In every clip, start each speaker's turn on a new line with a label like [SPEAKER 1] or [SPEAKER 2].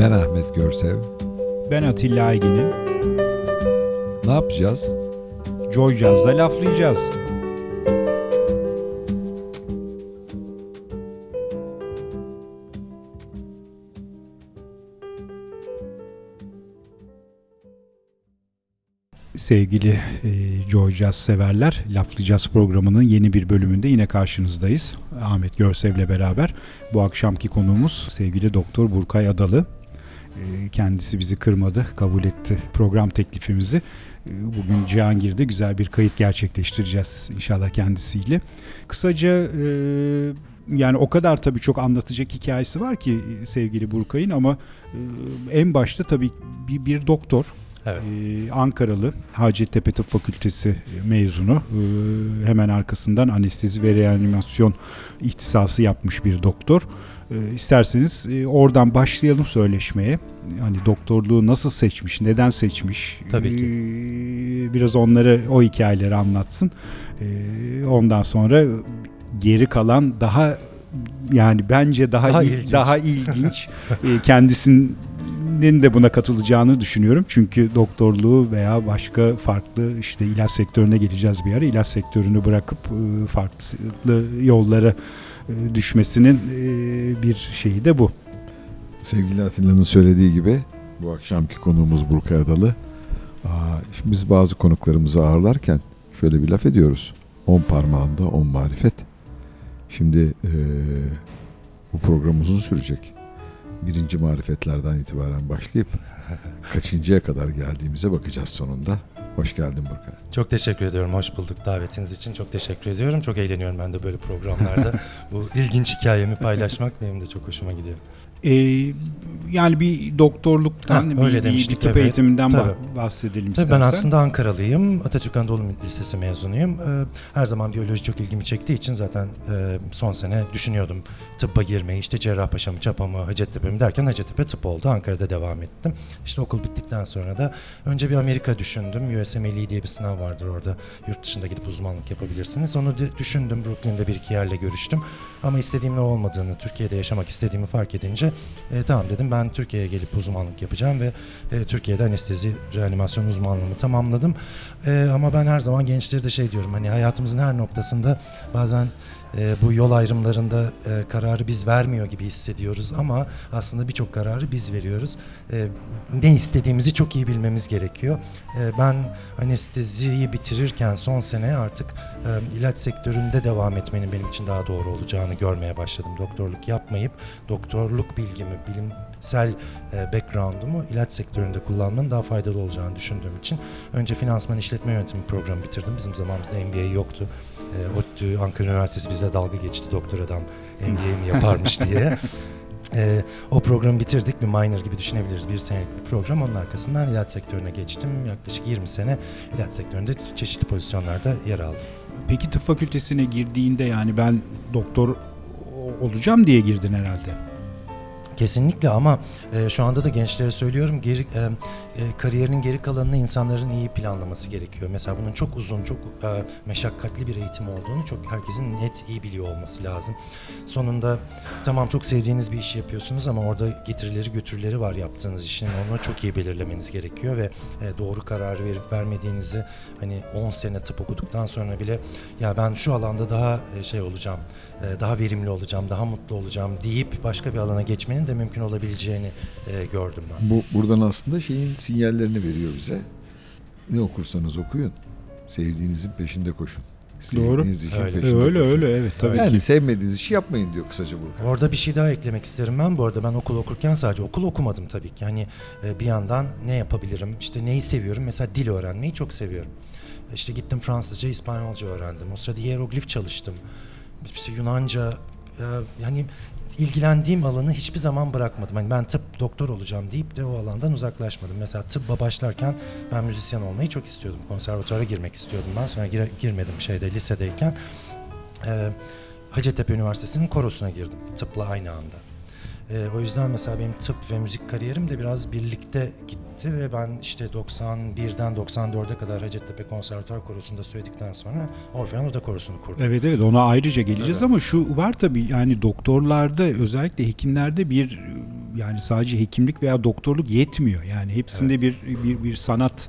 [SPEAKER 1] Ben Ahmet Görsev.
[SPEAKER 2] Ben Atilla Aygin'im.
[SPEAKER 1] Ne yapacağız?
[SPEAKER 2] Joy Jazz'da laflayacağız. Sevgili Joy Jazz severler, Laflayacağız programının yeni bir bölümünde yine karşınızdayız. Ahmet Görsev'le beraber. Bu akşamki konuğumuz sevgili Doktor Burkay Adalı. Kendisi bizi kırmadı, kabul etti program teklifimizi. Bugün Cihangir'de güzel bir kayıt gerçekleştireceğiz inşallah kendisiyle. Kısaca yani o kadar tabii çok anlatacak hikayesi var ki sevgili Burkay'ın ama en başta tabii bir doktor.
[SPEAKER 3] Evet.
[SPEAKER 2] Ankaralı Hacettepe Tıp Fakültesi mezunu, hemen arkasından anestezi ve reanimasyon ihtisası yapmış bir doktor. İsterseniz oradan başlayalım söyleşmeye. Hani doktorluğu nasıl seçmiş, neden seçmiş?
[SPEAKER 3] Tabii ki.
[SPEAKER 2] Biraz onları, o hikayeleri anlatsın. Ondan sonra geri kalan daha, yani bence daha ilginç. Kendisinin de buna katılacağını düşünüyorum. Çünkü doktorluğu veya başka farklı işte ilaç sektörüne geleceğiz bir ara. İlaç sektörünü bırakıp farklı yollara düşmesinin bir şeyi de bu.
[SPEAKER 1] Sevgili Atilla'nın söylediği gibi bu akşamki konuğumuz Burkay Adalı. Şimdi biz bazı konuklarımızı ağırlarken şöyle bir laf ediyoruz. 10 parmağında 10 marifet. Şimdi bu program uzun sürecek. Birinci marifetlerden itibaren başlayıp kaçıncıya kadar geldiğimize bakacağız sonunda. Hoş geldin Burkay.
[SPEAKER 3] Çok teşekkür ediyorum. Hoş bulduk davetiniz için. Çok teşekkür ediyorum. Çok eğleniyorum ben de böyle programlarda. Bu ilginç hikayemi paylaşmak benim de çok hoşuma gidiyor.
[SPEAKER 2] Yani bir doktorluktan, bir tıp eğitiminden bahsedelim istersen.
[SPEAKER 3] Ben aslında Ankaralıyım. Atatürk Anadolu Lisesi mezunuyum. Her zaman biyoloji çok ilgimi çektiği için zaten son sene düşünüyordum tıbba girmeyi. İşte Cerrahpaşa mı, Çapa mı, Hacettepe mi derken Hacettepe tıp oldu. Ankara'da devam ettim. İşte okul bittikten sonra da önce bir Amerika düşündüm. USMLE diye bir sınav vardır orada. Yurt dışında gidip uzmanlık yapabilirsiniz. Onu düşündüm. Brooklyn'de bir iki yerle görüştüm. Ama istediğimin o olmadığını, Türkiye'de yaşamak istediğimi fark edince tamam dedim, ben Türkiye'ye gelip uzmanlık yapacağım ve Türkiye'de anestezi reanimasyon uzmanlığımı tamamladım. Ama ben her zaman gençlere de diyorum, hani hayatımızın her noktasında bazen bu yol ayrımlarında kararı biz vermiyor gibi hissediyoruz ama aslında birçok kararı biz veriyoruz. Ne istediğimizi çok iyi bilmemiz gerekiyor. Ben anesteziyi bitirirken son sene artık ilaç sektöründe devam etmenin benim için daha doğru olacağını görmeye başladım. Doktorluk yapmayıp doktorluk bilgimi, bilimsel background'umu ilaç sektöründe kullanmanın daha faydalı olacağını düşündüğüm için önce finansman işletme yönetimi programı bitirdim. Bizim zamanımızda MBA yoktu. ODTÜ, Ankara Üniversitesi bizle dalga geçti, doktor adam MBA mi yaparmış diye. O programı bitirdik, bir minor gibi düşünebiliriz, bir senelik bir program. Onun arkasından ilaç sektörüne geçtim. Yaklaşık 20 sene ilaç sektöründe çeşitli pozisyonlarda yer aldım.
[SPEAKER 2] Peki tıp fakültesine girdiğinde, yani ben doktor olacağım diye girdin herhalde.
[SPEAKER 3] Kesinlikle, ama şu anda da gençlere söylüyorum, kariyerinin geri kalanını insanların iyi planlaması gerekiyor. Mesela bunun çok uzun, çok meşakkatli bir eğitim olduğunu herkesin net iyi biliyor olması lazım. Sonunda tamam, çok sevdiğiniz bir işi yapıyorsunuz ama orada getirileri götürüleri var yaptığınız işin. Onu çok iyi belirlemeniz gerekiyor ve doğru kararı verip vermediğinizi, hani 10 sene tıp okuduktan sonra bile ya ben şu alanda daha olacağım, daha verimli olacağım, daha mutlu olacağım deyip başka bir alana geçmenin de mümkün olabileceğini gördüm ben.
[SPEAKER 1] Buradan aslında sinyallerini veriyor bize. Ne okursanız okuyun, sevdiğinizin peşinde koşun. Sevdiğiniz işin peşinde koşun.
[SPEAKER 2] Öyle evet, tabii
[SPEAKER 1] yani
[SPEAKER 2] ki.
[SPEAKER 1] sevmediğiniz işi yapmayın diyor kısaca Burkay.
[SPEAKER 3] Orada bir şey daha eklemek isterim ben. Bu arada ben okul okurken sadece okul okumadım tabii ki. Hani bir yandan ne yapabilirim? İşte neyi seviyorum? Mesela dil öğrenmeyi çok seviyorum. İşte gittim Fransızca, İspanyolca öğrendim. O sırada hieroglif çalıştım. İşte Yunanca, yani ilgilendiğim alanı hiçbir zaman bırakmadım. Hani ben tıp doktor olacağım deyip de o alandan uzaklaşmadım. Mesela tıbba başlarken ben müzisyen olmayı çok istiyordum. Konservatuvara girmek istiyordum ben. Sonra girmedim lisedeyken. Hacettepe Üniversitesi'nin korosuna girdim tıpla aynı anda. O yüzden mesela benim tıp ve müzik kariyerim de biraz birlikte gitti ve ben işte 91'den 94'e kadar Hacettepe Konservatuvar Korosu'nda söyledikten sonra Orfeon Oda Korosu'nu kurdum.
[SPEAKER 2] Evet, ona ayrıca geleceğiz,
[SPEAKER 3] evet.
[SPEAKER 2] Ama şu var tabii, yani doktorlarda, özellikle hekimlerde bir yani sadece hekimlik veya doktorluk yetmiyor. Yani hepsinde bir sanat,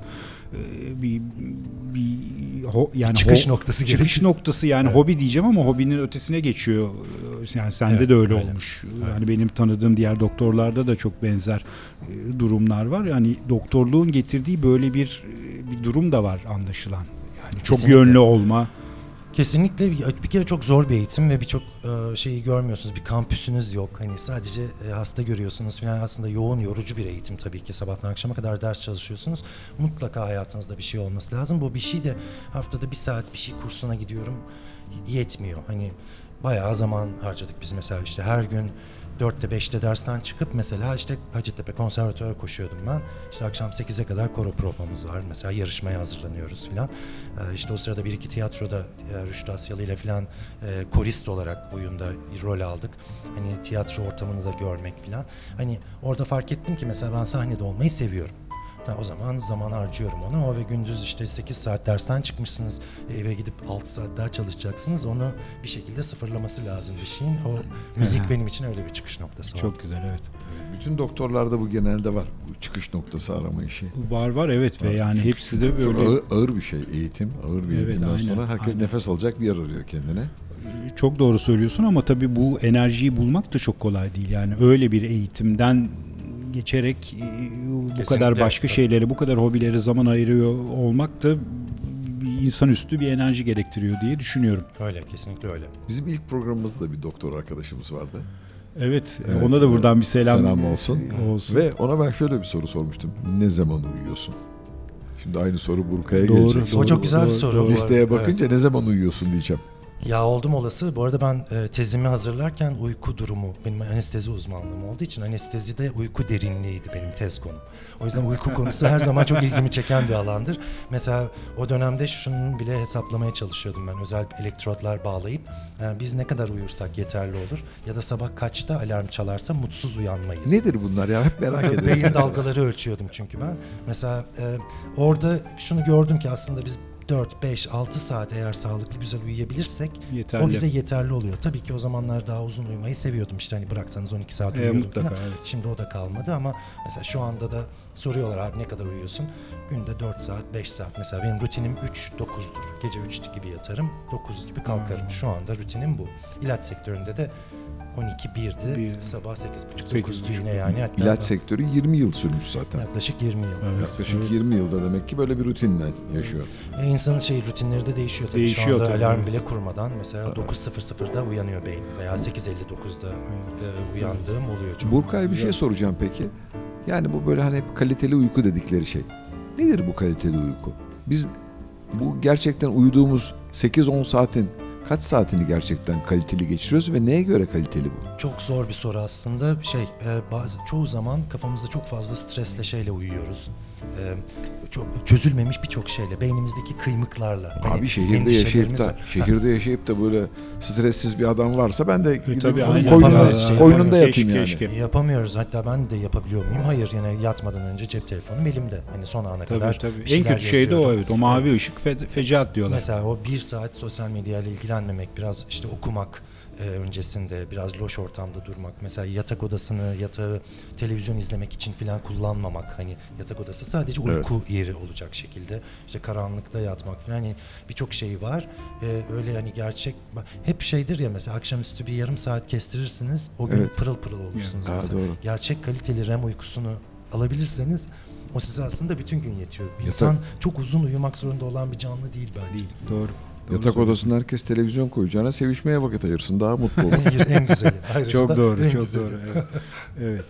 [SPEAKER 2] yani
[SPEAKER 3] çıkış noktası gerekiyor.
[SPEAKER 2] Çıkış noktası yani hobi diyeceğim ama hobinin ötesine geçiyor. Yani sende de öyle olmuş. Yani benim tanıdığım diğer doktorlarda da çok benzer durumlar var. Yani doktorluğun getirdiği böyle bir durum da var anlaşılan. Yani çok
[SPEAKER 3] Kesinlikle.
[SPEAKER 2] yönlü olma.
[SPEAKER 3] Kesinlikle bir kere çok zor bir eğitim ve birçok şeyi görmüyorsunuz. Bir kampüsünüz yok. Hani sadece hasta görüyorsunuz falan. Aslında yoğun, yorucu bir eğitim tabii ki. Sabahtan akşama kadar ders çalışıyorsunuz. Mutlaka hayatınızda bir şey olması lazım. Bu bir şey de haftada bir saat bir şey kursuna gidiyorum. Yetmiyor. Hani bayağı zaman harcadık biz mesela işte her gün 4'te 5'te dersten çıkıp mesela işte Hacettepe Konservatuvar'a koşuyordum ben. İşte akşam 8'e kadar koro provamız var. Mesela yarışmaya hazırlanıyoruz filan. İşte o sırada bir iki tiyatroda Rüştü Asyalı ile filan korist olarak oyunda rol aldık. Hani tiyatro ortamını da görmek filan. Hani orada fark ettim ki mesela ben sahnede olmayı seviyorum. O zaman harcıyorum ona. O ve gündüz işte 8 saat dersten çıkmışsınız. Eve gidip 6 saat daha çalışacaksınız. Onu bir şekilde sıfırlaması lazım bir şeyin. O müzik benim için öyle bir çıkış noktası oldu.
[SPEAKER 2] Çok güzel, evet.
[SPEAKER 1] Bütün doktorlarda bu genelde var. Bu çıkış noktası arama işi.
[SPEAKER 2] Var evet ve yani
[SPEAKER 1] Çünkü
[SPEAKER 2] hepsi de böyle
[SPEAKER 1] çok ağır bir şey eğitim. Ağır bir
[SPEAKER 2] Evet,
[SPEAKER 1] eğitimden
[SPEAKER 2] aynen,
[SPEAKER 1] sonra herkes
[SPEAKER 2] aynen.
[SPEAKER 1] nefes alacak bir yer arıyor kendine.
[SPEAKER 2] Çok doğru söylüyorsun ama tabii bu enerjiyi bulmak da çok kolay değil. Yani öyle bir eğitimden geçerek bu
[SPEAKER 3] Kesinlikle.
[SPEAKER 2] kadar başka şeylere, bu kadar hobilere zaman ayırıyor olmak da insanüstü bir enerji gerektiriyor diye düşünüyorum.
[SPEAKER 3] Öyle, kesinlikle öyle.
[SPEAKER 1] Bizim ilk programımızda da bir doktor arkadaşımız vardı.
[SPEAKER 2] Evet,
[SPEAKER 1] Evet,
[SPEAKER 2] ona da buradan bir
[SPEAKER 1] selam olsun.
[SPEAKER 2] olsun.
[SPEAKER 1] Ve ona ben şöyle bir soru sormuştum. Ne zaman uyuyorsun? Şimdi aynı soru Burkay'a
[SPEAKER 2] Doğru,
[SPEAKER 1] gelecek.
[SPEAKER 3] O çok güzel bir soru.
[SPEAKER 2] doğru.
[SPEAKER 1] Listeye bakınca ne zaman uyuyorsun diyeceğim.
[SPEAKER 3] Ya oldum olası. Bu arada ben tezimi hazırlarken uyku durumu, benim anestezi uzmanlığım olduğu için anestezide uyku derinliğiydi benim tez konum. O yüzden uyku konusu her zaman çok ilgimi çeken bir alandır. Mesela o dönemde şunun bile hesaplamaya çalışıyordum ben. Özel elektrotlar bağlayıp biz ne kadar uyursak yeterli olur. Ya da sabah kaçta alarm çalarsa mutsuz uyanmayız.
[SPEAKER 1] Nedir bunlar ya? Hep merak ediyorum.
[SPEAKER 3] Beyin dalgaları ölçüyordum çünkü ben. Mesela orada şunu gördüm ki aslında biz 4, 5, 6 saat eğer sağlıklı güzel uyuyabilirsek
[SPEAKER 2] Yeterli.
[SPEAKER 3] o bize yeterli oluyor. Tabii ki o zamanlar daha uzun uyumayı seviyordum. İşte hani bıraksanız 12 saat uyuyordum
[SPEAKER 2] mutlaka,
[SPEAKER 3] falan.
[SPEAKER 2] evet.
[SPEAKER 3] Şimdi o da kalmadı ama mesela şu anda da soruyorlar abi ne kadar uyuyorsun? Günde 4 saat, 5 saat. Mesela benim rutinim 3-9'dur. Gece 3 gibi yatarım, 9 gibi kalkarım. Şu anda rutinim bu. İlaç sektöründe de 12-1'di, sabah 8.30-9'du yine yani. Hatta
[SPEAKER 1] İlaç sektörü 20 yıl sürmüş zaten.
[SPEAKER 3] yaklaşık 20 yıl.
[SPEAKER 2] Evet,
[SPEAKER 1] Yaklaşık
[SPEAKER 2] evet.
[SPEAKER 1] 20 yılda demek ki böyle bir rutinle yaşıyor.
[SPEAKER 3] İnsanın rutinleri de değişiyor tabii.
[SPEAKER 2] Değişiyor
[SPEAKER 3] Şu anda
[SPEAKER 2] tabii,
[SPEAKER 3] alarm
[SPEAKER 2] evet.
[SPEAKER 3] bile kurmadan mesela 9.00'da uyanıyor beyin veya 8.59'da uyandığım oluyor. Çok
[SPEAKER 1] Burkay bir şey soracağım peki. Yani bu böyle hani hep kaliteli uyku dedikleri şey. Nedir bu kaliteli uyku? Biz bu gerçekten uyuduğumuz 8-10 saatin kaç saatini gerçekten kaliteli geçiriyoruz ve neye göre kaliteli bu?
[SPEAKER 3] Çok zor bir soru aslında. Çoğu zaman kafamızda çok fazla stresle şeyle uyuyoruz. Çok çözülmemiş birçok şeyle, beynimizdeki kıymıklarla.
[SPEAKER 1] Abi
[SPEAKER 3] Yani
[SPEAKER 1] şehirde yaşayıp
[SPEAKER 3] endişelerimiz
[SPEAKER 1] da
[SPEAKER 3] var.
[SPEAKER 1] böyle stressiz bir adam varsa ben de gidip
[SPEAKER 2] tabii,
[SPEAKER 1] onun
[SPEAKER 2] aynen.
[SPEAKER 3] Yapamıyoruz.
[SPEAKER 1] koynunda yatayım
[SPEAKER 2] Keşke,
[SPEAKER 1] yani.
[SPEAKER 2] keşke.
[SPEAKER 3] Yapamıyoruz. Hatta ben de yapabiliyor muyum? Hayır. Yani yatmadan önce cep telefonum elimde. Hani son ana kadar
[SPEAKER 2] Tabii.
[SPEAKER 3] bir
[SPEAKER 2] En
[SPEAKER 3] şeyler
[SPEAKER 2] kötü şey de o,
[SPEAKER 3] yazıyorum.
[SPEAKER 2] evet. O mavi ışık fecaat diyorlar.
[SPEAKER 3] Mesela o 1 saat sosyal medyayla ilgilenmemek, biraz işte okumak öncesinde, biraz loş ortamda durmak. Mesela yatak odasını, yatağı televizyon izlemek için falan kullanmamak. Hani yatak odası sadece uyku yeri olacak şekilde. İşte karanlıkta yatmak falan. Hani birçok şey var. Öyle hani gerçek, hep şeydir ya mesela akşamüstü bir yarım saat kestirirsiniz. O gün
[SPEAKER 1] Evet.
[SPEAKER 3] pırıl pırıl olursunuz.
[SPEAKER 1] Ha,
[SPEAKER 3] mesela.
[SPEAKER 1] doğru.
[SPEAKER 3] Gerçek kaliteli REM uykusunu alabilirseniz o size aslında bütün gün yetiyor.
[SPEAKER 1] Yatak-
[SPEAKER 3] İnsan çok uzun uyumak zorunda olan bir canlı değil bence.
[SPEAKER 2] Değil, doğru.
[SPEAKER 1] Yatak odasında herkes televizyon koyacağına sevişmeye vakit ayırsın. Daha mutlu olur.
[SPEAKER 3] En güzeli. Ayrıca
[SPEAKER 2] Çok
[SPEAKER 3] da
[SPEAKER 2] doğru,
[SPEAKER 3] en
[SPEAKER 2] çok
[SPEAKER 3] güzeli.
[SPEAKER 2] doğru. Evet. Evet.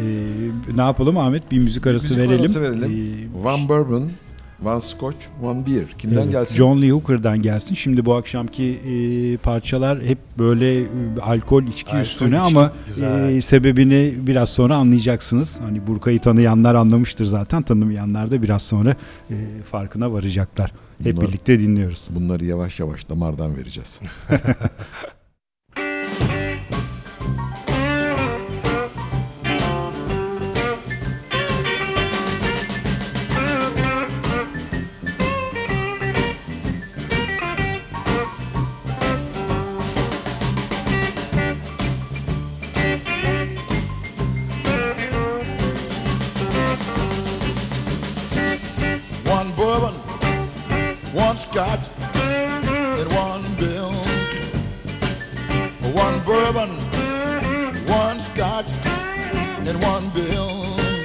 [SPEAKER 2] Ne yapalım Ahmet? Bir müzik arası
[SPEAKER 1] Müzik
[SPEAKER 2] verelim.
[SPEAKER 1] arası verelim. One bourbon, one scotch, one beer. Kimden
[SPEAKER 2] Evet,
[SPEAKER 1] gelsin?
[SPEAKER 2] John Lee Hooker'dan gelsin. Şimdi bu akşamki parçalar hep böyle alkol, içki
[SPEAKER 3] Alkol,
[SPEAKER 2] üstüne
[SPEAKER 3] içki,
[SPEAKER 2] ama
[SPEAKER 3] güzel.
[SPEAKER 2] sebebini biraz sonra anlayacaksınız. Hani Burkay'ı tanıyanlar anlamıştır zaten. Tanımayanlar da biraz sonra farkına varacaklar. Hep
[SPEAKER 1] Bunlar-
[SPEAKER 2] birlikte dinliyoruz.
[SPEAKER 1] Bunları yavaş yavaş damardan vereceğiz.
[SPEAKER 4] scotch and one bill. One bourbon, one scotch and one bill.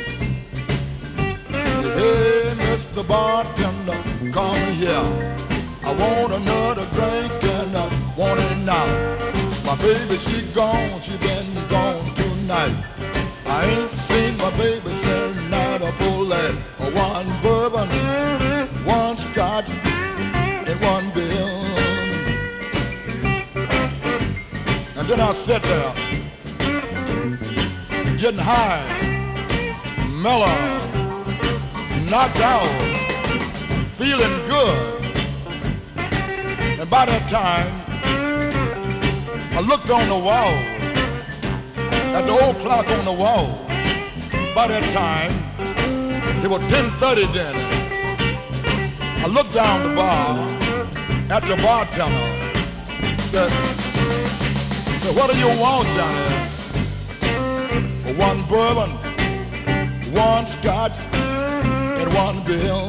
[SPEAKER 4] Hey, Mr. Bartender, come here. I want another drink and I want it now. My baby, she gone, she been gone tonight. I ain't seen my baby since night a full light. One bourbon, one scotch, and one bill. And then I sat there, getting high, mellow, knocked out, feeling good. And by that time, I looked on the wall, at the old clock on the wall. By that time, it was 10:30 then. I looked down the bar at the bartender. Said, what do you want, Johnny? One bourbon, one scotch, and one bill.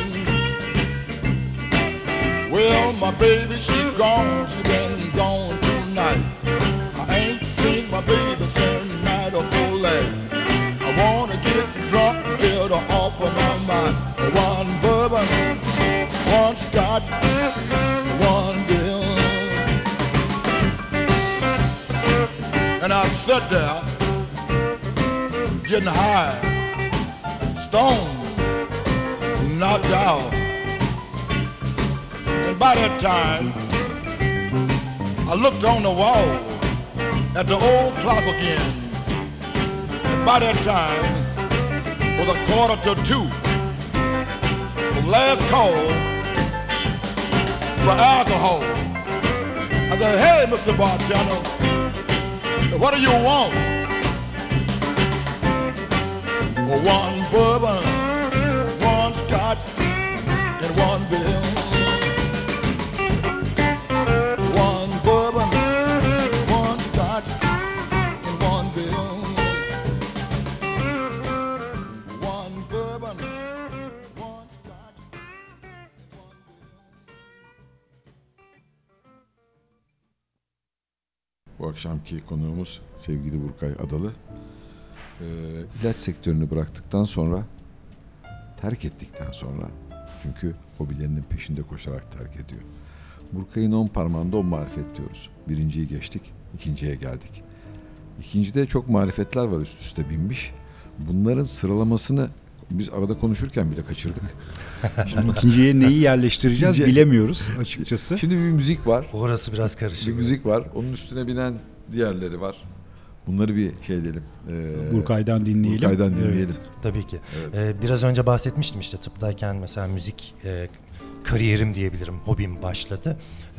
[SPEAKER 4] Well, my baby, she gone, she been gone tonight. I ain't seen my baby since night of full light. I wanna get drunk, get her off of my mind. One bourbon, one scotch, one bill. And I sat there, getting high, stoned, knocked out. And by that time, I looked on the wall at the old clock again. And by that time, it was 1:45. The last call for alcohol. I said, hey, Mr. Bartender, what do you want? One bourbon, one scotch, and one bill. One bourbon, one scotch, and one bill. One bourbon, one scotch, and one bill.
[SPEAKER 1] Bu akşamki konuğumuz sevgili Burkay Adalı. İlaç sektörünü bıraktıktan sonra, terk ettikten sonra, çünkü hobilerinin peşinde koşarak terk ediyor. Burkay'ın 10 parmağında 10 marifet diyoruz. Birinciyi geçtik, ikinciye geldik. İkincide çok marifetler var üst üste binmiş. Bunların sıralamasını biz arada konuşurken bile kaçırdık.
[SPEAKER 2] Şimdi ikinciye neyi yerleştireceğiz bilemiyoruz açıkçası.
[SPEAKER 1] Şimdi bir müzik var.
[SPEAKER 3] Orası biraz karışık.
[SPEAKER 1] Bir müzik var. Onun üstüne binen diğerleri var. Bunları bir şey edelim.
[SPEAKER 2] Burkay'dan dinleyelim.
[SPEAKER 1] Burkay'dan dinleyelim.
[SPEAKER 2] Evet.
[SPEAKER 3] Tabii ki.
[SPEAKER 1] Evet.
[SPEAKER 3] Biraz önce bahsetmiştim işte tıptayken mesela müzik kariyerim diyebilirim, hobim başladı.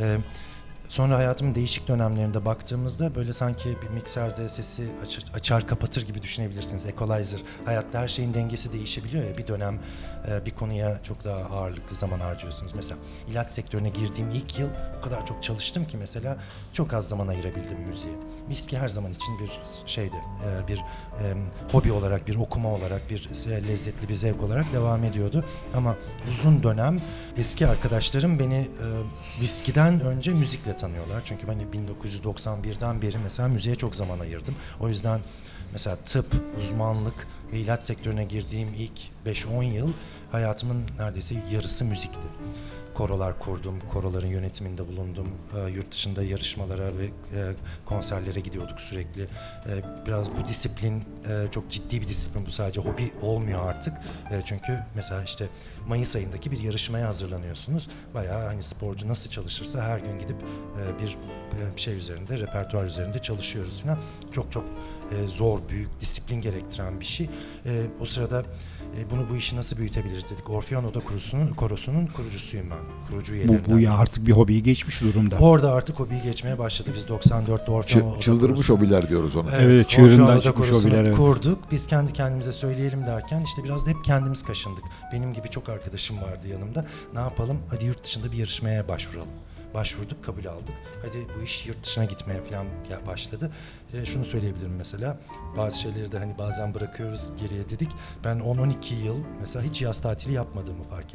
[SPEAKER 3] Sonra hayatımın değişik dönemlerinde baktığımızda böyle sanki bir mikserde sesi açar kapatır gibi düşünebilirsiniz. Equalizer, hayatta her şeyin dengesi değişebiliyor ya. Bir dönem bir konuya çok daha ağırlıklı zaman harcıyorsunuz. Mesela ilaç sektörüne girdiğim ilk yıl o kadar çok çalıştım ki mesela çok az zaman ayırabildim müziğe. Viski her zaman için bir şeydi, bir hobi olarak, bir okuma olarak, bir lezzetli bir zevk olarak devam ediyordu. Ama uzun dönem eski arkadaşlarım beni viskiden önce müzikle tanıyorlar. Çünkü ben 1991'den beri mesela müziğe çok zaman ayırdım. O yüzden mesela tıp, uzmanlık ve ilaç sektörüne girdiğim ilk 5-10 yıl hayatımın neredeyse yarısı müzikti. Korolar kurdum, koroların yönetiminde bulundum. Yurt dışında yarışmalara ve konserlere gidiyorduk sürekli. Biraz bu disiplin çok ciddi bir disiplin. Bu sadece hobi olmuyor artık. Çünkü mesela işte Mayıs ayındaki bir yarışmaya hazırlanıyorsunuz. Bayağı hani sporcu nasıl çalışırsa her gün gidip bir şey üzerinde, repertuar üzerinde çalışıyoruz falan. Çok çok zor, büyük, disiplin gerektiren bir şey. O sırada bu işi nasıl büyütebiliriz dedik. Orfeon Oda Korosu'nun kurucusuyum ben. Kurucu üyelerinden.
[SPEAKER 2] Bu ya artık bir hobiyi geçmiş durumda.
[SPEAKER 3] Orada artık hobiyi geçmeye başladı. Biz 94'te Orfeon Oda
[SPEAKER 1] Çıldırmış hobiler diyoruz ona.
[SPEAKER 2] Evet,
[SPEAKER 3] Orfeon
[SPEAKER 2] çığırından
[SPEAKER 3] Oda
[SPEAKER 2] çıkmış
[SPEAKER 3] Korosu'nu
[SPEAKER 2] hobiler, evet.
[SPEAKER 3] kurduk. Biz kendi kendimize söyleyelim derken işte biraz da hep kendimiz kaşındık. Benim gibi çok arkadaşım vardı yanımda. Ne yapalım? Hadi yurt dışında bir yarışmaya başvuralım. Başvurduk, kabul aldık. Hadi bu iş yurt dışına gitmeye falan başladı. Şunu söyleyebilirim mesela. Bazı şeyleri de hani bazen bırakıyoruz geriye dedik. Ben 10-12 yıl mesela hiç yaz tatili yapmadığımı fark ettim.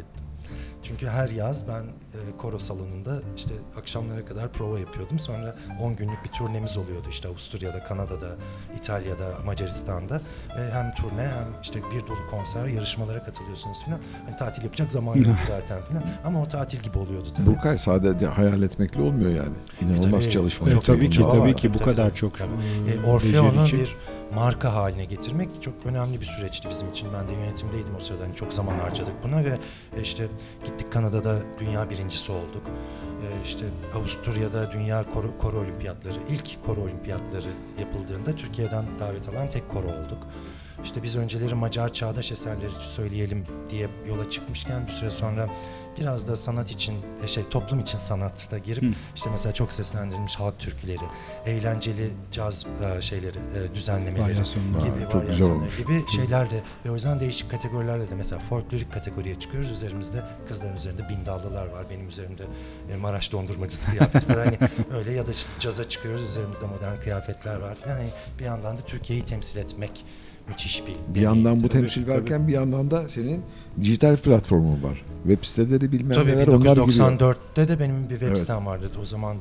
[SPEAKER 3] Çünkü her yaz ben koro salonunda işte akşamlara kadar prova yapıyordum. Sonra 10 günlük bir turnemiz oluyordu işte Avusturya'da, Kanada'da, İtalya'da, Macaristan'da. Ve hem turne hem işte bir dolu konser, yarışmalara katılıyorsunuz falan. Hani tatil yapacak zaman yok zaten falan. Ama o tatil gibi oluyordu tabii.
[SPEAKER 1] Burkay sadece hayal etmekle olmuyor yani. İnanılmaz
[SPEAKER 3] Tabii,
[SPEAKER 1] çalışma.
[SPEAKER 3] çok
[SPEAKER 2] tabii ki,
[SPEAKER 3] yoğun.
[SPEAKER 2] tabii ki bu
[SPEAKER 3] Tabii,
[SPEAKER 2] kadar
[SPEAKER 3] tabii.
[SPEAKER 2] çok
[SPEAKER 3] Orfeon'u
[SPEAKER 2] becerici.
[SPEAKER 3] bir marka haline getirmek çok önemli bir süreçti bizim için. Ben de yönetimdeydim o sırada. Hani çok zaman harcadık buna ve işte gittik Kanada'da dünya birincisi olduk. İşte Avusturya'da dünya koro olimpiyatları, ilk koro olimpiyatları yapıldığında Türkiye'den davet alan tek koro olduk. İşte biz önceleri Macar çağdaş eserleri söyleyelim diye yola çıkmışken bir süre sonra biraz da sanat için, toplum için sanatta girip işte mesela çok seslendirilmiş halk türküleri, eğlenceli caz düzenlemeleri
[SPEAKER 2] Varyasyonlar.
[SPEAKER 3] gibi,
[SPEAKER 1] Çok güzel
[SPEAKER 3] varyasyonları
[SPEAKER 1] olmuş.
[SPEAKER 3] gibi şeylerle ve o yüzden değişik kategorilerle de mesela folklorik kategoriye çıkıyoruz. Üzerimizde kızların üzerinde bindallılar var. Benim üzerimde Maraş dondurmacısı kıyafeti var. Hani öyle ya da işte caza çıkıyoruz. Üzerimizde modern kıyafetler var falan. Hani bir yandan da Türkiye'yi temsil etmek müthiş bir
[SPEAKER 1] yandan bu
[SPEAKER 3] deneyimdi.
[SPEAKER 1] temsil varken bir yandan da senin dijital platformun var. Web siteleri bilmem
[SPEAKER 3] Tabii
[SPEAKER 1] neler onlar giriyor.
[SPEAKER 3] 1994'te de benim bir web
[SPEAKER 1] Evet.
[SPEAKER 3] sitem vardı. O zaman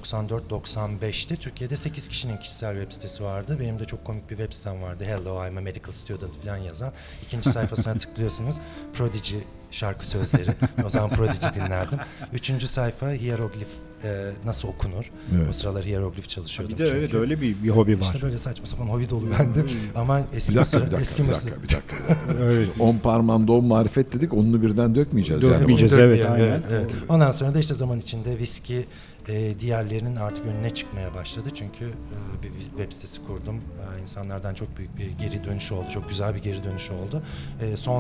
[SPEAKER 3] 1994-95'te Türkiye'de 8 kişinin kişisel web sitesi vardı. Benim de çok komik bir web sitem vardı. Hello, I'm a medical student falan yazan. İkinci sayfasına tıklıyorsunuz. Prodigy şarkı sözleri. O zaman Prodigy dinlerdim. Üçüncü sayfa hieroglif nasıl okunur.
[SPEAKER 1] Evet.
[SPEAKER 3] O sıralar hieroglif çalışıyordum.
[SPEAKER 2] Bir de evet
[SPEAKER 3] çünkü.
[SPEAKER 2] öyle bir hobi var.
[SPEAKER 3] İşte böyle saçma sapan hobi dolu bende. Ama eski
[SPEAKER 1] Bir dakika,
[SPEAKER 3] Mısır,
[SPEAKER 1] bir dakika.
[SPEAKER 2] Evet.
[SPEAKER 1] 10 parmağında 10 marifet dedik, onunu birden dökmeyeceğiz.
[SPEAKER 2] Dökmeyeceğiz,
[SPEAKER 3] Hepsini
[SPEAKER 2] evet,
[SPEAKER 3] dökmeyelim,
[SPEAKER 2] aynen.
[SPEAKER 3] evet. Ondan sonra da işte zaman içinde viski diğerlerinin artık önüne çıkmaya başladı. Çünkü bir web sitesi kurdum. İnsanlardan çok büyük bir geri dönüş oldu. Çok güzel bir geri dönüş oldu. Son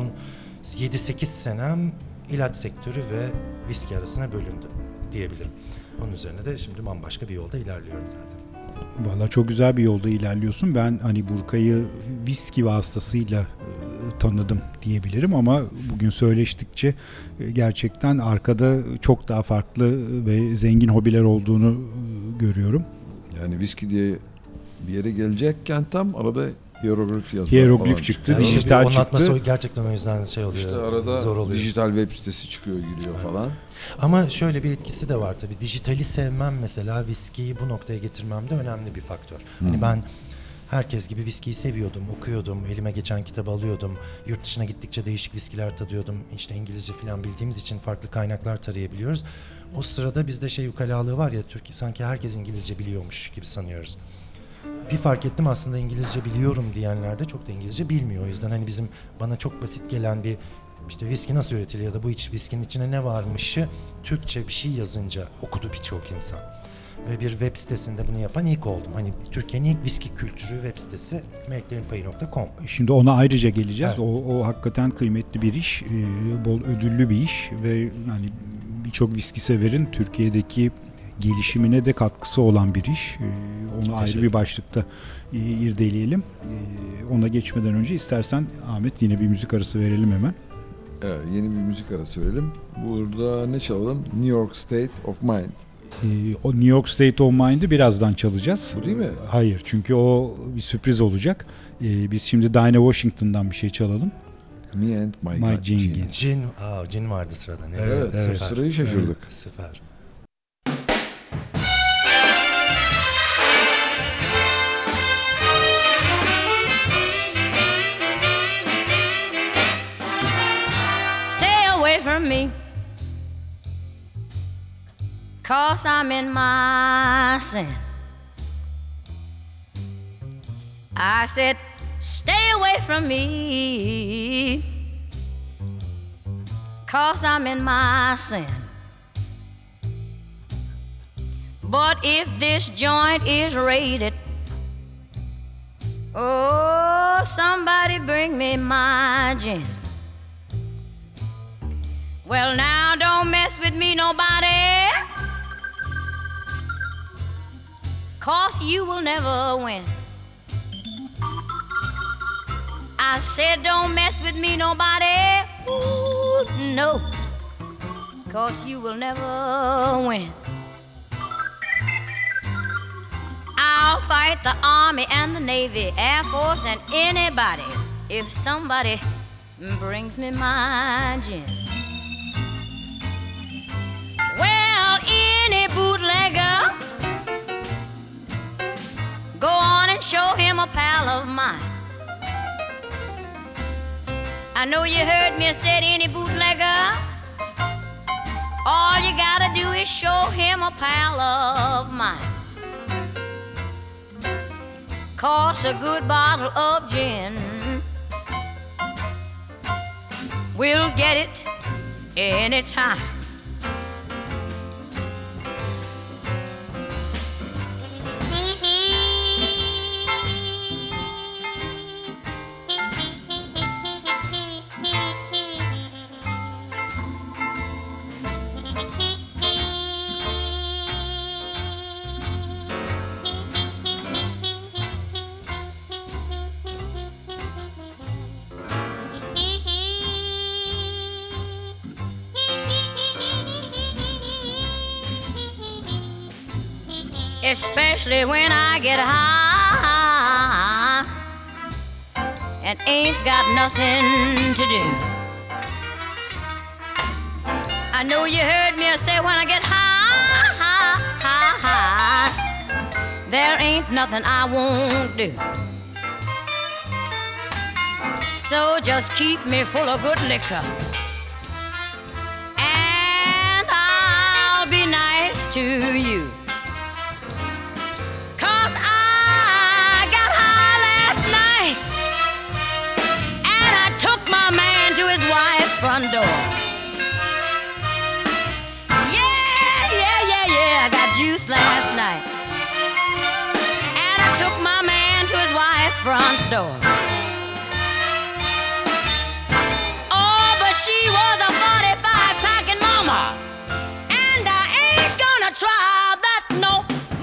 [SPEAKER 3] 7-8 senem ilaç sektörü ve viski arasına bölündü diyebilirim. Onun üzerine de şimdi bambaşka bir yolda ilerliyorum zaten.
[SPEAKER 2] Valla çok güzel bir yolda ilerliyorsun. Ben hani Burkay'ı viski vasıtasıyla tanıdım diyebilirim ama bugün söyleştikçe gerçekten arkada çok daha farklı ve zengin hobiler olduğunu görüyorum.
[SPEAKER 1] Yani viski diye bir yere gelecekken tam arada hieroglif yazılar
[SPEAKER 2] Hieroglif
[SPEAKER 1] falan
[SPEAKER 2] çıktı,
[SPEAKER 3] Yani
[SPEAKER 2] dijital
[SPEAKER 3] bir anlatması
[SPEAKER 2] çıktı.
[SPEAKER 3] gerçekten o yüzden oluyor.
[SPEAKER 1] İşte arada
[SPEAKER 3] zor oluyor.
[SPEAKER 1] dijital web sitesi çıkıyor, giriyor falan.
[SPEAKER 3] Ama şöyle bir etkisi de var tabii. Dijitali sevmem mesela viskiyi bu noktaya getirmemde önemli bir faktör. Hani ben herkes gibi viskiyi seviyordum, okuyordum, elime geçen kitabı alıyordum. Yurt dışına gittikçe değişik viskiler tadıyordum. İşte İngilizce falan bildiğimiz için farklı kaynaklar tarayabiliyoruz. O sırada bizde ukalalığı var ya, Türkiye sanki herkes İngilizce biliyormuş gibi sanıyoruz. Bir fark ettim aslında İngilizce biliyorum diyenler de çok da İngilizce bilmiyor. O yüzden hani bana çok basit gelen bir işte viski nasıl üretilir ya da bu viskinin içine ne varmışı Türkçe bir şey yazınca okudu birçok insan. Ve bir web sitesinde bunu yapan ilk oldum. Hani Türkiye'nin ilk viski kültürü web sitesi meleklerinpayı.com.
[SPEAKER 2] Şimdi ona ayrıca geleceğiz.
[SPEAKER 3] Evet.
[SPEAKER 2] O hakikaten kıymetli bir iş, bol ödüllü bir iş ve yani birçok viski severin Türkiye'deki gelişimine de katkısı olan bir iş. Onu ayrı bir başlıkta irdeleyelim. Ona geçmeden önce istersen Ahmet yine bir müzik arası verelim hemen.
[SPEAKER 1] Evet, yeni bir müzik arası verelim. Burada ne çalalım? New York State of Mind.
[SPEAKER 2] O New York State of Mind'ı birazdan çalacağız.
[SPEAKER 1] Bu değil mi?
[SPEAKER 2] Hayır, çünkü o bir sürpriz olacak. Biz şimdi Dinah Washington'dan bir şey çalalım.
[SPEAKER 1] Me and My,
[SPEAKER 2] My
[SPEAKER 1] God,
[SPEAKER 2] Gin.
[SPEAKER 3] Gin vardı sırada. Ne
[SPEAKER 1] Evet,
[SPEAKER 3] güzel, süper.
[SPEAKER 1] sırayı şaşırdık.
[SPEAKER 3] Süper.
[SPEAKER 5] Stay away from me, 'cause I'm in my sin. I said, stay away from me, 'cause I'm in my sin. But if this joint is raided, oh, somebody bring me my gin. Well, now don't mess with me, nobody, 'cause you will never win. I said don't mess with me, nobody, ooh, no, 'cause you will never win. I'll fight the Army and the Navy, Air Force and anybody if somebody brings me my gin. I know you heard me say to any bootlegger, all you gotta do is show him a pal of mine. Costs a good bottle of gin, we'll get it anytime. Especially when I get high and ain't got nothing to do. I know you heard me say when I get high, there ain't nothing I won't do. So just keep me full of good liquor and I'll be nice to you. Front door. Yeah, I got juice last night. And I took my man to his wife's front door. Oh, but she was a 45 packing mama. And I ain't gonna try that no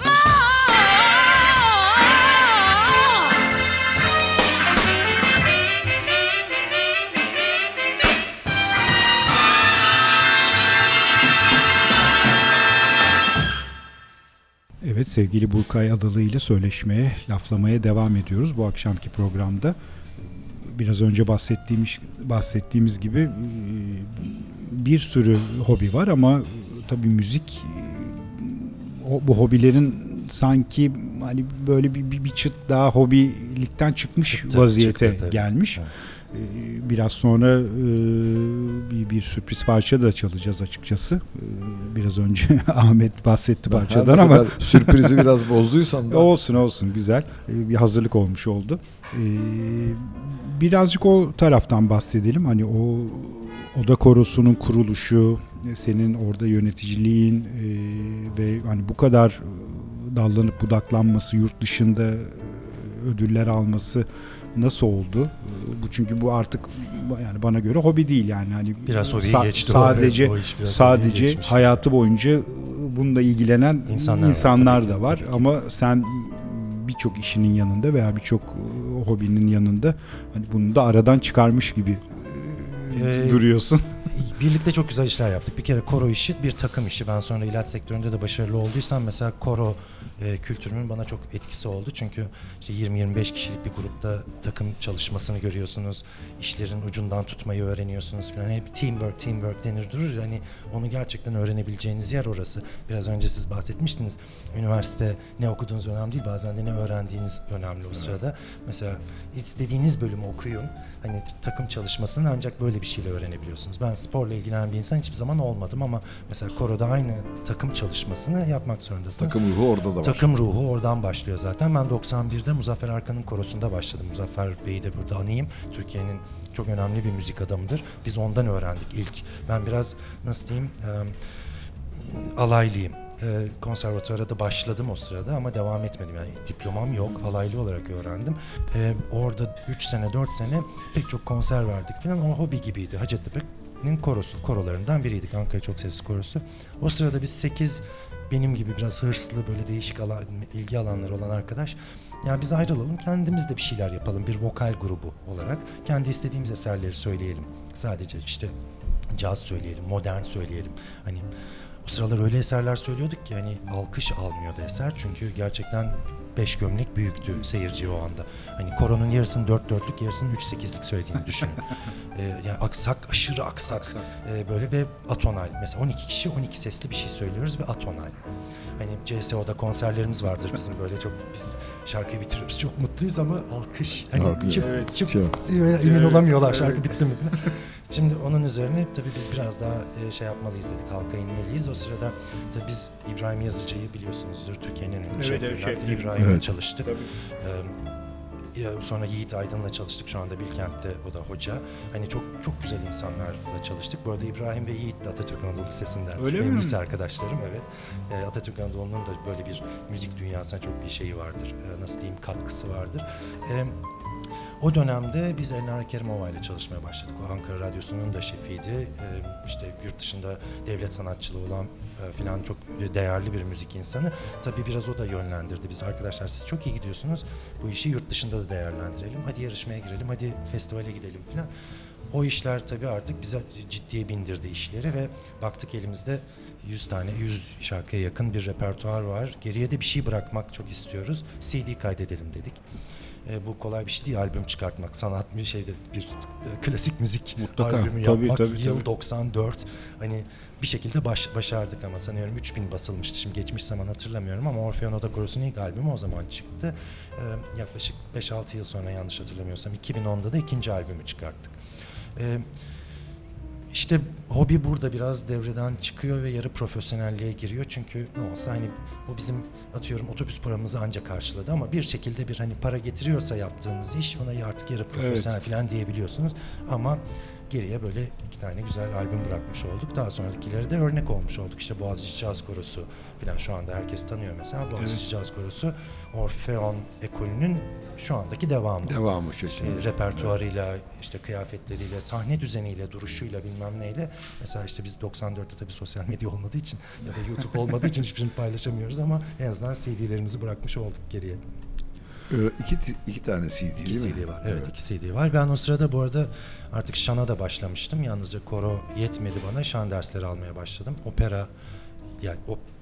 [SPEAKER 2] Evet, sevgili Burkay Adalı ile söyleşmeye, laflamaya devam ediyoruz bu akşamki programda. Biraz önce bahsettiğimiz gibi bir sürü hobi var ama tabii müzik bu hobilerin sanki hani böyle bir çıt daha hobilikten çıkmış vaziyete gelmiş. Evet. Biraz sonra bir sürpriz parça da çalacağız açıkçası. Biraz önce Ahmet bahsetti parçadan ama
[SPEAKER 1] sürprizi biraz bozduysam da.
[SPEAKER 2] Olsun güzel. Bir hazırlık olmuş oldu. Birazcık o taraftan bahsedelim. Hani o Oda Korosu'nun kuruluşu, senin orada yöneticiliğin ve hani bu kadar dallanıp budaklanması, yurt dışında ödüller alması nasıl oldu? Bu çünkü artık yani bana göre hobi değil yani hani
[SPEAKER 3] biraz hobi geçti.
[SPEAKER 2] Sadece hayatı boyunca bununla ilgilenen insanlar da var ama sen birçok işinin yanında veya birçok hobinin yanında hani bunu da aradan çıkarmış gibi duruyorsun.
[SPEAKER 3] Birlikte çok güzel işler yaptık. Bir kere koro işi bir takım işi. Ben sonra ilaç sektöründe de başarılı olduysam mesela koro kültürünün bana çok etkisi oldu. Çünkü işte 20-25 kişilik bir grupta takım çalışmasını görüyorsunuz. İşlerin ucundan tutmayı öğreniyorsunuz falan. Hep teamwork denir durur. Hani onu gerçekten öğrenebileceğiniz yer orası. Biraz önce siz bahsetmiştiniz. Üniversite ne okuduğunuz önemli değil. Bazen de ne öğrendiğiniz önemli o sırada. Mesela istediğiniz bölümü okuyun. Hani takım çalışmasını ancak böyle bir şeyle öğrenebiliyorsunuz. Ben sporla ilgilenen bir insan hiçbir zaman olmadım ama mesela koroda aynı takım çalışmasını yapmak zorundasınız.
[SPEAKER 1] Takım ruhu orada da var.
[SPEAKER 3] Takım ruhu oradan başlıyor zaten. Ben 91'de Muzaffer Arkan'ın korosunda başladım. Muzaffer Bey'i de burada anayım. Türkiye'nin çok önemli bir müzik adamıdır. Biz ondan öğrendik ilk. Ben biraz nasıl diyeyim alaylıyım. Konservatuvara da başladım o sırada ama devam etmedim. Yani diplomam yok. Alaylı olarak öğrendim. Orada 3 sene 4 sene pek çok konser verdik falan. O hobi gibiydi. Hacettepe'nin korolarından biriydik. Ankara Çok Sesli Korosu. O sırada biz 8 benim gibi biraz hırslı böyle değişik ilgi alanları olan arkadaş ya biz ayrılalım kendimiz de bir şeyler yapalım bir vokal grubu olarak kendi istediğimiz eserleri söyleyelim sadece işte caz söyleyelim modern söyleyelim hani o sıralar öyle eserler söylüyorduk ki hani alkış almıyordu eser çünkü gerçekten 5 gömlek büyüktü seyirciye o anda. Hani koronun yarısını 4/4'lük, yarısını 3/8'lik söylediğini düşünün. Yani aksak, aşırı aksak. Böyle ve atonal. Mesela 12 kişi 12 sesli bir şey söylüyoruz ve atonal. Hani CSO'da konserlerimiz vardır bizim, böyle çok, biz şarkıyı bitiriyoruz, çok mutluyuz ama alkış. Hani
[SPEAKER 1] Alkış.
[SPEAKER 3] çok böyle emin olamıyorlar şarkı bitti mi falan. Şimdi onun üzerine tabii biz biraz daha şey yapmalıyız dedik, halka inmeliyiz. O sırada tabii biz İbrahim Yazıcı'yı biliyorsunuzdur, Türkiye'nin en ünlü şeflerinden. İbrahim'le çalıştık. Sonra Yiğit Aydın'la çalıştık, şu anda Bilkent'te, o da hoca. Hani çok çok güzel insanlarla çalıştık. Bu arada İbrahim ve Yiğit de Atatürk Anadolu Lisesi'nden.
[SPEAKER 2] Öyle
[SPEAKER 3] benim
[SPEAKER 2] mi?
[SPEAKER 3] lise arkadaşlarım, evet. Atatürk Anadolu'nun da böyle bir müzik dünyasına çok bir şeyi vardır. Nasıl diyeyim, katkısı vardır. O dönemde biz Elnare Kerimova ile çalışmaya başladık. O Ankara Radyosu'nun da şefiydi. İşte yurt dışında devlet sanatçılığı olan filan çok değerli bir müzik insanı. Tabii biraz o da yönlendirdi bizi. Arkadaşlar siz çok iyi gidiyorsunuz, bu işi yurt dışında da değerlendirelim. Hadi yarışmaya girelim, hadi festivale gidelim filan. O işler tabii artık bize ciddiye bindirdi işleri ve baktık elimizde 100 şarkıya yakın bir repertuar var. Geriye de bir şey bırakmak çok istiyoruz. CD kaydedelim dedik. Bu kolay bir şey değil, albüm çıkartmak, sanat bir şeyde, bir klasik müzik
[SPEAKER 2] Mutlaka.
[SPEAKER 3] albümü
[SPEAKER 2] Tabii,
[SPEAKER 3] yapmak.
[SPEAKER 2] tabii,
[SPEAKER 3] Yıl
[SPEAKER 2] tabii.
[SPEAKER 3] 94, hani bir şekilde başardık ama sanıyorum 3000 basılmıştı, şimdi geçmiş zaman hatırlamıyorum ama Orfeon Oda Korosu'nun ilk albümü o zaman çıktı. Yaklaşık 5-6 yıl sonra, yanlış hatırlamıyorsam 2010'da da ikinci albümü çıkarttık. İşte hobi burada biraz devreden çıkıyor ve yarı profesyonelliğe giriyor. Çünkü ne olsa hani o bizim, atıyorum, otobüs paramızı ancak karşıladı ama bir şekilde bir hani para getiriyorsa yaptığınız iş, ona artık yarı profesyonel falan diyebiliyorsunuz. Ama geriye böyle 2 tane güzel albüm bırakmış olduk. Daha sonrakileri de örnek olmuş olduk. İşte Boğaziçi Caz Korosu falan şu anda herkes tanıyor mesela. Boğaziçi Caz Korosu Orfeon ekolünün şu andaki devamı.
[SPEAKER 1] Devamı şeklinde.
[SPEAKER 3] Repertuarıyla, işte kıyafetleriyle, sahne düzeniyle, duruşuyla, bilmem neyle. Mesela işte biz 94'te tabii sosyal medya olmadığı için ya da YouTube olmadığı için hiçbirini paylaşamıyoruz ama en azından CD'lerimizi bırakmış olduk geriye.
[SPEAKER 1] İki tane CD değil mi?
[SPEAKER 3] 2 CD var. Evet, 2 CD var. Ben o sırada bu arada artık şana da başlamıştım. Yalnızca koro yetmedi bana. Şan dersleri almaya başladım. Opera, yani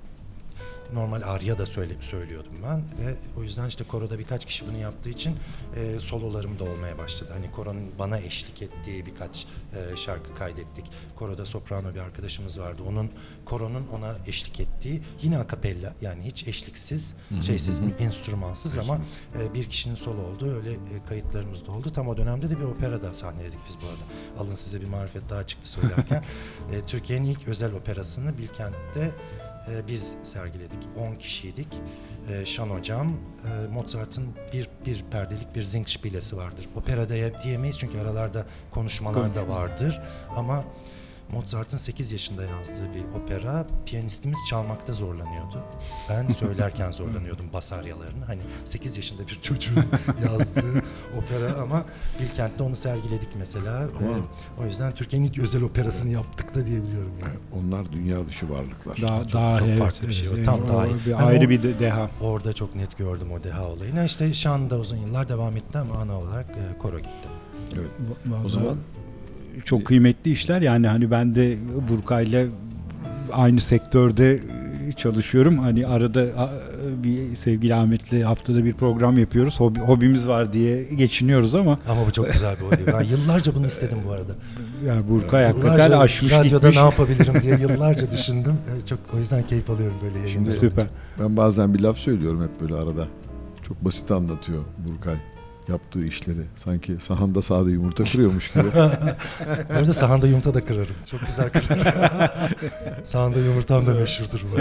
[SPEAKER 3] normal arya da söylüyordum ben ve o yüzden işte koroda birkaç kişi bunu yaptığı için sololarım da olmaya başladı. Hani koronun bana eşlik ettiği birkaç şarkı kaydettik. Koroda soprano bir arkadaşımız vardı. Koronun ona eşlik ettiği, yine a cappella, yani hiç eşliksiz, enstrümansız ama bir kişinin solo olduğu öyle kayıtlarımız da oldu. Tam o dönemde de bir opera da sahneledik biz bu arada. Alın size bir marifet daha çıktı söylerken. Türkiye'nin ilk özel operasını Bilkent'te biz sergiledik. 10 kişiydik. Şan hocam, Mozart'ın bir perdelik bir Singspiel'esi vardır. Operada diyemeyiz çünkü aralarda konuşmalar da vardır. Ama Mozart'ın 8 yaşında yazdığı bir opera, piyanistimiz çalmakta zorlanıyordu. Ben söylerken zorlanıyordum bas aryalarını. Hani 8 yaşında bir çocuğun yazdığı opera ama Bilkent'te onu sergiledik mesela. O yüzden Türkiye'nin ilk özel operasını yaptık da diyebiliyorum yani.
[SPEAKER 1] Onlar dünya dışı varlıklar.
[SPEAKER 3] Çok
[SPEAKER 2] evet,
[SPEAKER 3] farklı bir şey. O tam daha iyi. Ben
[SPEAKER 2] Ayrı bir deha.
[SPEAKER 3] Orada çok net gördüm o deha olayını. İşte şanda uzun yıllar devam etti ama ana olarak koro gitti.
[SPEAKER 1] Evet.
[SPEAKER 2] Vallahi
[SPEAKER 1] O zaman
[SPEAKER 2] çok kıymetli işler, yani hani ben de Burkay'la aynı sektörde çalışıyorum. Hani arada bir sevgili Ahmet'le haftada bir program yapıyoruz. Hobimiz var diye geçiniyoruz ama
[SPEAKER 3] bu çok güzel bir hobi. Ben yıllarca bunu istedim bu arada.
[SPEAKER 2] yani Burkay hakikaten aşmış
[SPEAKER 3] radyoda
[SPEAKER 2] gitmiş.
[SPEAKER 3] ne yapabilirim diye yıllarca düşündüm. Çok, o yüzden keyif alıyorum böyle yayınları.
[SPEAKER 2] Süper.
[SPEAKER 1] ben bazen bir laf söylüyorum hep böyle arada. Çok basit anlatıyor Burkay yaptığı işleri. Sanki sahanda sade yumurta kırıyormuş gibi.
[SPEAKER 3] Bu arada sahanda yumurta da kırarım. Çok güzel kırarım. Sahanda yumurtam da meşhurdur bu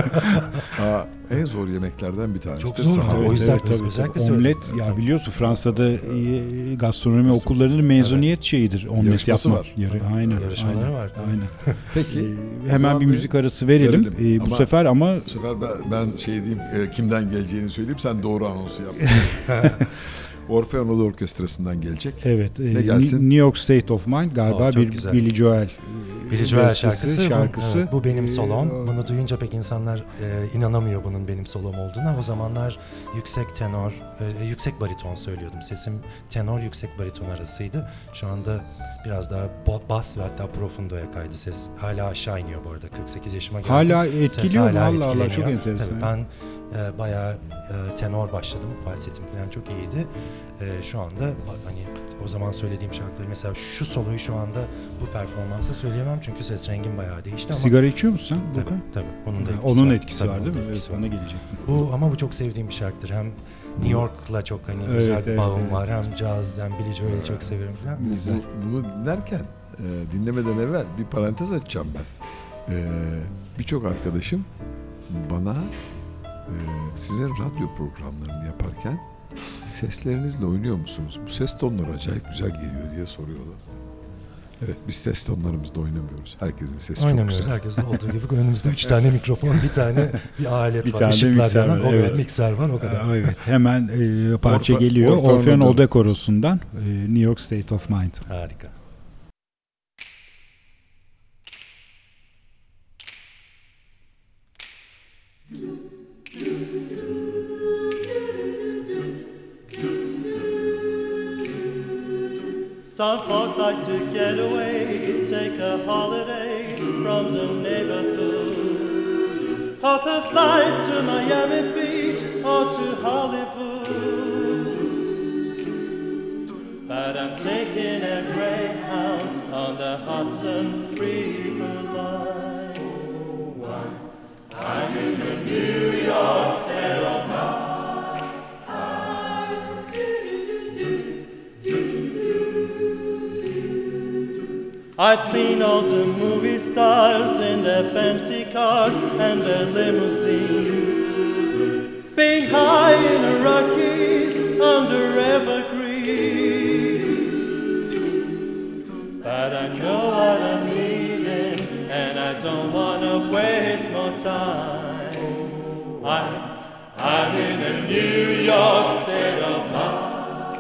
[SPEAKER 3] arada.
[SPEAKER 1] En zor yemeklerden bir tanesi.
[SPEAKER 3] Çok zor. O yüzden özellikle
[SPEAKER 2] omlet, ya biliyorsun Fransa'da gastronomi okullarının mezuniyet şeyidir. Omlet
[SPEAKER 1] yarışması
[SPEAKER 2] yapma.
[SPEAKER 1] var.
[SPEAKER 2] Aynen.
[SPEAKER 3] Yarışmaları var.
[SPEAKER 2] Aynen.
[SPEAKER 1] Peki.
[SPEAKER 2] Hemen bir müzik arası verelim. Bu
[SPEAKER 1] Ama
[SPEAKER 2] sefer ama
[SPEAKER 1] bu sefer ben şey diyeyim, kimden geleceğini söyleyeyim, sen doğru anonsu yap. Orfeon Oda Orkestrası'ndan gelecek.
[SPEAKER 2] evet.
[SPEAKER 1] Ne gelsin?
[SPEAKER 2] New York State of Mind galiba
[SPEAKER 3] çok
[SPEAKER 2] bir
[SPEAKER 3] güzel.
[SPEAKER 2] Billy Joel.
[SPEAKER 3] Billy Joel
[SPEAKER 2] şarkısı.
[SPEAKER 3] Bu benim solom. Bunu duyunca pek insanlar inanamıyor bunun benim solom olduğuna. O zamanlar yüksek tenor, yüksek bariton söylüyordum. Sesim tenor yüksek bariton arasıydı. Şu anda biraz daha bas ve hatta profundoya kaydı ses. Hala aşağı iniyor bu arada. 48 yaşıma geldim.
[SPEAKER 2] Hala etkiliyor.
[SPEAKER 3] Ses hala
[SPEAKER 2] Allah Allah,
[SPEAKER 3] etkileniyor.
[SPEAKER 2] çok enteresan.
[SPEAKER 3] Tabii ben Bayağı tenor başladım. Falsetim falan çok iyiydi. Şu anda hani o zaman söylediğim şarkıları mesela şu soloyu şu anda bu performansta söyleyemem çünkü ses rengim bayağı değişti ama
[SPEAKER 2] Sigara içiyor musun sen Burkay?
[SPEAKER 3] tabii onun da
[SPEAKER 2] Onun
[SPEAKER 3] var.
[SPEAKER 2] etkisi
[SPEAKER 3] Tabii,
[SPEAKER 2] var değil
[SPEAKER 3] onun
[SPEAKER 2] mi?
[SPEAKER 3] da
[SPEAKER 2] Evet,
[SPEAKER 3] etkisi var.
[SPEAKER 2] ona gelecektim.
[SPEAKER 3] Bu çok sevdiğim bir şarkıdır. Hem New York'la çok hani
[SPEAKER 2] Evet,
[SPEAKER 3] güzel bir
[SPEAKER 2] evet,
[SPEAKER 3] bağım
[SPEAKER 2] evet.
[SPEAKER 3] var. Hem caz, hem Billy Joel'i çok severim falan.
[SPEAKER 2] Güzel.
[SPEAKER 1] Bunu dinlerken dinlemeden evvel bir parantez açacağım ben. Birçok arkadaşım bana sizin radyo programlarını yaparken seslerinizle oynuyor musunuz? Bu ses tonları acayip güzel geliyor diye soruyorlar. Evet, biz ses tonlarımızla oynamıyoruz. Herkesin sesi çok
[SPEAKER 3] Oynamıyoruz.
[SPEAKER 1] güzel.
[SPEAKER 3] Herkesin olduğu gibi önümüzde 3 tane mikrofon, bir tane bir alet
[SPEAKER 2] Bir
[SPEAKER 3] var.
[SPEAKER 2] tane
[SPEAKER 3] Işıklar
[SPEAKER 2] mikser
[SPEAKER 3] yanan,
[SPEAKER 2] var, evet.
[SPEAKER 3] mikser var o kadar.
[SPEAKER 2] Evet, hemen parça geliyor.
[SPEAKER 1] Orfeon
[SPEAKER 2] Orfeon
[SPEAKER 1] Ode
[SPEAKER 2] Ode Korosu'ndan New York State of Mind.
[SPEAKER 3] Harika.
[SPEAKER 6] Some folks like to get away, take a holiday from the neighborhood. Hop a flight to Miami Beach or to Hollywood. But I'm taking a Greyhound on the Hudson River line. I'm in the New York State of Mind. I've seen all the movie stars in their fancy cars and their limousines, being high in the Rockies under evergreen. But I know what I'm needing, and I don't wanna waste more time. I'm in a New York State of Mind.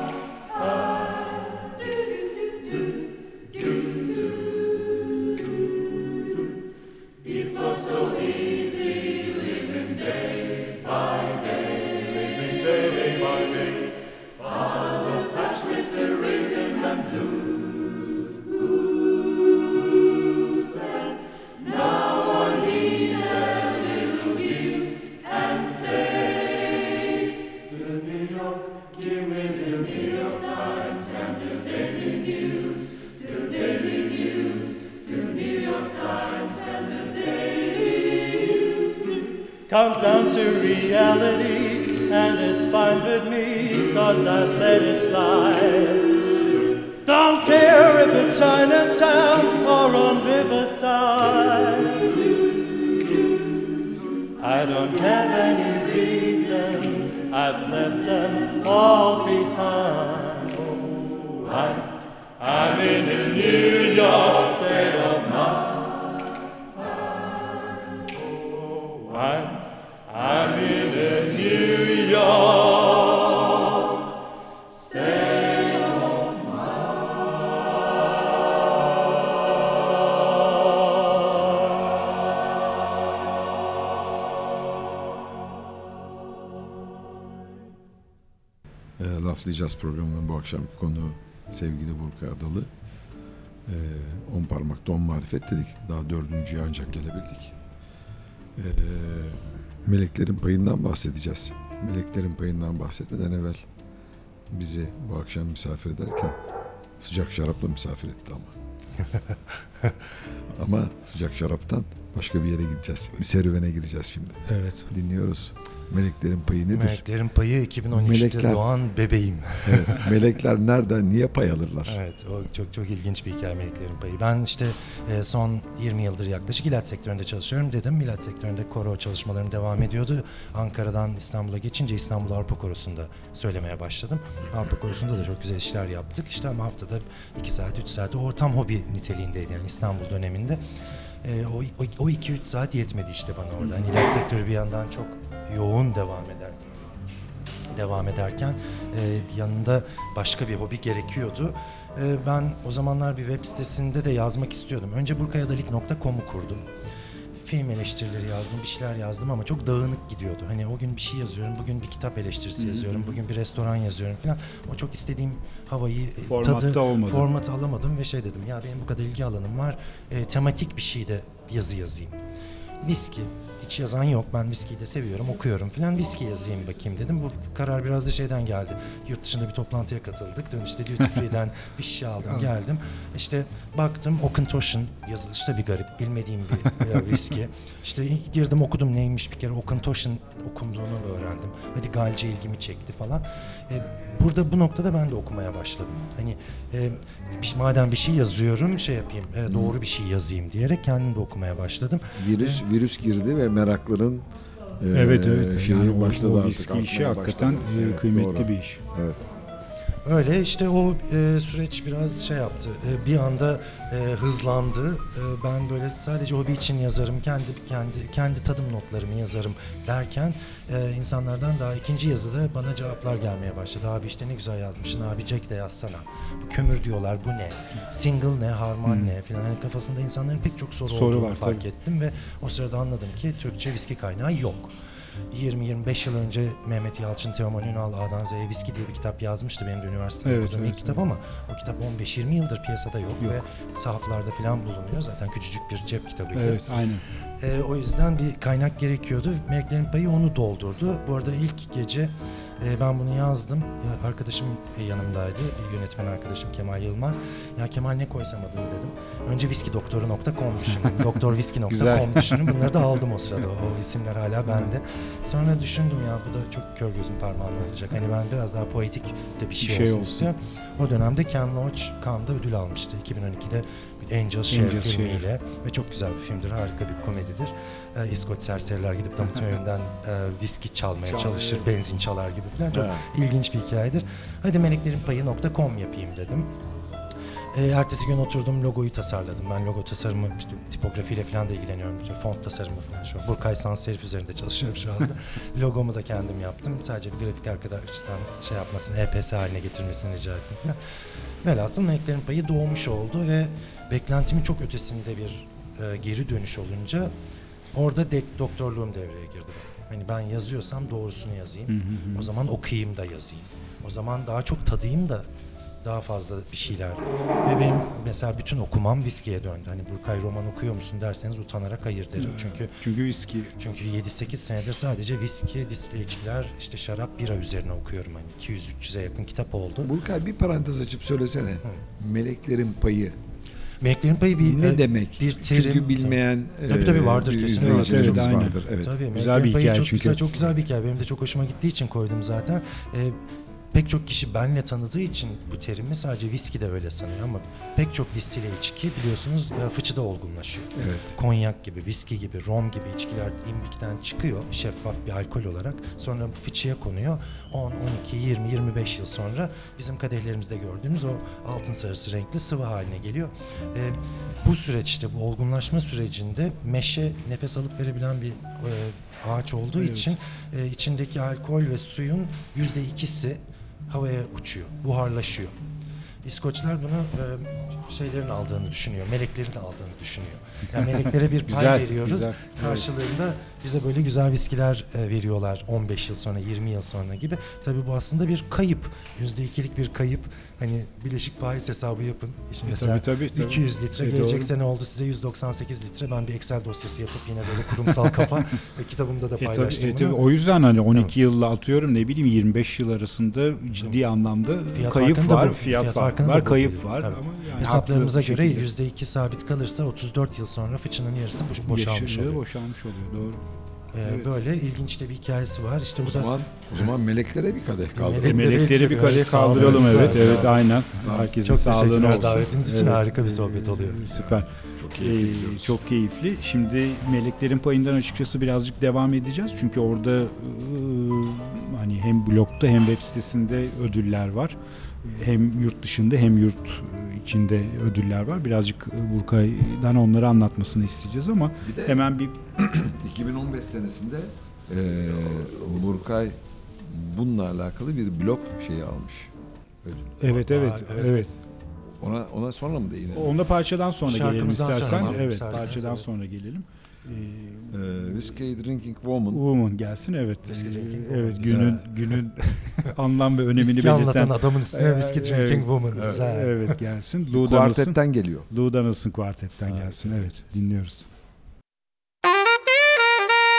[SPEAKER 6] Comes down to reality, and it's fine with me, cause I've let it slide. Don't care if it's Chinatown or on Riverside. I don't have any reasons, I've left them all behind. I'm in the New York State of Mind. I'm in a New York State of
[SPEAKER 1] Laflayacağız programının bu akşamki konuğu sevgili Burkay Adalı. 10 parmakta 10 marifet dedik. Daha 4.'ye ancak gelebildik. Meleklerin payından bahsedeceğiz. Meleklerin payından bahsetmeden evvel bizi bu akşam misafir ederken sıcak şarapla misafir etti ama. Ama sıcak şaraptan başka bir yere gideceğiz. Bir serüvene gireceğiz şimdi.
[SPEAKER 2] Evet.
[SPEAKER 1] Dinliyoruz. Meleklerin payı nedir?
[SPEAKER 3] Meleklerin payı 2013'te
[SPEAKER 1] Melekler.
[SPEAKER 3] doğan bebeğim.
[SPEAKER 1] Evet, melekler nereden, niye pay alırlar?
[SPEAKER 3] Evet, o çok ilginç bir hikaye Meleklerin payı. Ben işte son 20 yıldır yaklaşık ilaç sektöründe çalışıyorum dedim. İlaç sektöründe koro çalışmalarım devam ediyordu. Ankara'dan İstanbul'a geçince İstanbul Avrupa Korosu'nda söylemeye başladım. Avrupa Korosu'nda da çok güzel işler yaptık. İşte ama haftada 2 saat, 3 saat o tam hobi niteliğindeydi yani İstanbul döneminde. O 2-3 saat yetmedi işte bana orada. Yani ilaç sektörü bir yandan çok yoğun devam ederken yanında başka bir hobi gerekiyordu. Ben o zamanlar bir web sitesinde de yazmak istiyordum. Önce burkayadalik.com'u kurdum. Film eleştirileri yazdım, bir şeyler yazdım ama çok dağınık gidiyordu. Hani o gün bir şey yazıyorum, bugün bir kitap eleştirisi yazıyorum, bugün bir restoran yazıyorum falan. O çok istediğim havayı, formatı alamadım ve şey dedim ya benim bu kadar ilgi alanım var, tematik bir şeyde yazı yazayım. Viski, hiç yazan yok. Ben viskiyi de seviyorum, okuyorum falan. Viski yazayım bakayım dedim. Bu karar biraz da şeyden geldi. Yurt dışında bir toplantıya katıldık. Dönüşte Duty Free'den bir şişe aldım, geldim. İşte baktım Auchentoshan yazılışı da bir garip. Bilmediğim bir viski. İşte ilk girdim okudum neymiş bir kere Auchentoshan okunduğunu öğrendim. Hadi Galce ilgimi çekti falan. Burada bu noktada ben de okumaya başladım. Hani madem bir şey yazıyorum şey yapayım, doğru bir şey yazayım diyerek kendim de okumaya başladım.
[SPEAKER 1] Virüs girdi ve merakların
[SPEAKER 2] Evet.
[SPEAKER 1] şeyi
[SPEAKER 2] Yani
[SPEAKER 1] başladı
[SPEAKER 2] o
[SPEAKER 1] artık.
[SPEAKER 2] viski işi
[SPEAKER 1] artmaya
[SPEAKER 2] hakikaten
[SPEAKER 1] başladı. Evet,
[SPEAKER 2] kıymetli
[SPEAKER 1] doğru.
[SPEAKER 2] bir iş.
[SPEAKER 1] Evet.
[SPEAKER 3] Öyle işte o süreç biraz şey yaptı. Bir anda hızlandı. Ben böyle sadece hobi için yazarım, kendi tadım notlarımı yazarım derken insanlardan daha ikinci yazıda bana cevaplar gelmeye başladı. Abi işte ne güzel yazmışsın. Abi Jack de yazsana. Bu kömür diyorlar. Bu ne? Single ne? Harman ne? Falan. Hani kafasında insanların pek çok soru olduğunu
[SPEAKER 2] var,
[SPEAKER 3] fark
[SPEAKER 2] tabii.
[SPEAKER 3] ettim ve o sırada anladım ki Türkçe viski kaynağı yok. 20-25 yıl önce Mehmet Yalçın, Teoman Ünal, A'dan Z'ye Viski diye bir kitap yazmıştı benim de üniversitede
[SPEAKER 2] Evet,
[SPEAKER 3] okuduğum
[SPEAKER 2] evet.
[SPEAKER 3] ilk kitap ama o kitap 15-20 yıldır piyasada yok ve sahaflarda falan bulunuyor. Zaten küçücük bir cep kitabıydı.
[SPEAKER 2] Evet, aynen.
[SPEAKER 3] O yüzden bir kaynak gerekiyordu. Meleklerin Payı onu doldurdu. Bu arada ilk gece ben bunu yazdım. Arkadaşım yanımdaydı. Bir yönetmen arkadaşım Kemal Yılmaz. Ya Kemal ne koysam adını dedim. Önce viskidoktoru.com düşündüm. doktorviski.com düşündüm. Bunları da aldım o sırada. O isimler hala bende. Sonra düşündüm ya bu da çok kör gözüm parmağına olacak. Hani ben biraz daha poetik de bir şey olsun istiyorum. O dönemde Ken Loach Cannes'da ödül almıştı. 2012'de Angels Share filmiyle ve çok güzel bir filmdir, harika bir komedidir. İskoç serseriler gidip damıtma yönünden viski çalmaya çalışır, benzin çalar gibi falan. Çok ilginç bir hikayedir. Hadi meleklerinpayı.com yapayım dedim. Ertesi gün oturdum, logoyu tasarladım. Ben logo tasarımı, işte tipografiyle falan da ilgileniyorum. İşte font tasarımı falan şu an. Burkay sans serif üzerinde çalışıyorum şu anda. Logomu da kendim yaptım. Sadece bir grafik arkadaştan şey yapmasını, EPS haline getirmesini rica ettim falan. Velhasıl Meleklerin Payı doğmuş oldu ve beklentimin çok ötesinde bir geri dönüş olunca orada doktorluğum devreye girdi benim. Hani ben yazıyorsam doğrusunu yazayım. O zaman okuyayım da yazayım. O zaman daha çok tadayım da daha fazla bir şeyler. Ve benim mesela bütün okumam viskiye döndü. Hani Burkay roman okuyor musun derseniz utanarak hayır derim.
[SPEAKER 2] Çünkü viski.
[SPEAKER 3] Çünkü 7-8 senedir sadece viski, distile içkiler, işte şarap, bira üzerine okuyorum. Hani 200-300'e yakın kitap oldu.
[SPEAKER 1] Burkay bir parantez açıp söylesene. Meleklerin Payı.
[SPEAKER 3] Meleklerin Payı
[SPEAKER 1] ne demek?
[SPEAKER 3] Bir terim.
[SPEAKER 1] Çünkü bilmeyen
[SPEAKER 3] tabii vardır kesinlikle.
[SPEAKER 1] izleyicilerimiz
[SPEAKER 2] Evet,
[SPEAKER 1] vardır. Evet.
[SPEAKER 3] Tabii,
[SPEAKER 2] Güzel bir hikaye çünkü.
[SPEAKER 3] Çok güzel bir hikaye. Benim de çok hoşuma gittiği için koydum zaten. Pek çok kişi benle tanıdığı için bu terimi sadece viski de öyle sanıyor ama pek çok distile içki biliyorsunuz fıçıda olgunlaşıyor.
[SPEAKER 1] Evet.
[SPEAKER 3] Konyak gibi, viski gibi, rom gibi içkiler imbikten çıkıyor şeffaf bir alkol olarak. Sonra bu fıçıya konuyor. 10, 12, 20, 25 yıl sonra bizim kadehlerimizde gördüğünüz o altın sarısı renkli sıvı haline geliyor. Bu süreçte, bu olgunlaşma sürecinde meşe nefes alıp verebilen bir ağaç olduğu için içindeki alkol ve suyun %2'si havaya uçuyor, buharlaşıyor. İskoçlar bunu şeylerin aldığını düşünüyor, meleklerin aldığını düşünüyor. Yani meleklere bir pay veriyoruz,
[SPEAKER 2] güzel.
[SPEAKER 3] karşılığında bize böyle güzel viskiler veriyorlar 15 yıl sonra, 20 yıl sonra gibi. Tabii bu aslında bir kayıp, %2'lik bir kayıp. Hani bileşik faiz hesabı yapın. Şimdi mesela
[SPEAKER 2] tabii.
[SPEAKER 3] 200 litre gelecek
[SPEAKER 2] doğru.
[SPEAKER 3] sene oldu size 198 litre. Ben bir Excel dosyası yapıp yine böyle kurumsal kafa ve kitabımda da paylaştım
[SPEAKER 2] Tabii,
[SPEAKER 3] bunu.
[SPEAKER 2] o yüzden hani 12 yılla atıyorum ne bileyim 25 yıl arasında ciddi anlamda
[SPEAKER 3] Fiyat
[SPEAKER 2] kayıp
[SPEAKER 3] farkında
[SPEAKER 2] var,
[SPEAKER 3] bu.
[SPEAKER 2] fiyat
[SPEAKER 3] farkında
[SPEAKER 2] var,
[SPEAKER 3] bu
[SPEAKER 2] kayıp
[SPEAKER 3] değil.
[SPEAKER 2] var.
[SPEAKER 3] Tabii.
[SPEAKER 2] Ama yani
[SPEAKER 3] Hesaplarımıza
[SPEAKER 2] haklı bir
[SPEAKER 3] göre
[SPEAKER 2] şekilde
[SPEAKER 3] %2 sabit kalırsa 34 yıl sonra fıçının yarısı boşalmış oluyor.
[SPEAKER 2] Boşalmış oluyor, doğru. Evet.
[SPEAKER 3] Böyle ilginç de bir hikayesi var. İşte
[SPEAKER 1] O
[SPEAKER 3] bu da
[SPEAKER 1] zaman meleklere bir kadeh kaldı.
[SPEAKER 2] Melekleri bir kadeh
[SPEAKER 3] Evet,
[SPEAKER 2] kaldıralım,
[SPEAKER 3] sağlığınıza.
[SPEAKER 2] evet aynen. Herkesin
[SPEAKER 3] çok
[SPEAKER 2] sağlığına
[SPEAKER 3] teşekkürler
[SPEAKER 2] olsun.
[SPEAKER 3] davetiniz için, harika bir sohbet oluyor.
[SPEAKER 2] Süper.
[SPEAKER 1] Çok keyifli gidiyoruz.
[SPEAKER 2] Çok keyifli. Şimdi Meleklerin Payı'ndan açıkçası birazcık devam edeceğiz. Çünkü orada hani hem blogda hem web sitesinde ödüller var. Hem yurt dışında hem yurt içinde ödüller var. Birazcık Burkay'dan onları anlatmasını isteyeceğiz ama
[SPEAKER 1] Bir de
[SPEAKER 2] hemen bir
[SPEAKER 1] 2015 senesinde Burkay bununla alakalı bir blog şeyi almış. Ödül.
[SPEAKER 2] evet.
[SPEAKER 1] Ona sonra mı değinelim?
[SPEAKER 2] Onda parçadan sonra gelelim
[SPEAKER 3] Şarkımızdan
[SPEAKER 2] istersen.
[SPEAKER 3] sonra,
[SPEAKER 2] Evet,
[SPEAKER 3] isterseniz,
[SPEAKER 2] parçadan
[SPEAKER 3] evet.
[SPEAKER 2] sonra gelelim.
[SPEAKER 1] Whiskey Drinking Woman.
[SPEAKER 2] Woman gelsin, evet.
[SPEAKER 3] Whiskey Drinking Woman,
[SPEAKER 2] Evet,
[SPEAKER 3] güzel.
[SPEAKER 2] günün anlam ve önemini
[SPEAKER 3] Viski anlatan
[SPEAKER 2] belirten
[SPEAKER 3] adamın üstüne Whiskey Drinking Woman. Güzel.
[SPEAKER 2] Evet, gelsin. Lou Donaldson.
[SPEAKER 1] Kuartetten geliyor.
[SPEAKER 2] Lou Donaldson kuartetten gelsin. Evet, dinliyoruz.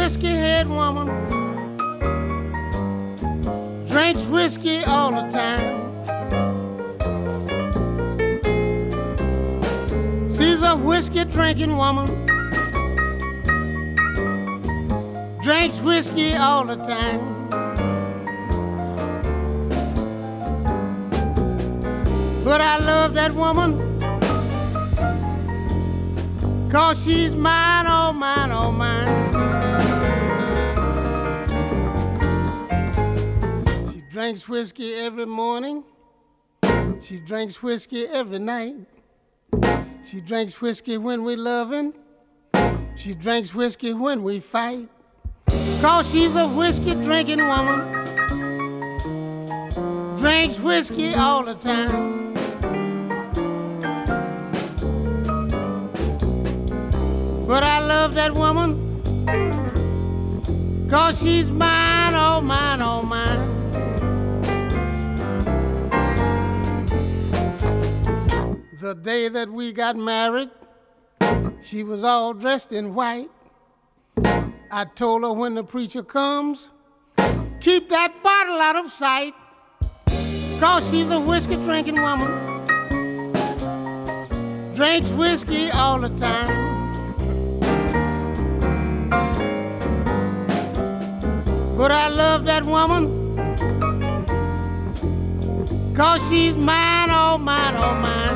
[SPEAKER 7] whiskey-head woman, drinks whiskey all the time. She's a whiskey-drinking woman, drinks whiskey all the time. But I love that woman, 'cause she's mine, oh mine, oh mine. She drinks whiskey every morning, she drinks whiskey every night. She drinks whiskey when we lovin', she drinks whiskey when we fight. 'Cause she's a whiskey drinking woman, drinks whiskey all the time. But I love that woman, 'cause she's mine, oh mine, oh mine. The day that we got married, she was all dressed in white. I told her when the preacher comes, keep that bottle out of sight. 'Cause she's a whiskey-drinking woman, drinks whiskey all the time. But I love that woman, 'cause she's mine, oh mine, oh mine.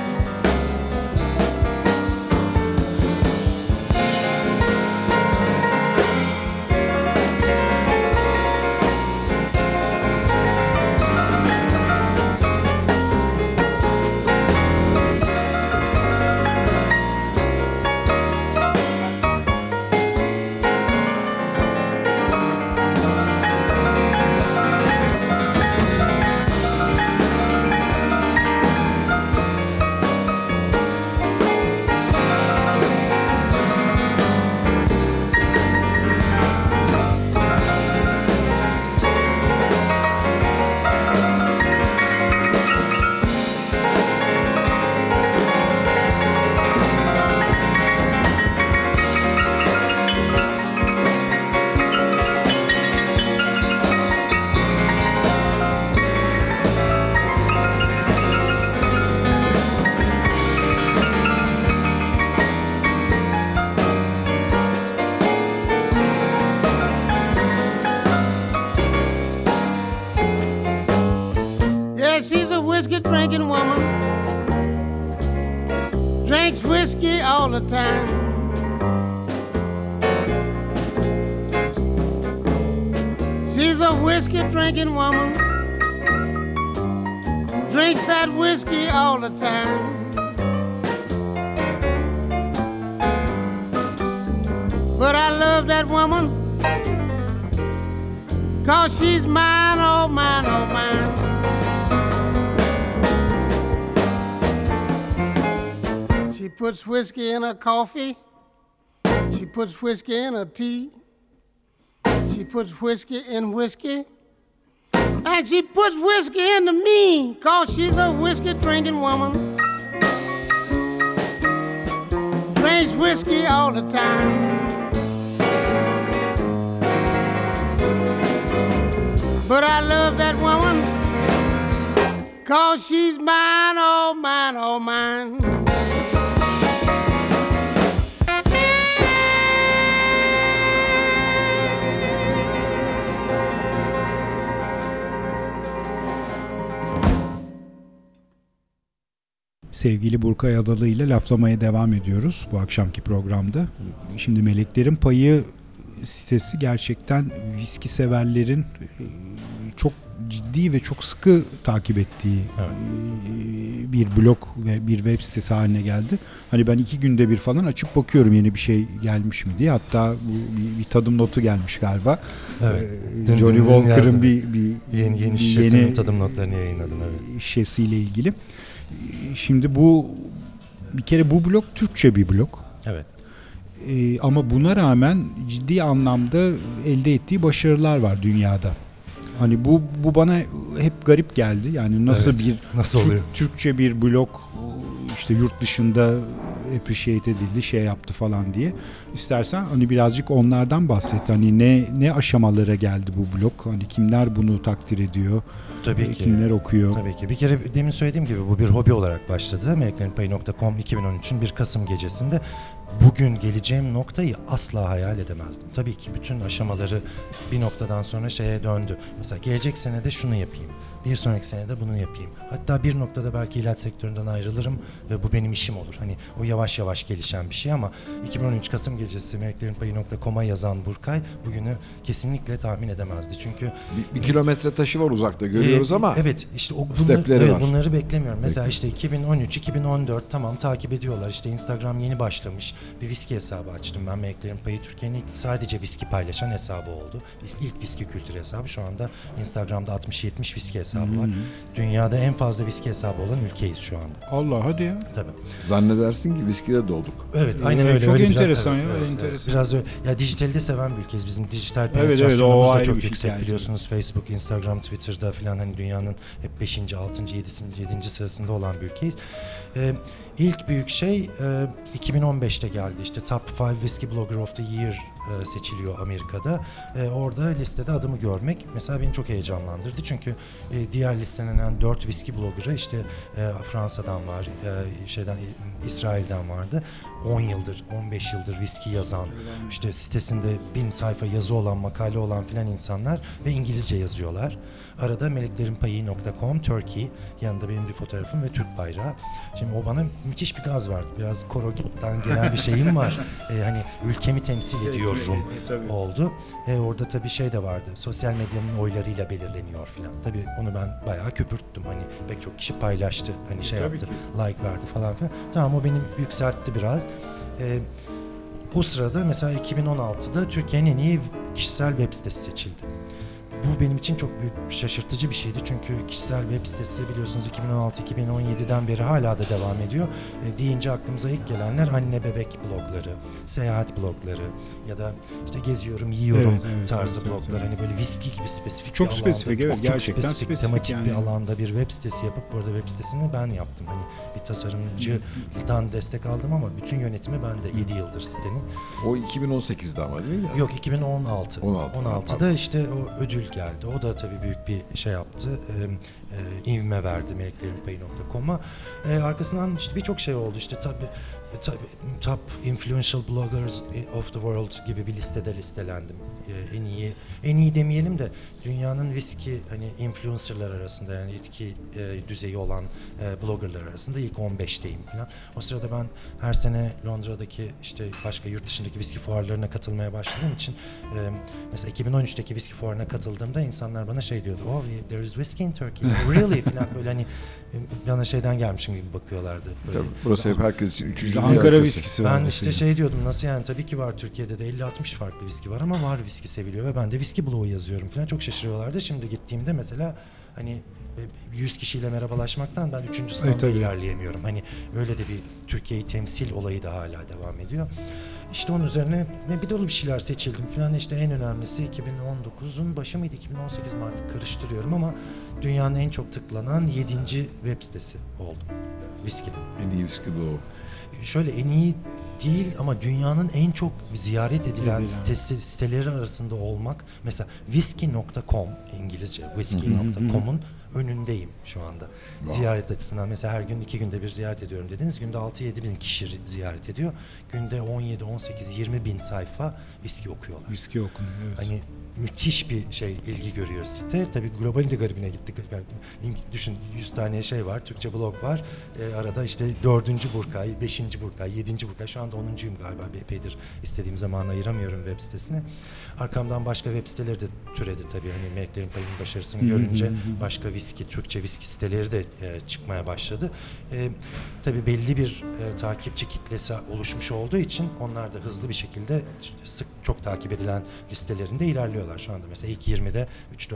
[SPEAKER 7] Whiskey-drinking woman, drinks whiskey all the time. She's a whiskey-drinking woman, drinks that whiskey all the time. But I love that woman, 'cause she's mine, oh mine, oh mine. She puts whiskey in her coffee, she puts whiskey in her tea, she puts whiskey in whiskey, and she puts whiskey into me, 'cause she's a whiskey-drinking woman, drinks whiskey all the time. But I love that woman, 'cause she's mine, oh mine, oh mine.
[SPEAKER 2] Sevgili Burkay Adalı ile laflamaya devam ediyoruz bu akşamki programda. Şimdi Meleklerin Payı sitesi gerçekten viski severlerin çok ciddi ve çok sıkı takip ettiği bir blog ve bir web sitesi haline geldi. Hani ben 2 günde bir falan açıp bakıyorum yeni bir şey gelmiş mi diye. Hatta bu bir tadım notu gelmiş galiba.
[SPEAKER 3] Evet.
[SPEAKER 2] Johnny Walker'ın
[SPEAKER 3] yeni şişesinin tadım notlarını yayınladım. Evet.
[SPEAKER 2] Şişesiyle ilgili. Şimdi bu bir kere bu blog Türkçe bir blog.
[SPEAKER 3] Evet.
[SPEAKER 2] Ama buna rağmen ciddi anlamda elde ettiği başarılar var dünyada. Hani bu bana hep garip geldi. Yani nasıl
[SPEAKER 3] oluyor?
[SPEAKER 2] Türkçe bir blog işte yurt dışında appreciate edildi, şey yaptı falan diye. İstersen hani birazcık onlardan bahset. Hani ne aşamalara geldi bu blog? Hani kimler bunu takdir ediyor?
[SPEAKER 3] Tabii ki.
[SPEAKER 2] Kimler okuyor?
[SPEAKER 3] Tabii ki. Bir kere demin söylediğim gibi bu bir hobi olarak başladı. Meleklerinpayı.com 2013'ün 1 Kasım gecesinde. Bugün geleceğim noktayı asla hayal edemezdim. Tabii ki bütün aşamaları bir noktadan sonra şeye döndü. Mesela gelecek sene de şunu yapayım. Bir sonraki sene de bunu yapayım. Hatta bir noktada belki ilaç sektöründen ayrılırım ve bu benim işim olur. Hani o yavaş yavaş gelişen bir şey ama 2013 Kasım gecesi Meleklerinpayı.com'a yazan Burkay bugünü kesinlikle tahmin edemezdi. Çünkü
[SPEAKER 1] Bir kilometre taşı var uzakta görüyoruz ama
[SPEAKER 3] evet işte
[SPEAKER 1] stepleri var.
[SPEAKER 3] Bunları beklemiyorum. Mesela işte 2013, 2014 tamam takip ediyorlar. İşte Instagram yeni başlamış. Bir viski hesabı açtım ben. Meleklerin Payı Türkiye'nin ilk sadece viski paylaşan hesabı oldu. İlk viski kültürü hesabı. Şu anda Instagram'da 60-70 viski hesabı var. Dünyada en fazla viski hesabı olan ülkeyiz şu anda.
[SPEAKER 2] Allah hadi ya.
[SPEAKER 3] Tabii.
[SPEAKER 1] Zannedersin ki viskide dolduk.
[SPEAKER 3] Evet, aynen öyle.
[SPEAKER 2] Çok
[SPEAKER 3] öyle
[SPEAKER 2] enteresan
[SPEAKER 3] biraz,
[SPEAKER 2] ya, enteresan.
[SPEAKER 3] Biraz öyle. Ya dijitali de seven bir ülkeyiz. Bizim dijital
[SPEAKER 2] evet,
[SPEAKER 3] penetrasyonumuz
[SPEAKER 2] o
[SPEAKER 3] da
[SPEAKER 2] ayrı
[SPEAKER 3] çok
[SPEAKER 2] bir
[SPEAKER 3] yüksek
[SPEAKER 2] hikaye.
[SPEAKER 3] biliyorsunuz. Facebook, Instagram, Twitter'da falan hani dünyanın hep 5. 6. 7. sırasında olan bir ülkeyiz. İlk büyük şey 2015'te geldi. İşte Top 5 Whiskey Blogger of the Year seçiliyor Amerika'da. Orada listede adımı görmek mesela beni çok heyecanlandırdı. Çünkü diğer listelenen 4 whiskey blogger'ı işte Fransa'dan var, İsrail'den vardı. 10 yıldır, 15 yıldır whisky yazan, işte sitesinde 1000 sayfa yazı olan, makale olan filan insanlar ve İngilizce yazıyorlar. Arada meleklerinpayı.com Turkey, yanında benim bir fotoğrafım ve Türk bayrağı. Şimdi o bana müthiş bir gaz verdi. Biraz korodan gelen bir şeyim var. Hani ülkemi temsil ediyorum oldu. Orada tabii şey de vardı. Sosyal medyanın oylarıyla belirleniyor filan. Tabii onu ben bayağı köpürttüm. Hani pek çok kişi paylaştı. Hani şey yaptı. Like verdi falan filan. Tamam o beni yükseltti biraz. O sırada mesela 2016'da Türkiye'nin en iyi kişisel web sitesi seçildi. Bu benim için çok büyük şaşırtıcı bir şeydi çünkü kişisel web sitesi biliyorsunuz 2016-2017'den beri hala da devam ediyor. Deyince aklımıza ilk gelenler anne bebek blogları, seyahat blogları ya da işte geziyorum, yiyorum tarzı bloglar. Hani böyle viski gibi spesifik
[SPEAKER 2] çok
[SPEAKER 3] bir
[SPEAKER 2] spesifik,
[SPEAKER 3] alanda,
[SPEAKER 2] evet, gerçekten spesifik,
[SPEAKER 3] tematik
[SPEAKER 2] yani.
[SPEAKER 3] bir alanda bir web sitesi yapıp burada web sitesini ben yaptım. Hani bir tasarımcıdan destek aldım ama bütün yönetimi ben de 7 yıldır sitenin.
[SPEAKER 1] O 2018'de ama değil mi?
[SPEAKER 3] Yok 2016. 16'da işte o ödül geldi. O da tabii büyük bir şey yaptı. İvme verdi meleklerinpayı.com'a. Arkasından işte birçok şey oldu. İşte tabii Top Influential Bloggers of the World gibi bir listede listelendim. En iyi demeyelim de dünyanın viski hani influencerlar arasında yani etki düzeyi olan bloggerlar arasında ilk 15'teyim falan. O sırada ben her sene Londra'daki işte başka yurt dışındaki viski fuarlarına katılmaya başladığım için mesela 2013'teki viski fuarına katıldığımda insanlar bana şey diyordu. Oh, there is whiskey in Turkey. Really falan böyle hani bana şeyden gelmişim gibi bakıyorlardı. Böyle.
[SPEAKER 1] Tabii, burası hep herkes için 3.
[SPEAKER 2] Ankara viskisi var.
[SPEAKER 3] Ben işte şey diyordum nasıl yani tabii ki var Türkiye'de de 50-60 farklı viski var ama var viski seviliyor ve ben de viski blogu yazıyorum falan çok şaşırıyorlardı. Şimdi gittiğimde mesela hani 100 kişiyle merhabalaşmaktan ben 3. sınavda ilerleyemiyorum. Hani öyle de bir Türkiye'yi temsil olayı da hala devam ediyor. İşte onun üzerine bir dolu bir şeyler seçildim falan. İşte en önemlisi 2019'un başı mıydı 2018 mi artık karıştırıyorum ama dünyanın en çok tıklanan 7. web sitesi oldum. Viskide.
[SPEAKER 1] En iyi viski bu.
[SPEAKER 3] Şöyle en iyi değil ama dünyanın en çok ziyaret edilen siteleri arasında olmak. Mesela whisky.com İngilizce whisky.com'un önündeyim şu anda. Ziyaret açısından mesela her gün 2 günde bir ziyaret ediyorum dediniz. Günde 6-7 bin kişi ziyaret ediyor. Günde 17-18-20 bin sayfa viski okuyorlar.
[SPEAKER 2] Viski okunuyor. Evet.
[SPEAKER 3] Hani müthiş bir şey ilgi görüyor site. Tabii globalin de garibine gittik. Düşün 100 tane şey var. Türkçe blog var. Arada işte 4. Burkay, 5. Burkay, 7. Burkay. Şu anda 10'uncuyum galiba. Epeydir istediğim zaman ayıramıyorum web sitesine. Arkamdan başka web siteleri de türedi tabii. Hani Meleklerin Payı'nın başarısını görünce başka viski, Türkçe viski siteleri de çıkmaya başladı. Tabii belli bir takipçi kitlesi oluşmuş olduğu için onlar da hızlı bir şekilde sık çok takip edilen listelerinde ilerliyorlar şu anda. Mesela ilk 20'de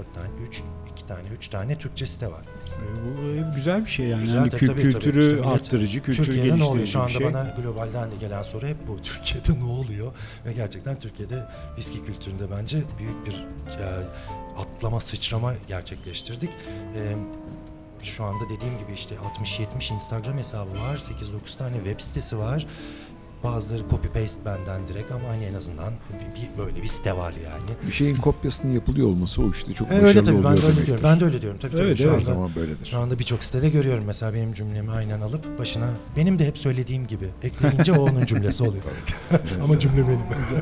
[SPEAKER 3] 3 tane Türkçe site var.
[SPEAKER 2] Bu güzel bir şey yani.
[SPEAKER 3] Güzel,
[SPEAKER 2] yani
[SPEAKER 3] tabii,
[SPEAKER 2] kültürü
[SPEAKER 3] işte
[SPEAKER 2] arttırıcı, kültürü
[SPEAKER 3] Türkiye'de ne oluyor?
[SPEAKER 2] geliştirici
[SPEAKER 3] Şu
[SPEAKER 2] bir
[SPEAKER 3] anda
[SPEAKER 2] şey.
[SPEAKER 3] bana globalden de gelen soru hep bu. Türkiye'de ne oluyor? Ve gerçekten Türkiye'de viski kültüründe bence büyük bir atlama, sıçrama gerçekleştirdik. şu anda dediğim gibi işte 60-70 Instagram hesabı var, 8-9 tane web sitesi var. Bazıları copy paste benden direkt ama hani en azından böyle bir site var yani.
[SPEAKER 1] Bir şeyin kopyasının yapılıyor olması o işte çok
[SPEAKER 3] Öyle
[SPEAKER 1] başarılı
[SPEAKER 3] tabii,
[SPEAKER 1] oluyor
[SPEAKER 3] ben de öyle
[SPEAKER 1] demektir.
[SPEAKER 3] diyorum. Ben de öyle diyorum. Tabii,
[SPEAKER 2] Evet,
[SPEAKER 3] şu
[SPEAKER 1] Her
[SPEAKER 3] anda,
[SPEAKER 1] zaman böyledir.
[SPEAKER 3] şu anda birçok sitede görüyorum mesela benim cümlemi aynen alıp başına benim de hep söylediğim gibi ekleyince o onun cümlesi oluyor. Ama cümle benim.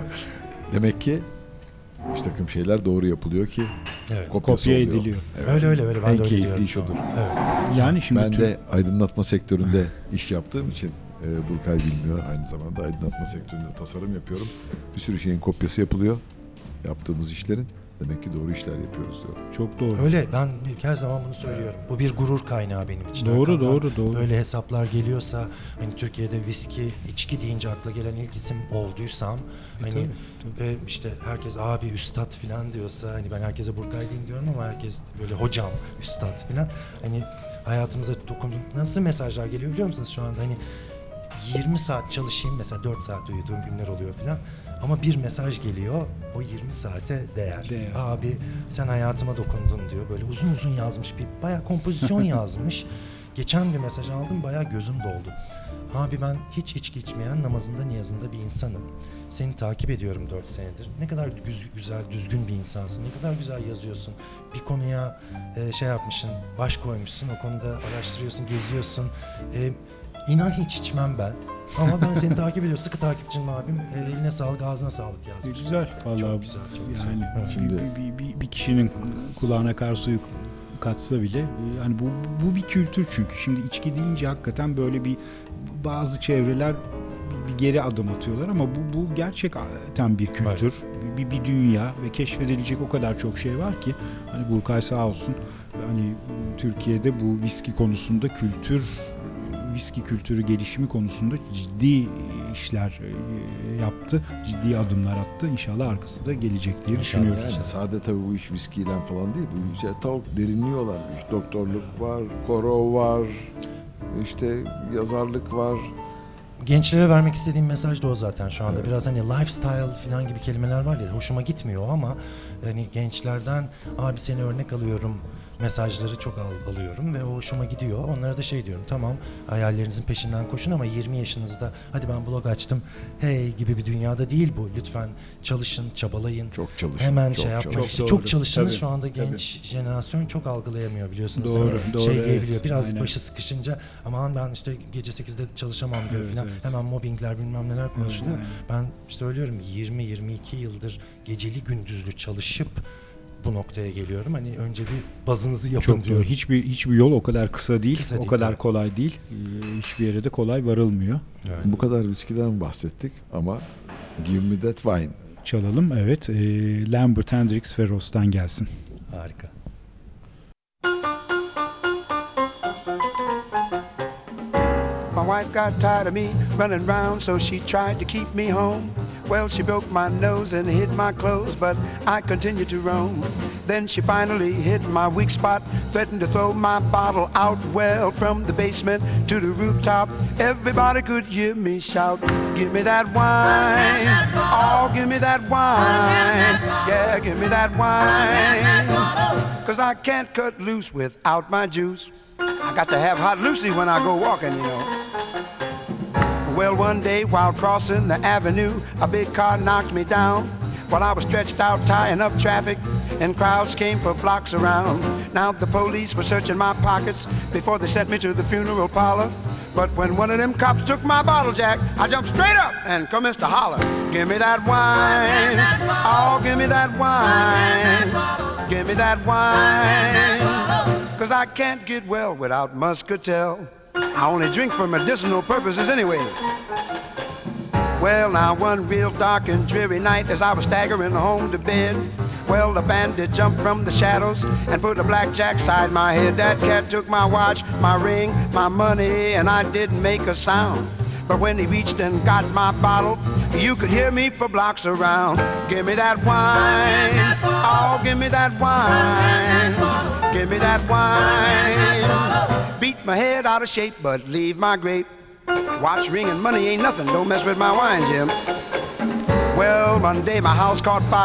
[SPEAKER 1] Demek ki bir takım şeyler doğru yapılıyor ki
[SPEAKER 3] Evet.
[SPEAKER 1] kopyası
[SPEAKER 2] Kopya
[SPEAKER 1] oluyor.
[SPEAKER 2] ediliyor.
[SPEAKER 1] Evet.
[SPEAKER 3] Öyle ben
[SPEAKER 1] En
[SPEAKER 3] de öyle
[SPEAKER 1] keyifli
[SPEAKER 3] diyorum
[SPEAKER 1] iş
[SPEAKER 3] şu an.
[SPEAKER 1] odur.
[SPEAKER 3] Evet.
[SPEAKER 2] Yani şimdi
[SPEAKER 1] Ben de aydınlatma sektöründe iş yaptığım için Burkay bilmiyor. Aynı zamanda aydınlatma sektöründe tasarım yapıyorum. Bir sürü şeyin kopyası yapılıyor. Yaptığımız işlerin. Demek ki doğru işler yapıyoruz diyorum.
[SPEAKER 2] çok doğru.
[SPEAKER 3] Öyle ben her zaman bunu söylüyorum. Bu bir gurur kaynağı benim için.
[SPEAKER 2] Doğru,
[SPEAKER 3] Arkamdan
[SPEAKER 2] doğru.
[SPEAKER 3] Böyle hesaplar geliyorsa hani Türkiye'de viski, içki deyince akla gelen ilk isim olduysam hani
[SPEAKER 2] tabii.
[SPEAKER 3] ve işte herkes abi üstad falan diyorsa hani ben herkese Burkay deyin diyorum ama herkes böyle hocam, üstad falan hani hayatımıza dokundu. Nasıl mesajlar geliyor biliyor musunuz şu anda hani 20 saat çalışayım mesela 4 saat uyuduğum günler oluyor falan. Ama bir mesaj geliyor, o 20 saate değer.
[SPEAKER 2] Değer.
[SPEAKER 3] Abi sen hayatıma dokundun diyor. Böyle uzun uzun yazmış, bayağı kompozisyon yazmış. Geçen bir mesaj aldım, bayağı gözüm doldu. Abi ben hiç içki içmeyen, namazında niyazında bir insanım. Seni takip ediyorum 4 senedir. Ne kadar güzel, düzgün bir insansın. Ne kadar güzel yazıyorsun. Bir konuya şey yapmışsın, baş koymuşsun. O konuda araştırıyorsun, geziyorsun. İnan hiç içmem ben. Ama ben seni takip ediyorum. Sıkı takipçim abim. Eline sağlık, ağzına sağlık yazmış.
[SPEAKER 2] Güzel vallahi.
[SPEAKER 3] Çok güzel, çok güzel.
[SPEAKER 2] Yani
[SPEAKER 3] Evet.
[SPEAKER 1] Şimdi-
[SPEAKER 2] bir kişinin kulağına kar suyu katsa bile yani bu bir kültür çünkü. Şimdi içki deyince hakikaten böyle bazı çevreler bir geri adım atıyorlar ama bu gerçekten bir kültür, bir dünya ve keşfedilecek o kadar çok şey var ki hani Burkay sağ olsun hani Türkiye'de bu viski konusunda viski kültürü gelişimi konusunda ciddi işler yaptı, ciddi adımlar attı. İnşallah arkası da gelecek diye düşünüyorum.
[SPEAKER 1] Yani sade tabii bu iş viskiyle falan değil. Bu işe tavuk derinliyorlar. Bu iş doktorluk var, koro var, işte yazarlık var.
[SPEAKER 3] Gençlere vermek istediğim mesaj da o zaten şu anda. Biraz hani lifestyle falan gibi kelimeler var ya hoşuma gitmiyor ama hani gençlerden abi seni örnek alıyorum mesajları çok alıyorum ve o hoşuma gidiyor. Onlara da şey diyorum tamam hayallerinizin peşinden koşun ama 20 yaşınızda hadi ben blog açtım hey gibi bir dünyada değil bu. Lütfen çalışın, çabalayın.
[SPEAKER 1] Çok çalışın.
[SPEAKER 3] Hemen
[SPEAKER 1] çok
[SPEAKER 3] şey yapmayın.
[SPEAKER 1] çalışın.
[SPEAKER 3] İşte
[SPEAKER 2] Çok
[SPEAKER 3] çok
[SPEAKER 2] doğru.
[SPEAKER 3] çalışınız
[SPEAKER 2] Tabii,
[SPEAKER 3] şu anda
[SPEAKER 2] tabii.
[SPEAKER 3] genç jenerasyon çok algılayamıyor biliyorsunuz.
[SPEAKER 2] Doğru,
[SPEAKER 3] Hani
[SPEAKER 2] doğru,
[SPEAKER 3] şey
[SPEAKER 2] evet.
[SPEAKER 3] diyebiliyor. Biraz
[SPEAKER 2] Aynen.
[SPEAKER 3] başı sıkışınca aman ben işte gece 8'de çalışamam diyor
[SPEAKER 2] Evet,
[SPEAKER 3] falan.
[SPEAKER 2] evet.
[SPEAKER 3] Hemen mobbingler bilmem neler konuşuluyor.
[SPEAKER 2] Evet,
[SPEAKER 3] Ben söylüyorum 20-22 yıldır geceli gündüzlü çalışıp bu noktaya geliyorum. Hani önce bir bazınızı yapın
[SPEAKER 2] Çok doğru.
[SPEAKER 3] diyorum.
[SPEAKER 2] Hiçbir yol o kadar kısa değil,
[SPEAKER 3] Kısa
[SPEAKER 2] o
[SPEAKER 3] değil,
[SPEAKER 2] kadar
[SPEAKER 3] evet.
[SPEAKER 2] kolay değil. Hiçbir yere de kolay varılmıyor.
[SPEAKER 3] Evet.
[SPEAKER 1] Bu kadar viskiden bahsettik ama Give Me That Wine.
[SPEAKER 2] Çalalım, evet. Lambert Hendrix Ferros'tan gelsin.
[SPEAKER 3] Harika.
[SPEAKER 8] My wife got tired of me running round, so she tried to keep me home. Well, she broke my nose and hid my clothes, but I continued to roam. Then she finally hit my weak spot, threatened to throw my bottle out. Well, from the basement to the rooftop, everybody could hear me shout, give me that wine, oh, give me that wine, yeah, give me that wine, 'cause I can't cut loose without my juice. I got to have hot Lucy when I go walking, you know. Well, one day while crossing the avenue, a big car knocked me down while I was stretched out tying up traffic, and crowds came for blocks around. Now the police were searching my pockets before they sent me to the funeral parlor. But when one of them cops took my bottle jack, I jumped straight up and commenced to holler, give me that wine, oh, give me that wine, give me that wine, 'cause I can't get well without muscatel. I only drink for medicinal purposes anyway. Well, now one real dark and dreary night as I was staggering home to bed, well, the bandit jumped from the shadows and put a blackjack side my head. That cat took my watch, my ring, my money, and I didn't make a sound. But when he reached and got my bottle, you could hear me for blocks around. Give me that wine, oh, give me that wine, give me that wine. Beat my head out of shape, but leave my grape. Watch, ring, and money ain't nothing, don't mess with my wine, Jim. Well, one day my house caught fire.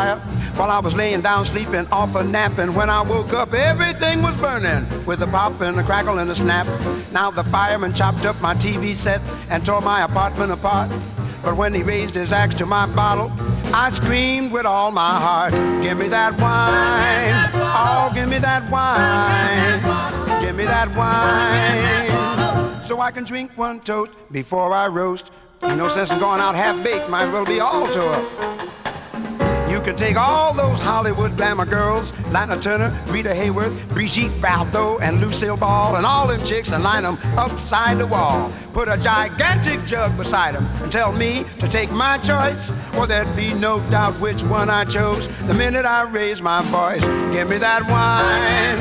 [SPEAKER 8] While I was laying down sleeping off a nap, and when I woke up everything was burning with a pop and a crackle and a snap. Now the fireman chopped up my TV set and tore my apartment apart. But when he raised his axe to my bottle, I screamed with all my heart, give me that wine, oh, give me that wine, give me that wine, so I can drink one toast before I roast. No sense in going out half-baked, might as well be all to her. You can take all those Hollywood glamour girls, Lana Turner, Rita Hayworth, Brigitte Bardot, and Lucille Ball, and all them chicks, and line them upside the wall. Put a gigantic jug beside them and tell me to take my choice, or there'd be no doubt which one I chose the minute I raised my voice. Give me that wine.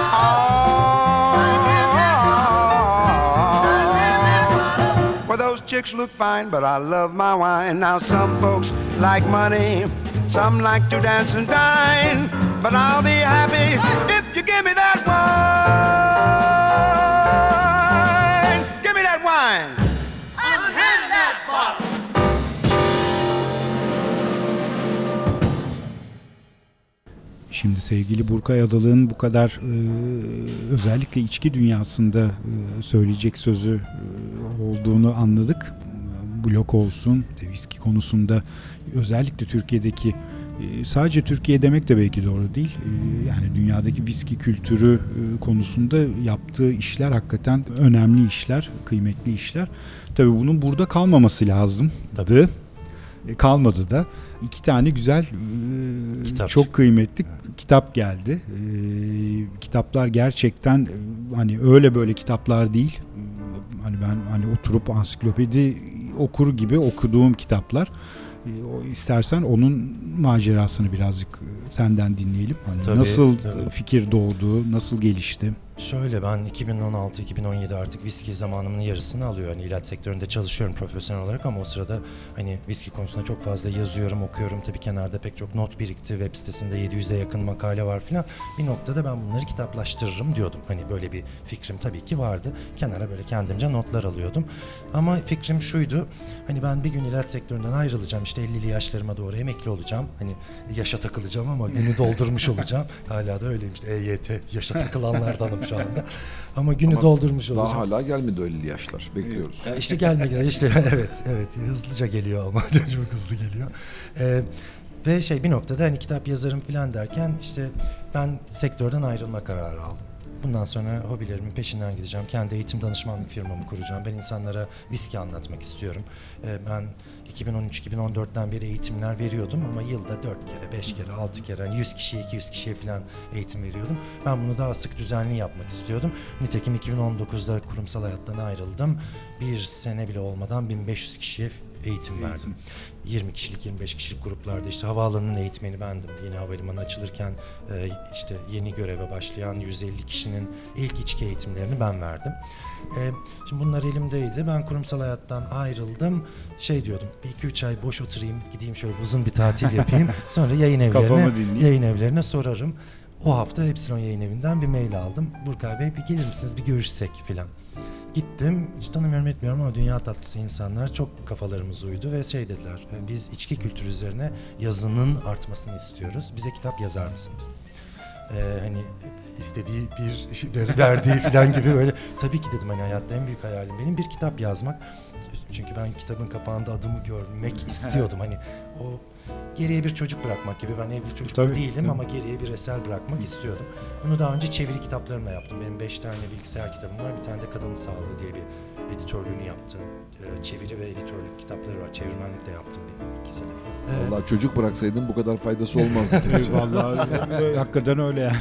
[SPEAKER 8] Oh, well, those chicks look fine, but I love my wine. Now some folks like money, some like to dance and dine, but I'll be happy if you give me that wine. Give me that wine.
[SPEAKER 6] Unhand that bottle!
[SPEAKER 2] Şimdi sevgili Burkay Adalı'nın bu kadar özellikle içki dünyasında söyleyecek sözü olduğunu anladık. Blok olsun, viski konusunda özellikle Türkiye'deki, sadece Türkiye demek de belki doğru değil. Yani dünyadaki viski kültürü konusunda yaptığı işler hakikaten önemli işler, kıymetli işler. Tabii bunun burada kalmaması lazımdı.
[SPEAKER 3] Tabii.
[SPEAKER 2] Kalmadı da. 2 tane güzel,
[SPEAKER 3] Kitap.
[SPEAKER 2] çok kıymetli kitap geldi. Kitaplar gerçekten hani öyle böyle kitaplar değil. Hani ben hani oturup ansiklopedi okur gibi okuduğum kitaplar. İstersen onun macerasını birazcık senden dinleyelim. Hani
[SPEAKER 3] Tabii,
[SPEAKER 2] nasıl
[SPEAKER 3] tabii.
[SPEAKER 2] fikir doğdu, nasıl gelişti?
[SPEAKER 3] Şöyle, ben 2016-2017 artık viski zamanımın yarısını alıyor. Hani ilaç sektöründe çalışıyorum profesyonel olarak ama o sırada hani viski konusunda çok fazla yazıyorum, okuyorum. Tabii kenarda pek çok not birikti. Web sitesinde 700'e yakın makale var filan. Bir noktada ben bunları kitaplaştırırım diyordum. Hani böyle bir fikrim tabii ki vardı. Kenara böyle kendimce notlar alıyordum. Ama fikrim şuydu. Hani ben bir gün ilaç sektöründen ayrılacağım. İşte 50'li yaşlarıma doğru emekli olacağım. Hani yaşa takılacağım ama günü doldurmuş olacağım. Hala da öyleymiş. EYT yaşa takılanlardanım şu anda. Ama günü doldurmuş olacağım.
[SPEAKER 1] Daha hala gelmedi o 50 yaşlar. Bekliyoruz.
[SPEAKER 3] İşte gelmedi. İşte evet hızlıca geliyor ama çok hızlı geliyor. Ve bir noktada hani kitap yazarım falan derken işte ben sektörden ayrılma kararı aldım. Bundan sonra hobilerimin peşinden gideceğim. Kendi eğitim danışmanlık firmamı kuracağım. Ben insanlara viski anlatmak istiyorum. Ben 2013-2014'ten beri eğitimler veriyordum ama yılda 4 kere, 5 kere, 6 kere, hani 100 kişiye, 200 kişiye falan eğitim veriyordum. Ben bunu daha sık, düzenli yapmak istiyordum. Nitekim 2019'da kurumsal hayattan ayrıldım. Bir sene bile olmadan 1500 kişiye eğitim verdim. 20 kişilik, 25 kişilik gruplarda işte havaalanının eğitmeni bendim. Yeni havalimanı açılırken işte yeni göreve başlayan 150 kişinin ilk içki eğitimlerini ben verdim. Şimdi bunlar elimdeydi. Ben kurumsal hayattan ayrıldım. Diyordum, bir 2-3 ay boş oturayım, gideyim şöyle uzun bir tatil yapayım. Sonra yayın evlerine sorarım. O hafta Epsilon Yayın Evi'nden bir mail aldım. Burkay Bey, bir gelir misiniz, bir görüşsek filan. Gittim, hiç tanımıyorum etmiyorum ama dünya tatlısı insanlar, çok kafalarımız uydu ve dediler, biz içki kültürü üzerine yazının artmasını istiyoruz, bize kitap yazar mısınız? Hani istediği bir şeyleri verdiği falan gibi böyle, tabii ki dedim, hani hayatta en büyük hayalim benim bir kitap yazmak. Çünkü ben kitabın kapağında adımı görmek istiyordum, hani o geriye bir çocuk bırakmak gibi, ben evli çocuk değilim ama geriye bir eser bırakmak istiyordum. Bunu daha önce çeviri kitaplarımla yaptım. Benim 5 tane bilgisayar kitabım var, bir tane de Kadın Sağlığı diye bir editörlüğünü yaptım. Çeviri ve editörlük kitapları var, çevirmenlik de yaptım 2 sene.
[SPEAKER 1] Vallahi çocuk bıraksaydın bu kadar faydası olmazdı.
[SPEAKER 2] Vallahi hakikaten öyle yani.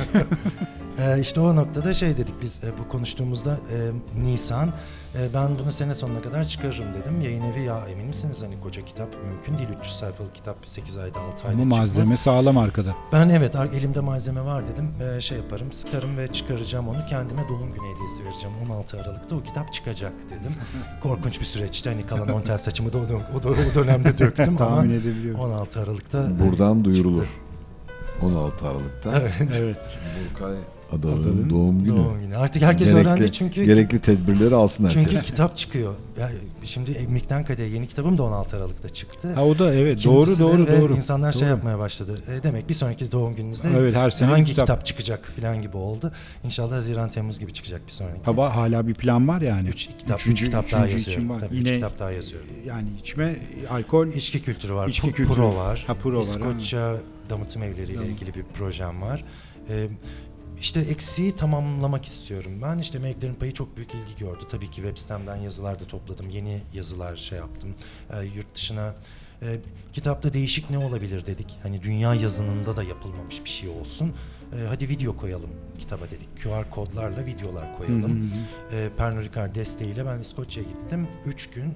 [SPEAKER 3] İşte o noktada dedik biz bu konuştuğumuzda Nisan, ben bunu sene sonuna kadar çıkarırım dedim. Yayın evi, ya emin misiniz hani koca kitap mümkün değil, 300 sayfalık kitap 8 ayda 6 ayda
[SPEAKER 2] Ama malzeme
[SPEAKER 3] çıkmaz.
[SPEAKER 2] sağlam arkada.
[SPEAKER 3] Ben evet elimde malzeme var dedim, yaparım, sıkarım ve çıkaracağım onu, kendime doğum günü hediyesi vereceğim. 16 Aralık'ta o kitap çıkacak dedim. Korkunç bir süreçti, hani kalan 10 tel saçımı da o dönemde döktüm ama
[SPEAKER 2] Tahmin edebiliyorum.
[SPEAKER 3] 16 Aralık'ta
[SPEAKER 1] Buradan duyurulur. 16 Aralık'ta.
[SPEAKER 3] Evet.
[SPEAKER 1] Burkay Adalı'nın doğum günü.
[SPEAKER 3] Doğum günü. Artık herkes öğrendi çünkü
[SPEAKER 1] gerekli tedbirleri alsın herkes.
[SPEAKER 3] çünkü kitap çıkıyor. Ya şimdi Emlik'ten Kade'ye yeni kitabım da 16 Aralık'ta çıktı.
[SPEAKER 2] Ha, o da evet,
[SPEAKER 3] İkincisi
[SPEAKER 2] doğru
[SPEAKER 3] de
[SPEAKER 2] doğru.
[SPEAKER 3] İnsanlar şey
[SPEAKER 2] Doğru.
[SPEAKER 3] yapmaya başladı. Demek bir sonraki doğum gününüzde
[SPEAKER 2] Evet, her sene
[SPEAKER 3] hangi
[SPEAKER 2] kitap.
[SPEAKER 3] kitap çıkacak falan gibi oldu. İnşallah Haziran Temmuz gibi çıkacak bir sonraki.
[SPEAKER 2] Hala bir plan var yani.
[SPEAKER 3] Üç kitap daha yazıyorum.
[SPEAKER 2] var.
[SPEAKER 3] Tabii
[SPEAKER 2] Yine
[SPEAKER 3] 3 kitap daha yazıyorum.
[SPEAKER 2] yani içme, alkol,
[SPEAKER 3] İçki kültürü var.
[SPEAKER 2] İçki kültürü.
[SPEAKER 3] Pro var.
[SPEAKER 2] Ha, Pro var,
[SPEAKER 3] İskoçya damıtım evleriyle ilgili bir projem var. İşte eksiği tamamlamak istiyorum. Ben işte Meleklerin Payı çok büyük ilgi gördü. Tabii ki web sitemden yazılar da topladım. Yeni yazılar şey yaptım. Yurt dışına kitapta değişik ne olabilir dedik. Hani dünya yazınında da yapılmamış bir şey olsun. Hadi video koyalım kitaba dedik. QR kodlarla videolar koyalım. Pernod Ricard desteğiyle ben İskoçya'ya gittim. 3 gün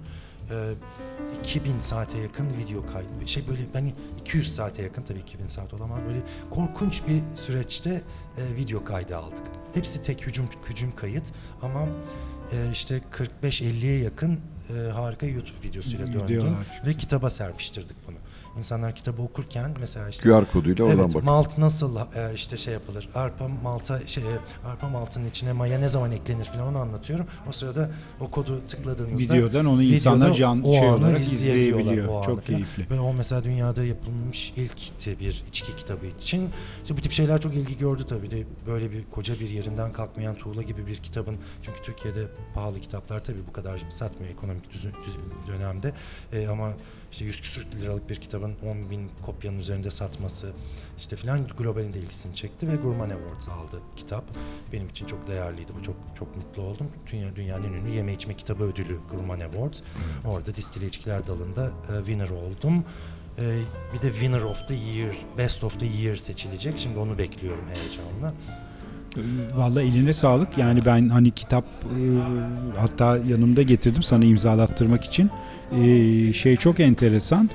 [SPEAKER 3] 2000 saate yakın video kaydı. Böyle hani 200 saate yakın, tabii 2000 saat olamaz. Böyle korkunç bir süreçte video kaydı aldık. Hepsi tek hücum kayıt ama işte 45-50'ye yakın harika YouTube videosuyla döndüm ve kitaba serpiştirdik bunu. İnsanlar kitabı okurken mesela işte
[SPEAKER 1] QR koduyla oradan bakın.
[SPEAKER 3] Malt nasıl işte şey yapılır. Arpa maltının içine maya ne zaman eklenir falan onu anlatıyorum. O sırada o kodu tıkladığınızda
[SPEAKER 2] videodan onu insanlar canlı olarak izleyebiliyor. Çok keyifli.
[SPEAKER 3] Ve o mesela dünyada yapılmış ilk bir içki kitabı için. İşte bu tip şeyler çok ilgi gördü tabii de, böyle bir koca bir yerinden kalkmayan tuğla gibi bir kitabın, çünkü Türkiye'de pahalı kitaplar tabii bu kadar satmıyor ekonomik dönemde ama işte 100 küsur liralık bir kitabın 10.000 kopyanın üzerinde satması işte filan globalin de ilgisini çekti ve Gurman Awards aldı kitap. Benim için çok değerliydi bu. Çok mutlu oldum. Dünyanın en ünlü yeme içme kitabı ödülü Gurman Awards. Orada distile içkiler dalında winner oldum. Bir de Winner of the Year, Best of the Year seçilecek. Şimdi onu bekliyorum heyecanla.
[SPEAKER 2] Vallahi eline sağlık. Yani ben hani kitap hatta yanımda getirdim sana imzalattırmak için. Şey çok enteresan.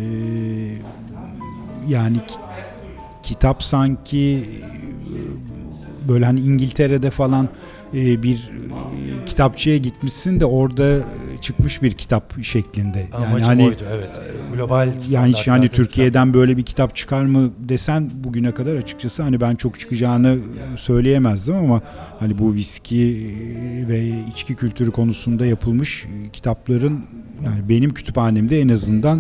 [SPEAKER 2] Yani kitap sanki böyle hani İngiltere'de falan bir kitapçıya gitmişsin de orada çıkmış bir kitap şeklinde. Yani
[SPEAKER 3] amacım
[SPEAKER 2] hani
[SPEAKER 3] oydu, evet. Global
[SPEAKER 2] yani hiç hani Türkiye'den
[SPEAKER 3] kitap.
[SPEAKER 2] böyle bir kitap çıkar mı desen bugüne kadar açıkçası hani ben çok çıkacağını söyleyemezdim ama hani bu viski ve içki kültürü konusunda yapılmış kitapların yani benim kütüphanemde en azından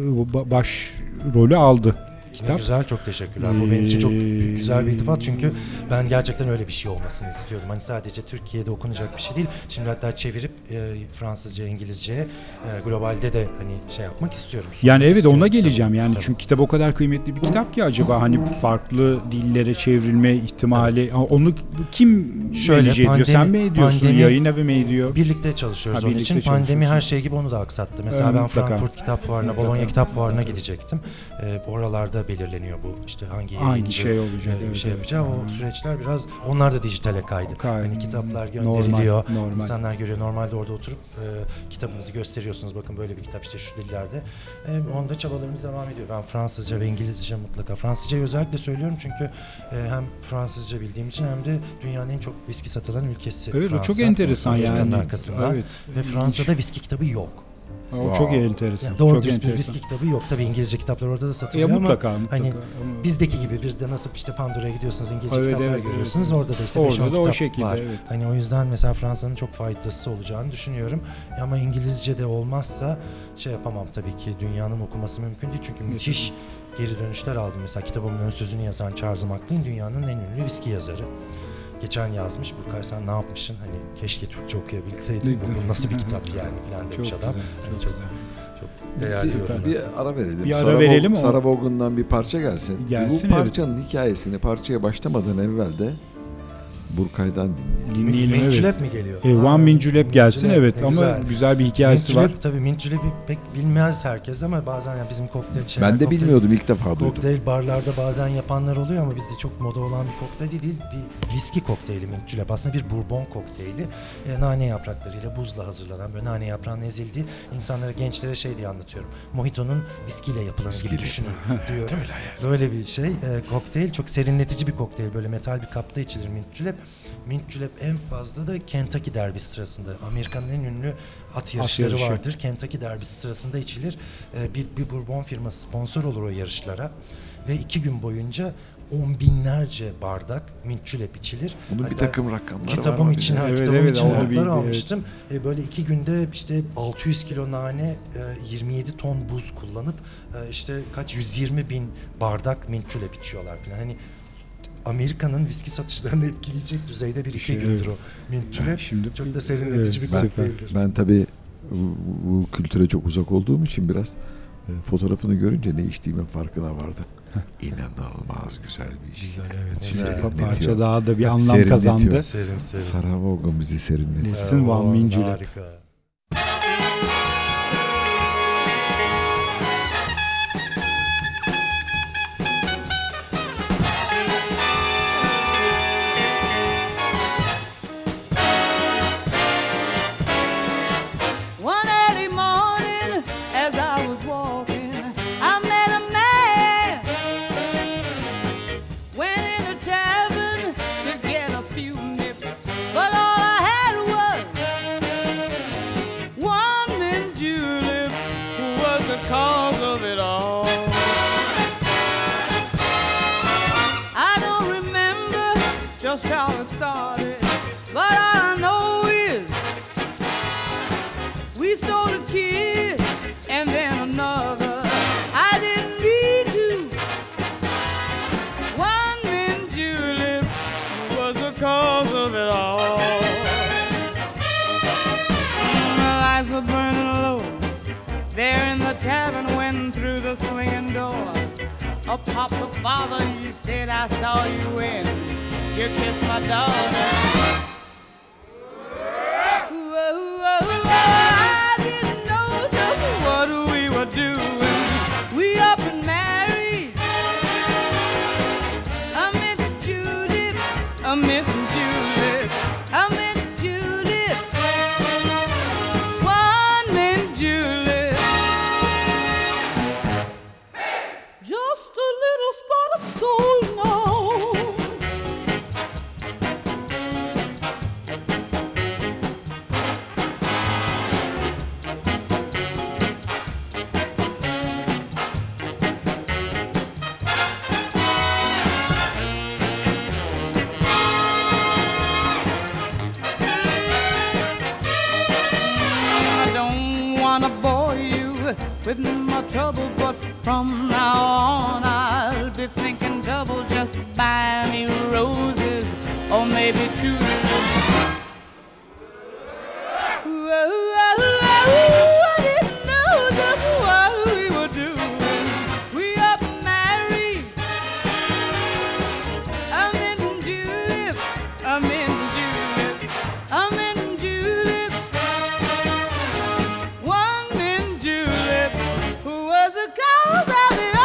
[SPEAKER 2] baş rolü aldı. Kitap.
[SPEAKER 3] Ne güzel, çok teşekkürler. Bu benim için çok güzel bir iltifat çünkü ben gerçekten öyle bir şey olmasını istiyordum. Hani sadece Türkiye'de okunacak bir şey değil. Şimdi hatta çevirip Fransızca, İngilizce, globalde de hani şey yapmak istiyorum.
[SPEAKER 2] Yani evet, ona
[SPEAKER 3] kitabı.
[SPEAKER 2] geleceğim. Yani
[SPEAKER 3] Tabii.
[SPEAKER 2] çünkü kitap o kadar kıymetli bir kitap ki acaba hani farklı dillere çevrilme ihtimali onu kim menaj ediyor? Sen mi ediyorsun? Yayın evi mi ediyor?
[SPEAKER 3] Birlikte çalışıyoruz onun için. Pandemi her şey gibi onu da aksattı. Mesela ben
[SPEAKER 2] mutlaka.
[SPEAKER 3] Frankfurt Kitap Fuarı'na, Bologna Kitap Fuarı'na gidecektim. Oralarda belirleniyor bu işte hangi yayıncı
[SPEAKER 2] şey olacak,
[SPEAKER 3] şey yapacağı. O süreçler biraz onlar da dijitale kaydı. Hani kitaplar gönderiliyor.
[SPEAKER 2] Normal.
[SPEAKER 3] İnsanlar görüyor. Normalde orada oturup kitabınızı gösteriyorsunuz. Bakın böyle bir kitap işte şu dillerde. Onda çabalarımız devam ediyor. Ben Fransızca ve İngilizce mutlaka. Fransızcayı özellikle söylüyorum çünkü hem Fransızca bildiğim için hem de dünyanın en çok viski satılan ülkesi.
[SPEAKER 2] Evet,
[SPEAKER 3] Fransa,
[SPEAKER 2] o çok enteresan
[SPEAKER 3] Amerika'nın
[SPEAKER 2] yani.
[SPEAKER 3] arkasından.
[SPEAKER 2] Evet.
[SPEAKER 3] Ve Fransa'da viski kitabı yok.
[SPEAKER 2] O çok enteresan.
[SPEAKER 3] Yani doğru
[SPEAKER 2] çok
[SPEAKER 3] düz bir
[SPEAKER 2] enteresan.
[SPEAKER 3] viski kitabı yok. Tabii İngilizce kitaplar orada da satılıyor ama
[SPEAKER 2] Mutlaka.
[SPEAKER 3] hani bizdeki gibi bizde nasıl işte Pandora'ya gidiyorsunuz İngilizce kitaplar görüyorsunuz.
[SPEAKER 2] Evet.
[SPEAKER 3] Orada da işte 5-10
[SPEAKER 2] Orada da
[SPEAKER 3] kitap
[SPEAKER 2] o şekilde,
[SPEAKER 3] var.
[SPEAKER 2] evet.
[SPEAKER 3] Hani o yüzden mesela Fransa'nın çok faydası olacağını düşünüyorum. Ama İngilizce de olmazsa şey yapamam tabii ki. Dünyanın okuması mümkün değil. Çünkü müthiş geri dönüşler aldım. Mesela kitabımın ön sözünü yazan Charles MacLean dünyanın en ünlü viski yazarı. Geçen yazmış, Burkay sen ne yapmışsın? Hani keşke Türkçe okuyabilseydim. Bu nasıl bir kitap yani falan demiş
[SPEAKER 2] çok
[SPEAKER 3] adam.
[SPEAKER 2] Güzel,
[SPEAKER 3] Hani
[SPEAKER 2] çok güzel.
[SPEAKER 3] Değerli yorumlar.
[SPEAKER 1] Bir ara verelim.
[SPEAKER 2] Bir ara verelim.
[SPEAKER 1] Sarah Vaughan'dan bir parça gelsin.
[SPEAKER 2] Gelsin,
[SPEAKER 1] Bu parçanın hikayesini parçaya başlamadan evvel de Burkay'dan dinleyelim.
[SPEAKER 3] Mintjulep mi geliyor?
[SPEAKER 2] One Mintjulep gelsin,
[SPEAKER 3] Mintjulep,
[SPEAKER 2] evet,
[SPEAKER 3] ne
[SPEAKER 2] ama güzel bir hikayesi var.
[SPEAKER 3] Tabii Mintjulep pek bilmez herkes ama bazen yani bizim kokteyl
[SPEAKER 1] Ben de bilmiyordum, ilk defa duydum.
[SPEAKER 3] Kokteyl barlarda bazen yapanlar oluyor ama bizde çok moda olan bir kokteyl değil. Bir viski kokteyli Mintjulep. Aslında bir bourbon kokteyli. Nane yapraklarıyla buzla hazırlanan, böyle nane yaprağının ezildiği, insanlara, gençlere şey diye anlatıyorum. Mojito'nun viskiyle yapılanı gibi düşünün diyor. Böyle bir şey. Kokteyl çok serinletici bir kokteyl. Böyle metal bir kapta içilir Mintjulep. Mintjulep en fazla da Kentucky derbisi sırasında, Amerika'nın en ünlü at yarışları vardır. Kentucky derbisi sırasında içilir. Bir bourbon firması sponsor olur o yarışlara ve 2 gün boyunca on binlerce bardak mint julep içilir.
[SPEAKER 1] Bunun bir
[SPEAKER 3] Hatta
[SPEAKER 1] takım rakamları var.
[SPEAKER 3] kitabım
[SPEAKER 1] ama
[SPEAKER 3] için,
[SPEAKER 1] bize-
[SPEAKER 2] Evet,
[SPEAKER 3] kitabım
[SPEAKER 2] evet,
[SPEAKER 3] için
[SPEAKER 2] onu
[SPEAKER 3] notlar
[SPEAKER 2] bir-
[SPEAKER 3] almıştım. Böyle 2 günde işte 600 kilo nane, 27 ton buz kullanıp işte 120 bin bardak mint julep içiyorlar falan. Hani Amerika'nın viski satışlarını etkileyecek düzeyde bir 2
[SPEAKER 2] Şey,
[SPEAKER 3] gündür o mint julep.
[SPEAKER 2] Şimdi
[SPEAKER 3] Çok da serinletici bir
[SPEAKER 2] Evet,
[SPEAKER 3] kokteyldir.
[SPEAKER 1] Ben tabii bu kültüre çok uzak olduğum için biraz fotoğrafını görünce ne içtiğimin farkına vardım. İnanılmaz güzel bir iş.
[SPEAKER 2] güzel, evet.
[SPEAKER 3] Güzel.
[SPEAKER 2] Şimdi
[SPEAKER 1] Serinletiyor.
[SPEAKER 2] parça daha da bir anlam
[SPEAKER 1] Serinletiyor.
[SPEAKER 2] kazandı.
[SPEAKER 3] Serin serin.
[SPEAKER 1] Sarah Vaughan bizi serinletiyor.
[SPEAKER 2] Listen One Mint Julep.
[SPEAKER 3] Harika.
[SPEAKER 9] One early morning, as I was walking, I met a man. Went in a tavern to get a few nips, but all I had was one mint julep, who was the cause of it all. I don't remember just how it started, but all I know is we stole a kiss and then another. I didn't mean to. One mint julep was the cause of it all. My lights were burning low there in the tavern when through the swinging door a papa father, he said, I saw you when you kissed my daughter. I didn't know just what we were doing. We up and married. I met Judith, I met Judith, I met Judith. One mint julep. Just a little spot of soul now. I don't wanna bore you with my trouble, but from now on I'll be thinking double. Just buy me roses or maybe two. I didn't know just what we were doing. We up married. I'm in julep. I'm in julep. I'm in julep. One mint julep, who was the cause of it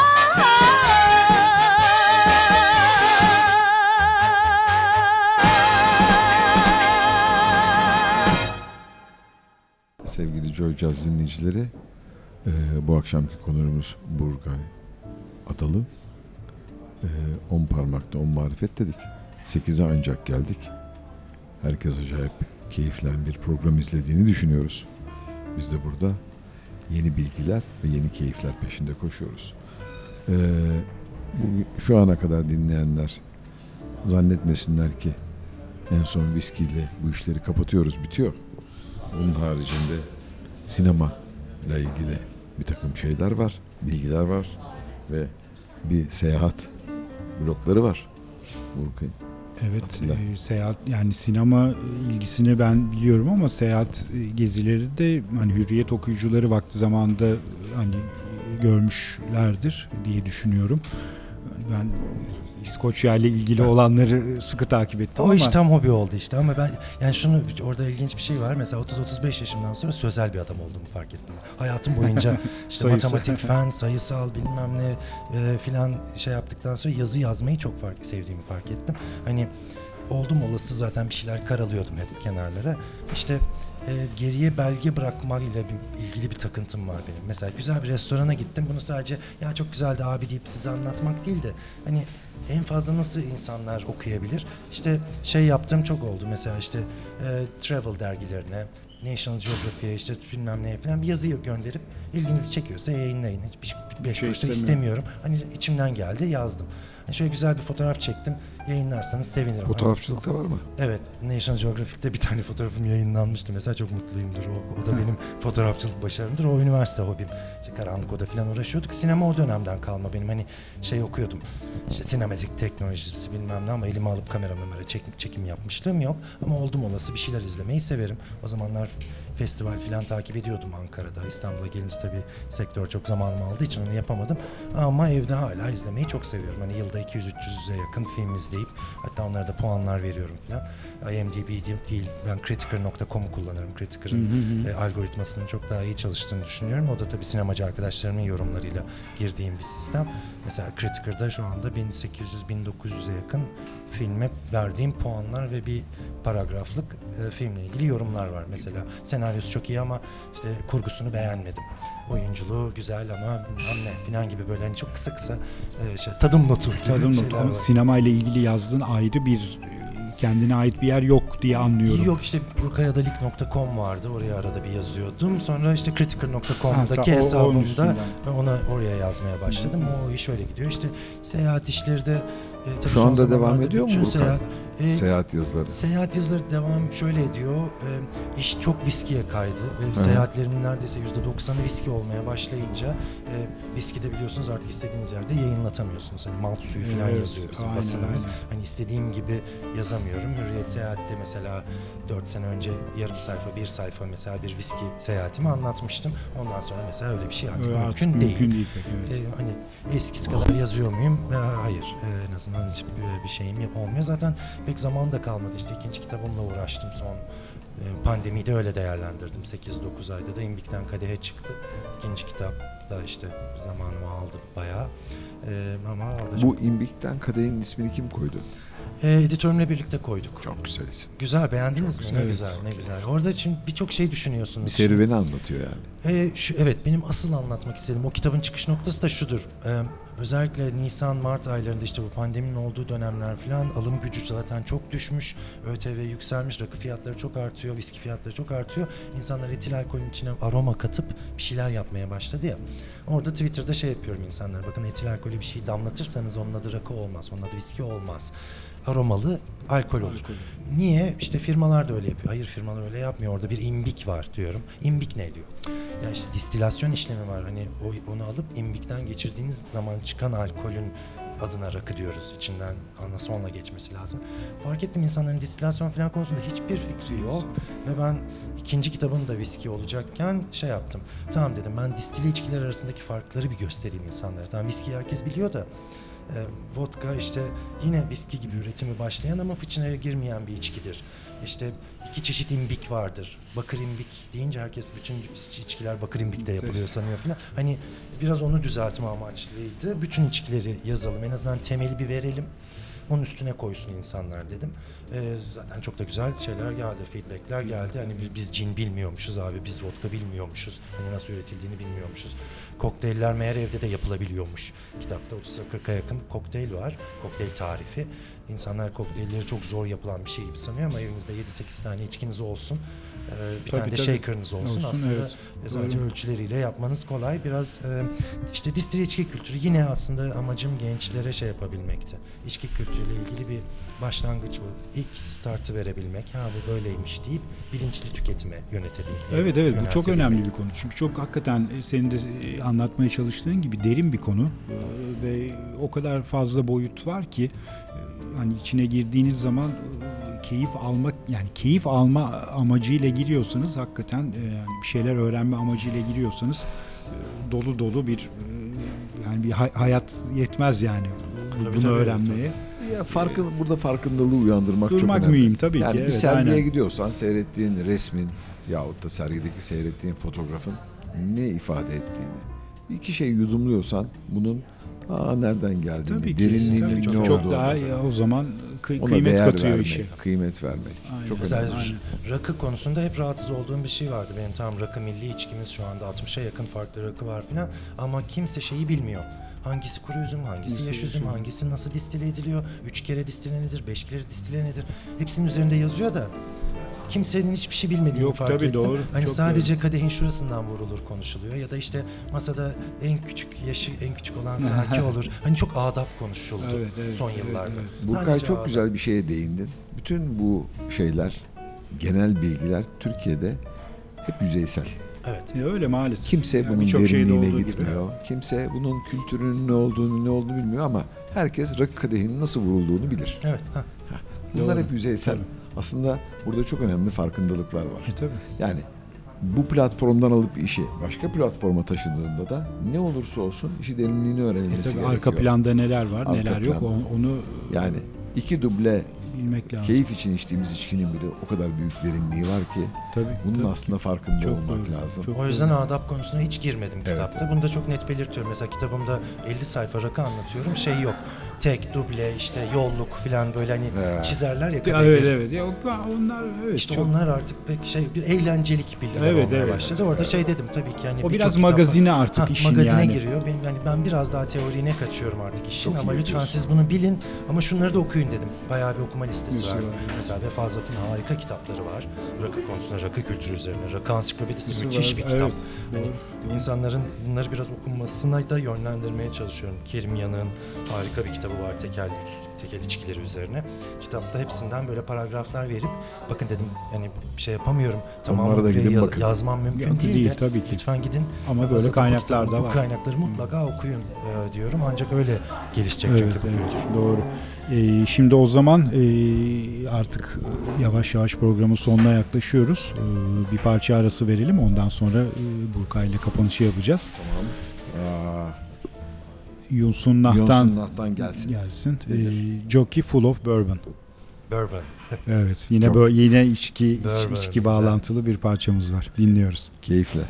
[SPEAKER 9] all.
[SPEAKER 1] Sevgili Joy Jazz dinleyicileri, bu akşamki konuğumuz Burkay Adalı. 10 parmakta 10 marifet dedik. 8'e ancak geldik. Herkes acayip keyiflen bir program izlediğini düşünüyoruz. Biz de burada yeni bilgiler ve yeni keyifler peşinde koşuyoruz. Şu ana kadar dinleyenler zannetmesinler ki en son viskiyle bu işleri kapatıyoruz, bitiyor. Bunun haricinde sinema ile ilgili bir takım şeyler var, bilgiler var ve bir seyahat blokları var. Burkay.
[SPEAKER 2] Evet,
[SPEAKER 1] Atilla.
[SPEAKER 2] seyahat, yani sinema ilgisini ben biliyorum ama seyahat gezileri de hani Hürriyet okuyucuları vakti zamanında hani görmüşlerdir diye düşünüyorum. Ben İskoçya ile ilgili olanları sıkı takip ettim
[SPEAKER 3] O
[SPEAKER 2] ama
[SPEAKER 3] iş tam hobi oldu işte, ama ben yani orada ilginç bir şey var. Mesela 30-35 yaşımdan sonra sözel bir adam olduğumu fark ettim. Hayatım boyunca işte matematik, fen, sayısal bilmem ne filan şey yaptıktan sonra yazı yazmayı çok sevdiğimi fark ettim. Hani oldum olası zaten bir şeyler karalıyordum hep kenarlara. İşte geriye belge bırakmayla ilgili bir takıntım var benim. Mesela güzel bir restorana gittim. Bunu sadece ya çok güzeldi abi deyip size anlatmak değil de hani en fazla nasıl insanlar okuyabilir? İşte şey yaptığım çok oldu. Mesela işte travel dergilerine, National Geographic'e işte bilmem neye falan bir yazı gönderip ilginizi çekiyorsa yayınlayın. Hiçbir 5 kuruş da istemiyorum. Hani içimden geldi, yazdım. Yani şöyle güzel bir fotoğraf çektim. Yayınlarsanız sevinirim.
[SPEAKER 1] Fotoğrafçılıkta var mı?
[SPEAKER 3] Evet, National Geographic'te bir tane fotoğrafım yayınlanmıştı. Mesela çok mutluyumdur. O da benim fotoğrafçılık başarımdır. O üniversite hobim. İşte karanlık oda falan uğraşıyorduk. Sinema o dönemden kalma benim. Hani şey okuyordum. İşte sinematik teknolojisi bilmem ne ama elime alıp kamera çekim yapmışlığım yok. Ama oldum olası bir şeyler izlemeyi severim. O zamanlar festival falan takip ediyordum Ankara'da. İstanbul'a gelince tabii sektör çok zamanımı aldığı için onu yapamadım. Ama evde hala izlemeyi çok seviyorum. Hani yılda 200-300'e yakın film izleyip hatta onlara da puanlar veriyorum falan. IMDb değil, ben Criticker.com'u kullanırım. Criticker'ın algoritmasının çok daha iyi çalıştığını düşünüyorum. O da tabii sinemacı arkadaşlarımın yorumlarıyla girdiğim bir sistem. Mesela Criticker'da şu anda 1800-1900'e yakın filme verdiğim puanlar ve bir paragraflık filmle ilgili yorumlar var. Mesela senaryosu çok iyi ama işte kurgusunu beğenmedim. Oyunculuğu güzel ama bilmem ne falan gibi böyle hani çok kısa tadım notu gibi şeyler var.
[SPEAKER 2] Sinema ile ilgili yazdığın ayrı bir kendine ait bir yer yok diye anlıyorum.
[SPEAKER 3] Yok işte burkayadalik.com vardı. Oraya arada bir yazıyordum. Sonra işte criticker.com'daki hesabımda oraya yazmaya başladım. O iş öyle gidiyor. İşte seyahat işleri de
[SPEAKER 1] şu anda devam ediyor mu Burkay? Seyahat yazıları.
[SPEAKER 3] Seyahat yazıları devam şöyle ediyor. İş çok viskiye kaydı ve seyahatlerimin neredeyse %90'ı viski olmaya başlayınca viski de biliyorsunuz artık istediğiniz yerde yayınlatamıyorsunuz. Hani malt suyu falan yazıyor bizim basınımız. Hani istediğim gibi yazamıyorum. Hürriyet Seyahat'te mesela 4 sene önce yarım sayfa, bir sayfa mesela bir viski seyahatimi anlatmıştım. Ondan sonra mesela öyle bir şey artık mümkün değil. Hani eskisi kadar yazıyor muyum? Hayır. En azından hiç bir şeyim olmuyor. Zaten pek zaman da kalmadı. İşte ikinci kitabımla uğraştım. Son pandemiyi de öyle değerlendirdim. 8-9 ayda da İmbik'ten Kadehe çıktı. İkinci kitap da işte zamanımı aldı bayağı. Ama orada
[SPEAKER 1] bu İmbik'ten Kadehe'nin ismini kim koydu?
[SPEAKER 3] Editörümle birlikte koyduk.
[SPEAKER 1] Çok güzel isim.
[SPEAKER 3] Güzel, beğendiniz
[SPEAKER 1] çok
[SPEAKER 3] mi?
[SPEAKER 1] Güzel,
[SPEAKER 3] ne güzel, ne güzel. Orada için birçok şey düşünüyorsunuz.
[SPEAKER 1] Bir serüveni anlatıyor yani.
[SPEAKER 3] Evet, benim asıl anlatmak istediğim o kitabın çıkış noktası da şudur. Özellikle Nisan-Mart aylarında işte bu pandeminin olduğu dönemler falan alım gücü zaten çok düşmüş. ÖTV yükselmiş, rakı fiyatları çok artıyor, viski fiyatları çok artıyor. İnsanlar etil alkolün içine aroma katıp bir şeyler yapmaya başladı ya. Orada Twitter'da şey yapıyorum insanlara. Bakın etil alkolü bir şey damlatırsanız onun adı rakı olmaz, onun adı viski olmaz. Aromalı alkol olur. Niye? İşte firmalar da öyle yapıyor. Hayır, firmalar öyle yapmıyor. Orada bir imbik var diyorum. İmbik ne diyor? Ya işte distilasyon işlemi var. Hani onu alıp imbikten geçirdiğiniz zaman çıkan alkolün adına rakı diyoruz. İçinden anasonla geçmesi lazım. Fark ettim insanların distilasyon falan konusunda hiçbir fikri yok. Ve ben ikinci kitabım da viski olacakken şey yaptım. Tamam dedim, ben distile içkiler arasındaki farkları bir göstereyim insanlara. Tamam, viskiyi herkes biliyor da vodka işte yine viski gibi üretimi başlayan ama fıçınaya girmeyen bir içkidir. İşte 2 çeşit imbik vardır. Bakır imbik deyince herkes bütün içkiler bakır imbikte yapılıyor sanıyor falan. Hani biraz onu düzeltme amaçlıydı. Bütün içkileri yazalım. En azından temeli bir verelim. Onun üstüne koysun insanlar dedim. Zaten çok da güzel şeyler geldi, feedbackler geldi. Hani biz cin bilmiyormuşuz abi, biz vodka bilmiyormuşuz. Hani nasıl üretildiğini bilmiyormuşuz. Kokteyller meğer evde de yapılabiliyormuş. Kitapta 30-40'a yakın kokteyl var, kokteyl tarifi. İnsanlar kokteylleri çok zor yapılan bir şey gibi sanıyor ama evinizde 7-8 tane içkiniz olsun. Bir tane de shaker'ınız olsun. Aslında sadece ölçüleriyle yapmanız kolay. Biraz işte distile içki kültürü yine aslında amacım gençlere şey yapabilmekti. İçki kültürüyle ilgili bir başlangıç, o ilk startı verebilmek. Ha bu böyleymiş deyip bilinçli tüketime yönetebilmek.
[SPEAKER 2] Evet bu çok önemli bir konu. Çünkü çok hakikaten senin de anlatmaya çalıştığın gibi derin bir konu ve o kadar fazla boyut var ki hani içine girdiğiniz zaman keyif alma amacıyla giriyorsanız hakikaten yani bir şeyler öğrenme amacıyla giriyorsanız dolu bir yani bir hayat yetmez yani bunu öğrenmeye.
[SPEAKER 1] Ya burada farkındalığı uyandırmak çok önemli.
[SPEAKER 2] Mühim tabii
[SPEAKER 1] yani
[SPEAKER 2] ki.
[SPEAKER 1] Bir
[SPEAKER 2] evet,
[SPEAKER 1] sergiye gidiyorsan seyrettiğin resmin yahut da sergideki seyrettiğin fotoğrafın ne ifade ettiğini, iki şey yudumluyorsan bunun nereden geldiğini, derinliğinin ne olduğunu.
[SPEAKER 2] Çok daha o zaman kıymet katıyor işe.
[SPEAKER 1] Kıymet vermek.
[SPEAKER 2] Aynen.
[SPEAKER 1] Çok
[SPEAKER 3] mesela
[SPEAKER 1] önemli.
[SPEAKER 3] Rakı konusunda hep rahatsız olduğum bir şey vardı. Benim tam rakı milli içkimiz şu anda 60'a yakın farklı rakı var filan ama kimse şeyi bilmiyor. Hangisi kuru üzüm, hangisi yaş üzüm, hangisi nasıl distile ediliyor, 3 kere distile nedir, 5 kere distile nedir? Hepsinin üzerinde yazıyor da kimsenin hiçbir şey bilmediğini
[SPEAKER 2] Yok,
[SPEAKER 3] fark
[SPEAKER 2] tabii,
[SPEAKER 3] ettim.
[SPEAKER 2] doğru.
[SPEAKER 3] Hani
[SPEAKER 2] Çok
[SPEAKER 3] sadece kadehin şurasından vurulur konuşuluyor ya da işte masada yaşı en küçük olan Saki olur. Hani çok adap konuşuldu son yıllarda.
[SPEAKER 1] Burkay
[SPEAKER 3] Sadece
[SPEAKER 1] çok
[SPEAKER 3] adap.
[SPEAKER 1] güzel bir şeye değindin. Bütün bu şeyler, genel bilgiler Türkiye'de hep yüzeysel.
[SPEAKER 3] Evet.
[SPEAKER 2] Öyle maalesef.
[SPEAKER 1] Kimse
[SPEAKER 2] Yani
[SPEAKER 1] bunun
[SPEAKER 2] birçok şeyde
[SPEAKER 1] derinliğine
[SPEAKER 2] olduğu gibi.
[SPEAKER 1] gitmiyor. Kimse bunun kültürünün ne olduğunu bilmiyor ama herkes rakı kadehinin nasıl vurulduğunu bilir.
[SPEAKER 3] Evet.
[SPEAKER 1] Bunlar
[SPEAKER 2] Doğru.
[SPEAKER 1] hep yüzeysel.
[SPEAKER 2] Tabii.
[SPEAKER 1] Aslında burada çok önemli farkındalıklar var.
[SPEAKER 2] Tabii.
[SPEAKER 1] Yani bu platformdan alıp işi başka platforma taşıdığında da ne olursa olsun işi derinliğini öğrenilmesi
[SPEAKER 2] Tabii
[SPEAKER 1] gerekiyor.
[SPEAKER 2] arka planda neler var,
[SPEAKER 1] Arka
[SPEAKER 2] neler yok
[SPEAKER 1] planda.
[SPEAKER 2] onu
[SPEAKER 1] Yani 2 duble
[SPEAKER 2] bilmek lazım.
[SPEAKER 1] keyif için içtiğimiz içkinin bile o kadar büyük derinliği var ki
[SPEAKER 2] Tabii.
[SPEAKER 1] bunun
[SPEAKER 2] tabii.
[SPEAKER 1] aslında farkında
[SPEAKER 2] Çok
[SPEAKER 1] olmak
[SPEAKER 2] doğru,
[SPEAKER 1] lazım.
[SPEAKER 2] çok
[SPEAKER 3] O yüzden adap konusuna hiç girmedim
[SPEAKER 1] Evet.
[SPEAKER 3] kitapta. Bunu da çok net belirtiyorum. Mesela kitabımda 50 sayfa rakı anlatıyorum. Şey yok. Tek, duble, işte yolluk falan böyle hani çizerler ya.
[SPEAKER 2] Ya,
[SPEAKER 3] kadehleri.
[SPEAKER 2] evet. Ya, onlar evet.
[SPEAKER 3] İşte
[SPEAKER 2] çok...
[SPEAKER 3] onlar artık pek bir eğlencelik bilgiler
[SPEAKER 2] Evet,
[SPEAKER 3] olmaya
[SPEAKER 2] evet.
[SPEAKER 3] başladı. Orada şey dedim tabii ki yani
[SPEAKER 2] O
[SPEAKER 3] birçok
[SPEAKER 2] biraz
[SPEAKER 3] kitap var.
[SPEAKER 2] magazine artık işin
[SPEAKER 3] magazine
[SPEAKER 2] yani.
[SPEAKER 3] giriyor. Ben biraz daha teoriğine kaçıyorum artık işin
[SPEAKER 1] Çok
[SPEAKER 3] ama
[SPEAKER 1] iyi
[SPEAKER 3] lütfen
[SPEAKER 1] yapıyorsun.
[SPEAKER 3] siz bunu bilin ama şunları da okuyun dedim. Bayağı bir okuma listesi
[SPEAKER 2] Güzel.
[SPEAKER 3] var. Mesela Vefazat'ın harika kitapları var. Rakı konusunda, rakı kültürü üzerine. Rakı ansiklopedisi
[SPEAKER 2] Güzel,
[SPEAKER 3] müthiş bir
[SPEAKER 2] evet,
[SPEAKER 3] kitap.
[SPEAKER 2] doğru,
[SPEAKER 3] Hani insanların bunları biraz okunmasına da yönlendirmeye çalışıyorum. Kerim Yanık'ın harika bir kitabı var tekel içkileri üzerine. Kitapta hepsinden böyle paragraflar verip bakın dedim yani şey yapamıyorum. Tamamını
[SPEAKER 1] Onlara da
[SPEAKER 3] buraya
[SPEAKER 1] gidin bakın.
[SPEAKER 3] yazmam mümkün
[SPEAKER 2] Yok,
[SPEAKER 3] değil,
[SPEAKER 2] değil,
[SPEAKER 3] de
[SPEAKER 2] tabii ki.
[SPEAKER 3] lütfen gidin.
[SPEAKER 2] Ama böyle
[SPEAKER 3] Vefazat'ın
[SPEAKER 2] kaynaklar
[SPEAKER 3] bu
[SPEAKER 2] da var.
[SPEAKER 3] Bu kaynakları mutlaka okuyun diyorum. Ancak öyle gelişecek
[SPEAKER 2] Evet,
[SPEAKER 3] çünkü bu
[SPEAKER 2] evet,
[SPEAKER 3] kültür.
[SPEAKER 2] doğru. Şimdi o zaman artık yavaş yavaş programın sonuna yaklaşıyoruz. Bir parça arası verelim. Ondan sonra Burkay ile kapanışı yapacağız.
[SPEAKER 1] Tamam.
[SPEAKER 2] Yunsun Nah'tan
[SPEAKER 1] Yunsun Nah'tan gelsin.
[SPEAKER 2] Jockey Full of Bourbon.
[SPEAKER 3] Bourbon.
[SPEAKER 2] Evet. Yine
[SPEAKER 1] Çok-
[SPEAKER 2] böyle yine içki
[SPEAKER 3] Bourbon,
[SPEAKER 2] bağlantılı bir parçamız var. Dinliyoruz.
[SPEAKER 1] Keyifle.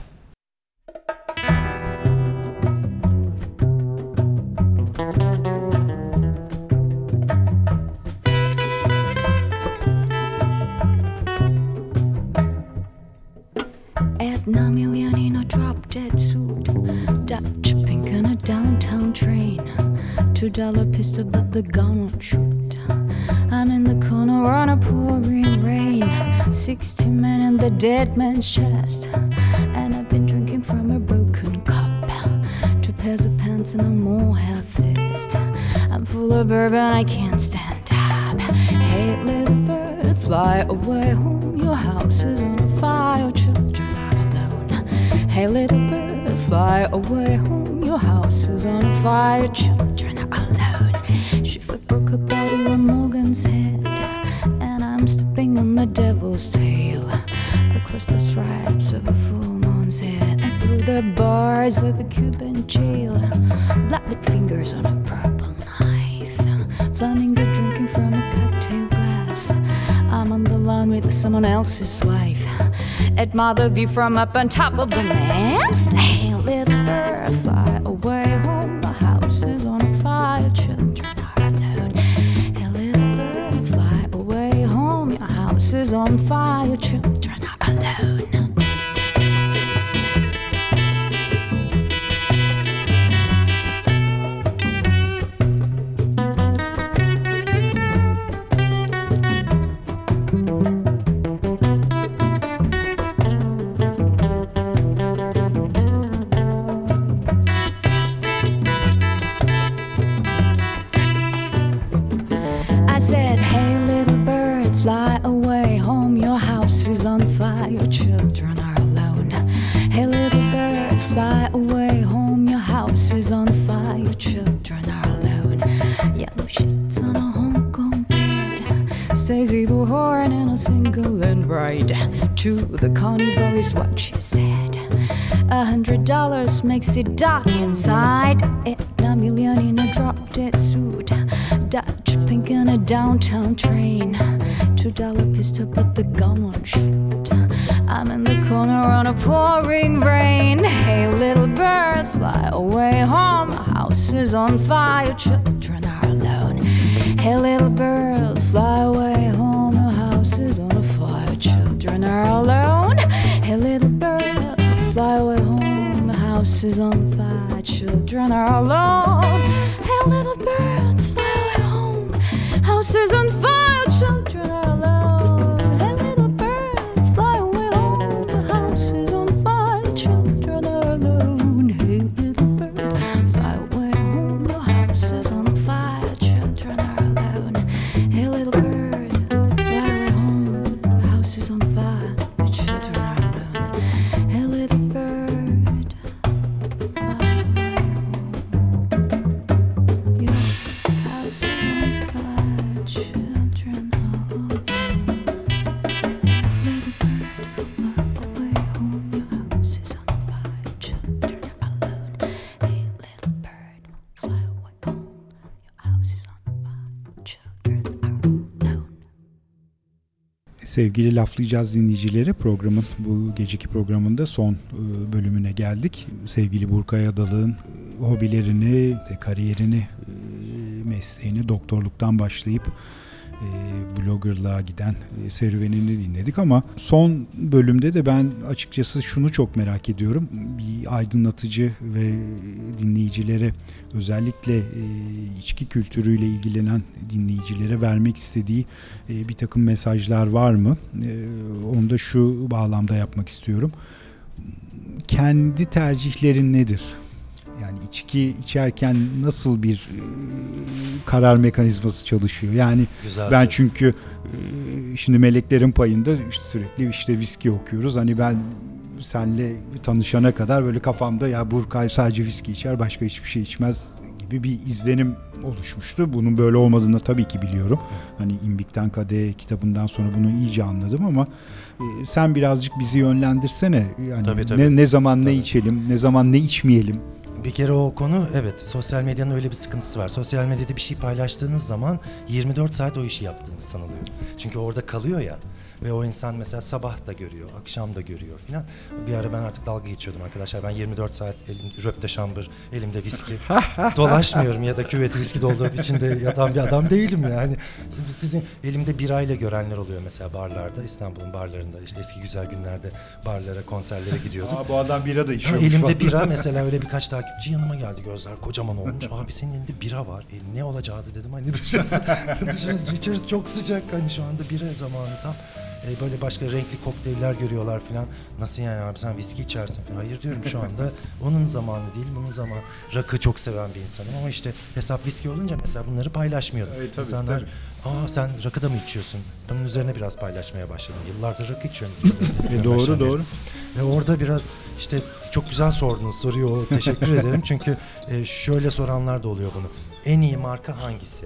[SPEAKER 10] Edna Million in a drop-dead suit, Dutch pink on a downtown train, $2 pistol but the gun won't shoot. I'm in the corner on a pouring rain, 60 men in the dead man's chest, and I've been drinking from a broken cup, 2 pairs of pants and a more half-fist. I'm full of bourbon, I can't stand up. Hey little bird, fly away home, your house is on fire, your children are alone. Hey little bird, fly away home, your house is on fire, your children are alone. She broke a bottle on Morgan's head, and I'm stepping on the devil's tail, across the stripes of a full moon's head, and through the bars of a Cuban jail, bloody fingers on a purple knife, flamingo drinking from a cocktail glass. I'm on the lawn with someone else's wife. Admire the view from up on top of the mast. Hey, little bird, fly away home. The house is on fire, children are alone. Hey, little bird, fly away home. Your house is on fire, children are alone. I said, hey little bird, fly away home. Your house is on fire, your children are alone. Hey little bird, fly away home. Your house is on fire, your children are alone. Yellow sheets on a Hong Kong bed, Stacey Bullhorn in a single and bride. To the carnival is what she said. $100 makes it dark inside. Edna Million in a drop-dead suit, Dutch pink in a downtown train, $2 pistol but the gun won't shoot. I'm in the corner on a pouring rain. Hey little bird, fly away home. The house is on fire, children are alone. Hey little bird, fly away home. Your house is on fire, children are alone. Hey little bird, fly away home. The house is on fire, children are alone. Hey little bird, fly away home. House is on fire, children are alone. Hey little bird,
[SPEAKER 2] Sevgili Laflayacağız dinleyicileri, programın bu geceki programında son bölümüne geldik. Sevgili Burkay Adalı'nın hobilerini, kariyerini, mesleğini doktorluktan başlayıp bloggerlığa giden serüvenini dinledik ama son bölümde de ben açıkçası şunu çok merak ediyorum. Bir aydınlatıcı ve dinleyicilere, özellikle içki kültürüyle ilgilenen dinleyicilere vermek istediği bir takım mesajlar var mı? Onu da şu bağlamda yapmak istiyorum. Kendi tercihlerin nedir? Yani içki içerken nasıl bir karar mekanizması çalışıyor? Yani
[SPEAKER 3] Güzel
[SPEAKER 2] ben
[SPEAKER 3] soru.
[SPEAKER 2] çünkü şimdi Meleklerin Payı'nda sürekli işte viski okuyoruz. Hani ben senle tanışana kadar böyle kafamda ya Burkay sadece viski içer, başka hiçbir şey içmez gibi bir izlenim oluşmuştu. Bunun böyle olmadığını tabii ki biliyorum. Hani İmbik'ten Kadehe kitabından sonra bunu iyice anladım ama sen birazcık bizi yönlendirsene. Yani
[SPEAKER 3] Tabii.
[SPEAKER 2] ne zaman ne
[SPEAKER 3] Tabii.
[SPEAKER 2] içelim, ne zaman ne içmeyelim.
[SPEAKER 3] Bir kere o konu, evet, sosyal medyanın öyle bir sıkıntısı var. Sosyal medyada bir şey paylaştığınız zaman 24 saat o işi yaptığınız sanılıyor. Çünkü orada kalıyor ya. Ve o insan mesela sabah da görüyor, akşam da görüyor filan. Bir ara ben artık dalga geçiyordum arkadaşlar. Ben 24 saat elimde röpte şambır, elimde viski dolaşmıyorum ya da küveti viski doldurup içinde yatan bir adam değilim yani. Şimdi sizin elimde birayla görenler oluyor mesela barlarda, İstanbul'un barlarında. İşte eski güzel günlerde barlara, konserlere gidiyorduk.
[SPEAKER 2] Bu adam bira da içiyormuş.
[SPEAKER 3] Elimde bira mesela, öyle birkaç takipçi yanıma geldi, gözler kocaman olmuş. Abi senin elinde bira var. Ne olacağı dedim, hani dışarısı içerisi çok sıcak, hani şu anda bira zamanı tam. Böyle başka renkli kokteyller görüyorlar filan. Nasıl yani abi, sen viski içersin falan. Hayır diyorum, şu anda onun zamanı değil, bunun zamanı. Rakı çok seven bir insanım ama işte hesap viski olunca mesela bunları paylaşmıyordum.
[SPEAKER 2] Tabii,
[SPEAKER 3] İnsanlar
[SPEAKER 2] tabii.
[SPEAKER 3] sen rakı da mı içiyorsun? Bunun üzerine biraz paylaşmaya başladım. Yıllardır rakı içiyorum.
[SPEAKER 2] Doğru.
[SPEAKER 3] Ve orada biraz işte çok güzel sordunuz soruyu, teşekkür ederim. Çünkü şöyle soranlar da oluyor bunu. En iyi marka hangisi?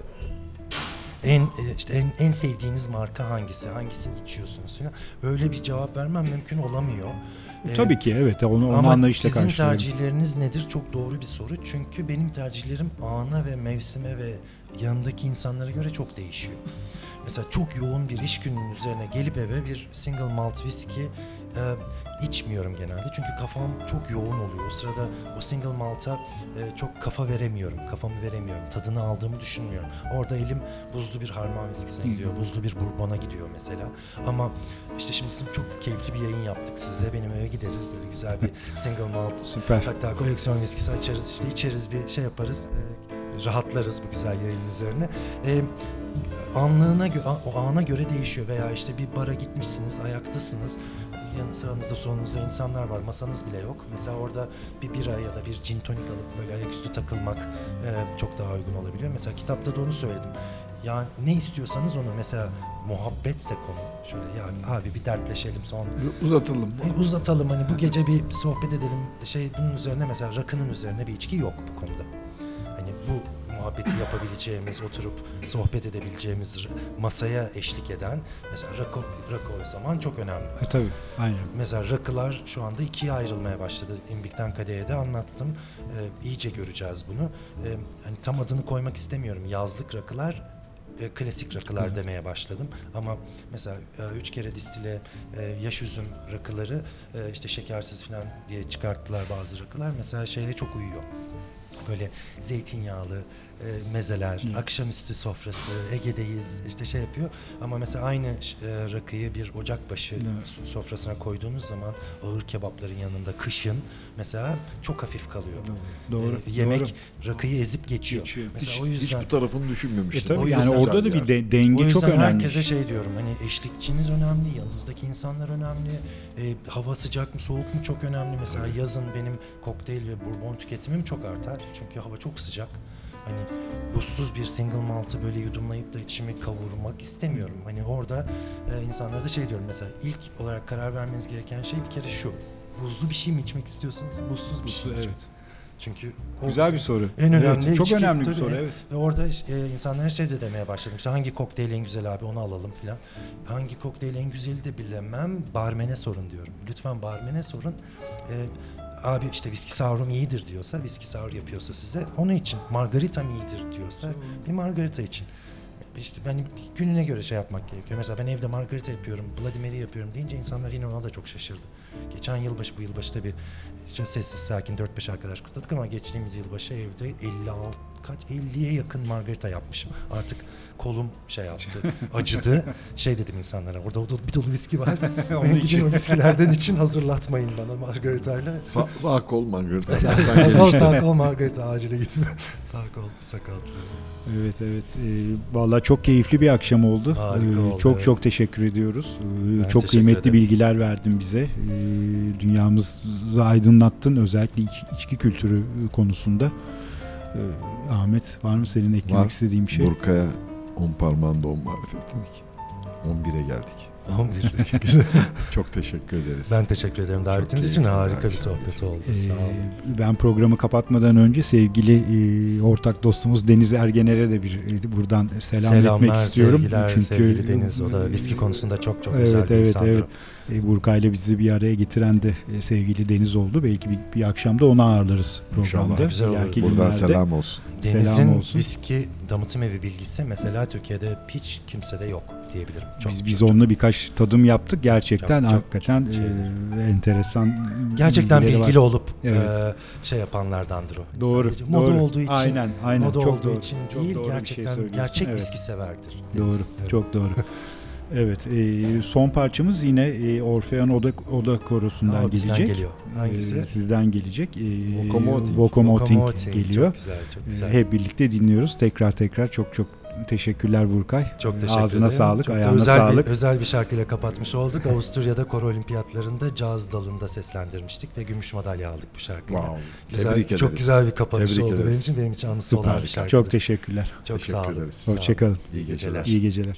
[SPEAKER 3] En sevdiğiniz marka hangisi? Hangisini içiyorsunuz falan. Öyle bir cevap vermem mümkün olamıyor.
[SPEAKER 2] Tabii ki evet, onu
[SPEAKER 3] ama
[SPEAKER 2] anlayışla
[SPEAKER 3] sizin
[SPEAKER 2] karşılıyorum.
[SPEAKER 3] tercihleriniz nedir? Çok doğru bir soru. Çünkü benim tercihlerim ana ve mevsime ve yanındaki insanlara göre çok değişiyor. Mesela çok yoğun bir iş gününün üzerine gelip eve bir single malt viski içmiyorum genelde. Çünkü kafam çok yoğun oluyor. O sırada o single malt'a çok kafamı veremiyorum. Tadını aldığımı düşünmüyorum. Orada elim buzlu bir harman viskisine gidiyor. Buzlu bir bourbon'a gidiyor mesela. Ama işte şimdi çok keyifli bir yayın yaptık sizle. Benim eve gideriz, böyle güzel bir single malt.
[SPEAKER 2] Süper.
[SPEAKER 3] Hatta koleksiyon viskisi açarız, işte içeriz, bir şey yaparız. Rahatlarız bu güzel yayının üzerine. O ana göre değişiyor. Veya işte bir bara gitmişsiniz, ayaktasınız. Sağınızda solunuzda insanlar var, masanız bile yok. Mesela orada bir bira ya da bir gin tonik alıp böyle ayaküstü takılmak çok daha uygun olabiliyor. Mesela kitapta da onu söyledim. Yani ne istiyorsanız onu, mesela muhabbetse konu, şöyle ya abi bir dertleşelim sonra. Uzatalım, hani bu gece bir sohbet edelim. Bunun üzerine, mesela rakının üzerine bir içki yok bu konuda. Hani bu muhabbeti yapabileceğimiz, oturup sohbet edebileceğimiz, masaya eşlik eden, mesela rakı o zaman çok önemli.
[SPEAKER 2] Tabii, aynen.
[SPEAKER 3] Mesela rakılar şu anda ikiye ayrılmaya başladı. İmbik'ten Kadehe'ye de anlattım. İyice göreceğiz bunu. Hani tam adını koymak istemiyorum. Yazlık rakılar, klasik rakılar demeye başladım. Ama mesela 3 kere distile yaş üzüm rakıları, işte şekersiz falan diye çıkarttılar bazı rakılar. Mesela şeye çok uyuyor. Böyle zeytinyağlı mezeler, akşamüstü sofrası, Ege'deyiz, işte yapıyor. Ama mesela aynı rakıyı bir ocakbaşı sofrasına koyduğunuz zaman ağır kebapların yanında kışın mesela çok hafif kalıyor.
[SPEAKER 2] Doğru.
[SPEAKER 3] Yemek rakıyı ezip geçiyor. Mesela o yüzden
[SPEAKER 1] Hiç bu tarafını düşünmemiştim.
[SPEAKER 2] Tabii yani orada da bir denge çok önemli.
[SPEAKER 3] Herkese diyorum, hani eşlikçiniz önemli, yanınızdaki insanlar önemli, hava sıcak mı soğuk mu çok önemli. Mesela yazın benim kokteyl ve bourbon tüketimim çok artar çünkü hava çok sıcak. Hani buzsuz bir single malt'ı böyle yudumlayıp da içimi kavurmak istemiyorum. Hani orada insanlara da diyorum, mesela ilk olarak karar vermeniz gereken şey bir kere şu: buzlu bir şey mi içmek istiyorsunuz, buzsuz bir şey mi?
[SPEAKER 2] Evet.
[SPEAKER 3] Çünkü
[SPEAKER 2] güzel bir soru.
[SPEAKER 3] En önemli
[SPEAKER 2] evet, çok
[SPEAKER 3] içki,
[SPEAKER 2] önemli bir soru, evet.
[SPEAKER 3] Ve orada insanlara de demeye başladım. İşte hangi kokteyl en güzel abi, onu alalım filan. Hangi kokteyl en güzeli de bilemem. Barmene sorun diyorum. Lütfen barmene sorun. Abi işte viski sour'um iyidir diyorsa, viski sour yapıyorsa size onu için. Margarita mı iyidir diyorsa bir margarita için. işte ben gününe göre şey yapmak gerekiyor. Mesela ben evde Margarita yapıyorum, Bloody Mary yapıyorum deyince insanlar yine ona da çok şaşırdı. Geçen yılbaşı, bu yılbaşı tabii işte sessiz sakin 4-5 arkadaş kutladık ama geçtiğimiz yılbaşı evde 50'ye yakın Margarita yapmışım. Artık kolum şey yaptı, acıdı. Şey dedim insanlara, orada bir dolu viski var. Ben gidin o viskilerden için hazırlatmayın bana Margarita'yla.
[SPEAKER 1] Sağ kol Margarita.
[SPEAKER 3] Sağ kol Margarita, acile gitme. Sağ kol sakatlı.
[SPEAKER 2] Evet. Vallahi çok keyifli bir akşam oldu.
[SPEAKER 3] Harika oldu,
[SPEAKER 2] çok
[SPEAKER 3] evet.
[SPEAKER 2] çok teşekkür ediyoruz.
[SPEAKER 3] Ben
[SPEAKER 2] Çok
[SPEAKER 3] teşekkür
[SPEAKER 2] kıymetli
[SPEAKER 3] ederim.
[SPEAKER 2] bilgiler verdin bize. Dünyamızı aydınlattın, özellikle içki kültürü konusunda. Ahmet, var mı senin eklemek istediğin bir şey?
[SPEAKER 1] Burkay'a 10 parmağında 10 marifet dedik. 11'e geldik.
[SPEAKER 3] 11. Güzel.
[SPEAKER 1] Çok teşekkür ederiz.
[SPEAKER 3] Ben teşekkür ederim davetiniz için. Harika bir sohbet oldu. Sağ olun.
[SPEAKER 2] Ben programı kapatmadan önce sevgili ortak dostumuz Deniz Ergener'e de buradan selam etmek istiyorum.
[SPEAKER 3] Sevgiler,
[SPEAKER 2] Çünkü
[SPEAKER 3] sevgili Deniz. O da viski konusunda çok özel bir insandır.
[SPEAKER 2] Evet. Burkay'la bizi bir araya getiren de sevgili Deniz oldu. Belki bir akşamda onu ağırlarız programda.
[SPEAKER 1] İnşallah.
[SPEAKER 3] Güzel olur.
[SPEAKER 2] İleriki
[SPEAKER 1] Buradan
[SPEAKER 2] günlerde.
[SPEAKER 1] selam olsun.
[SPEAKER 3] Deniz'in viski damıtım evi bilgisi mesela Türkiye'de hiç kimsede yok diyebilirim.
[SPEAKER 2] Biz onunla birkaç tadım yaptık. Gerçekten hakikaten enteresan.
[SPEAKER 3] Gerçekten bilgili olup şey yapanlardandır o.
[SPEAKER 2] Doğru.
[SPEAKER 3] Moda olduğu için.
[SPEAKER 2] Aynen.
[SPEAKER 3] Moda
[SPEAKER 2] çok
[SPEAKER 3] olduğu
[SPEAKER 2] doğru.
[SPEAKER 3] için
[SPEAKER 2] Çok
[SPEAKER 3] değil,
[SPEAKER 2] doğru
[SPEAKER 3] gerçekten gerçek viski severdir.
[SPEAKER 2] Doğru.
[SPEAKER 3] Evet.
[SPEAKER 2] Çok doğru. Evet, son parçamız yine Orfeon Oda Korosu'ndan
[SPEAKER 3] bizden
[SPEAKER 2] gelecek.
[SPEAKER 3] Geliyor. Hangisi?
[SPEAKER 2] Sizden gelecek.
[SPEAKER 1] Vokomoting
[SPEAKER 2] geliyor.
[SPEAKER 3] Çok güzel, çok güzel.
[SPEAKER 2] Hep birlikte dinliyoruz. Tekrar çok teşekkürler Burkay.
[SPEAKER 3] Çok teşekkür
[SPEAKER 2] Ağzına
[SPEAKER 3] ederim.
[SPEAKER 2] sağlık,
[SPEAKER 3] çok
[SPEAKER 2] ayağına sağlık.
[SPEAKER 3] Özel bir şarkıyla kapatmış olduk. Avusturya'da Koro Olimpiyatlarında caz dalında seslendirmiştik ve gümüş madalya aldık bu şarkıyla.
[SPEAKER 1] Wow.
[SPEAKER 3] Güzel, çok güzel bir kapanış oldu benim için anısı olan bir şarkı.
[SPEAKER 2] Çok teşekkürler.
[SPEAKER 3] Çok sağ olun.
[SPEAKER 2] Hoşçakalın.
[SPEAKER 1] İyi geceler.
[SPEAKER 2] İyi geceler.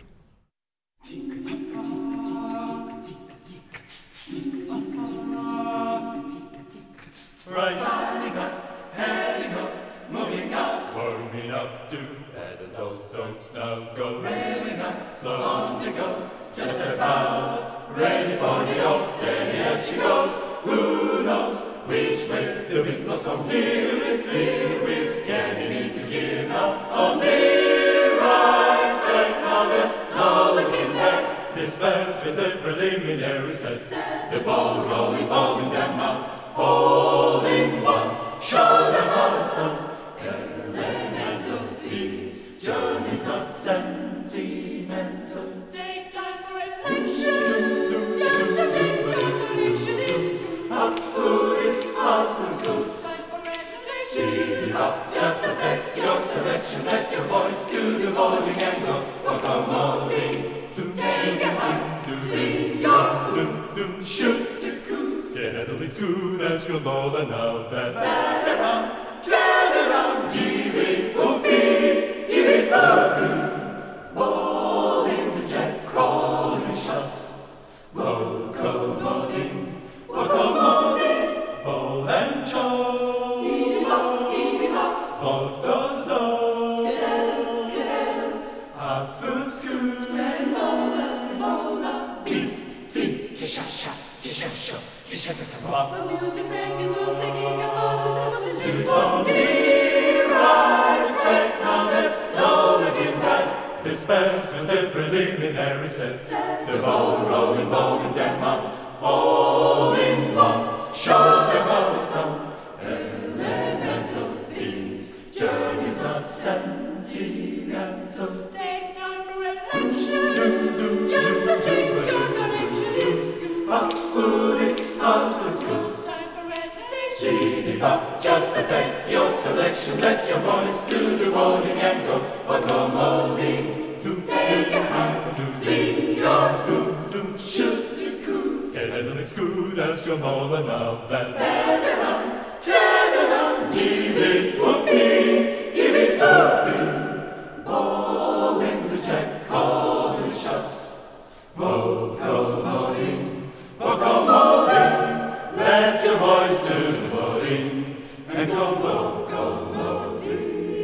[SPEAKER 6] Right. Standing up, heading up, moving out, warming up to pedal those oaks now go. Revving up, so on they go, just about ready for the off, steady as she goes. Who knows which way the wind blows from here? It's clear we're getting into gear now. On the right track now, there's no looking back. Dispense with the preliminary sets. The ball rolling down now. All in one, show them how it's done. Elemental, these journeys not sentimental.
[SPEAKER 11] Take time for reflection. Just the change your direction is
[SPEAKER 6] hot food in house is good.
[SPEAKER 11] Time for resignation.
[SPEAKER 6] Speed it up, just affect your selection. Let your voice do the voting and go. Locomoting, take a hand, swing your doom, shoot. Steadily smooth as your molar now. Gather round, give it for me, give it for me. Ball in the jack, calling shots. Locomoting, ball and choke.
[SPEAKER 11] Eat him up,
[SPEAKER 6] Pop does all.
[SPEAKER 11] skedaddle.
[SPEAKER 6] Hot food scoot.
[SPEAKER 11] Spremola.
[SPEAKER 6] Beat, feet, kisha-sha, kisha-sha.
[SPEAKER 11] When music breaking loose, taking apart the sound of the
[SPEAKER 6] It's
[SPEAKER 11] jukes.
[SPEAKER 6] on the right track, now there's no looking back. Dispense with the preliminary sets. The ball rolling them up. All in one, show them how it's done. Elemental, these journeys not sentimental.
[SPEAKER 11] Take time for reflection. Just the change your direction is good.
[SPEAKER 6] Hot food in house is good.
[SPEAKER 11] Time for resignation.
[SPEAKER 6] Speed it up, just affect your selection. Let your voice do the voting and go. Locomoting, take a hand, swing your doom, shoot the coos. Steadily scoot as your molar now. Gather round, give it whoopee, give it whoopee. Ball in the jack, calling shots. Locomoting, let your voice do the voting and go locomoting.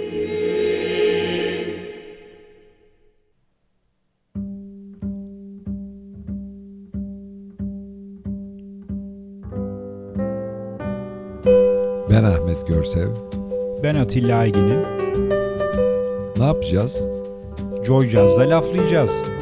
[SPEAKER 1] Ben Ahmet Görsev.
[SPEAKER 2] Ben Atilla Aygin'im.
[SPEAKER 1] Ne yapacağız?
[SPEAKER 2] Joy Jazz'da laflayacağız.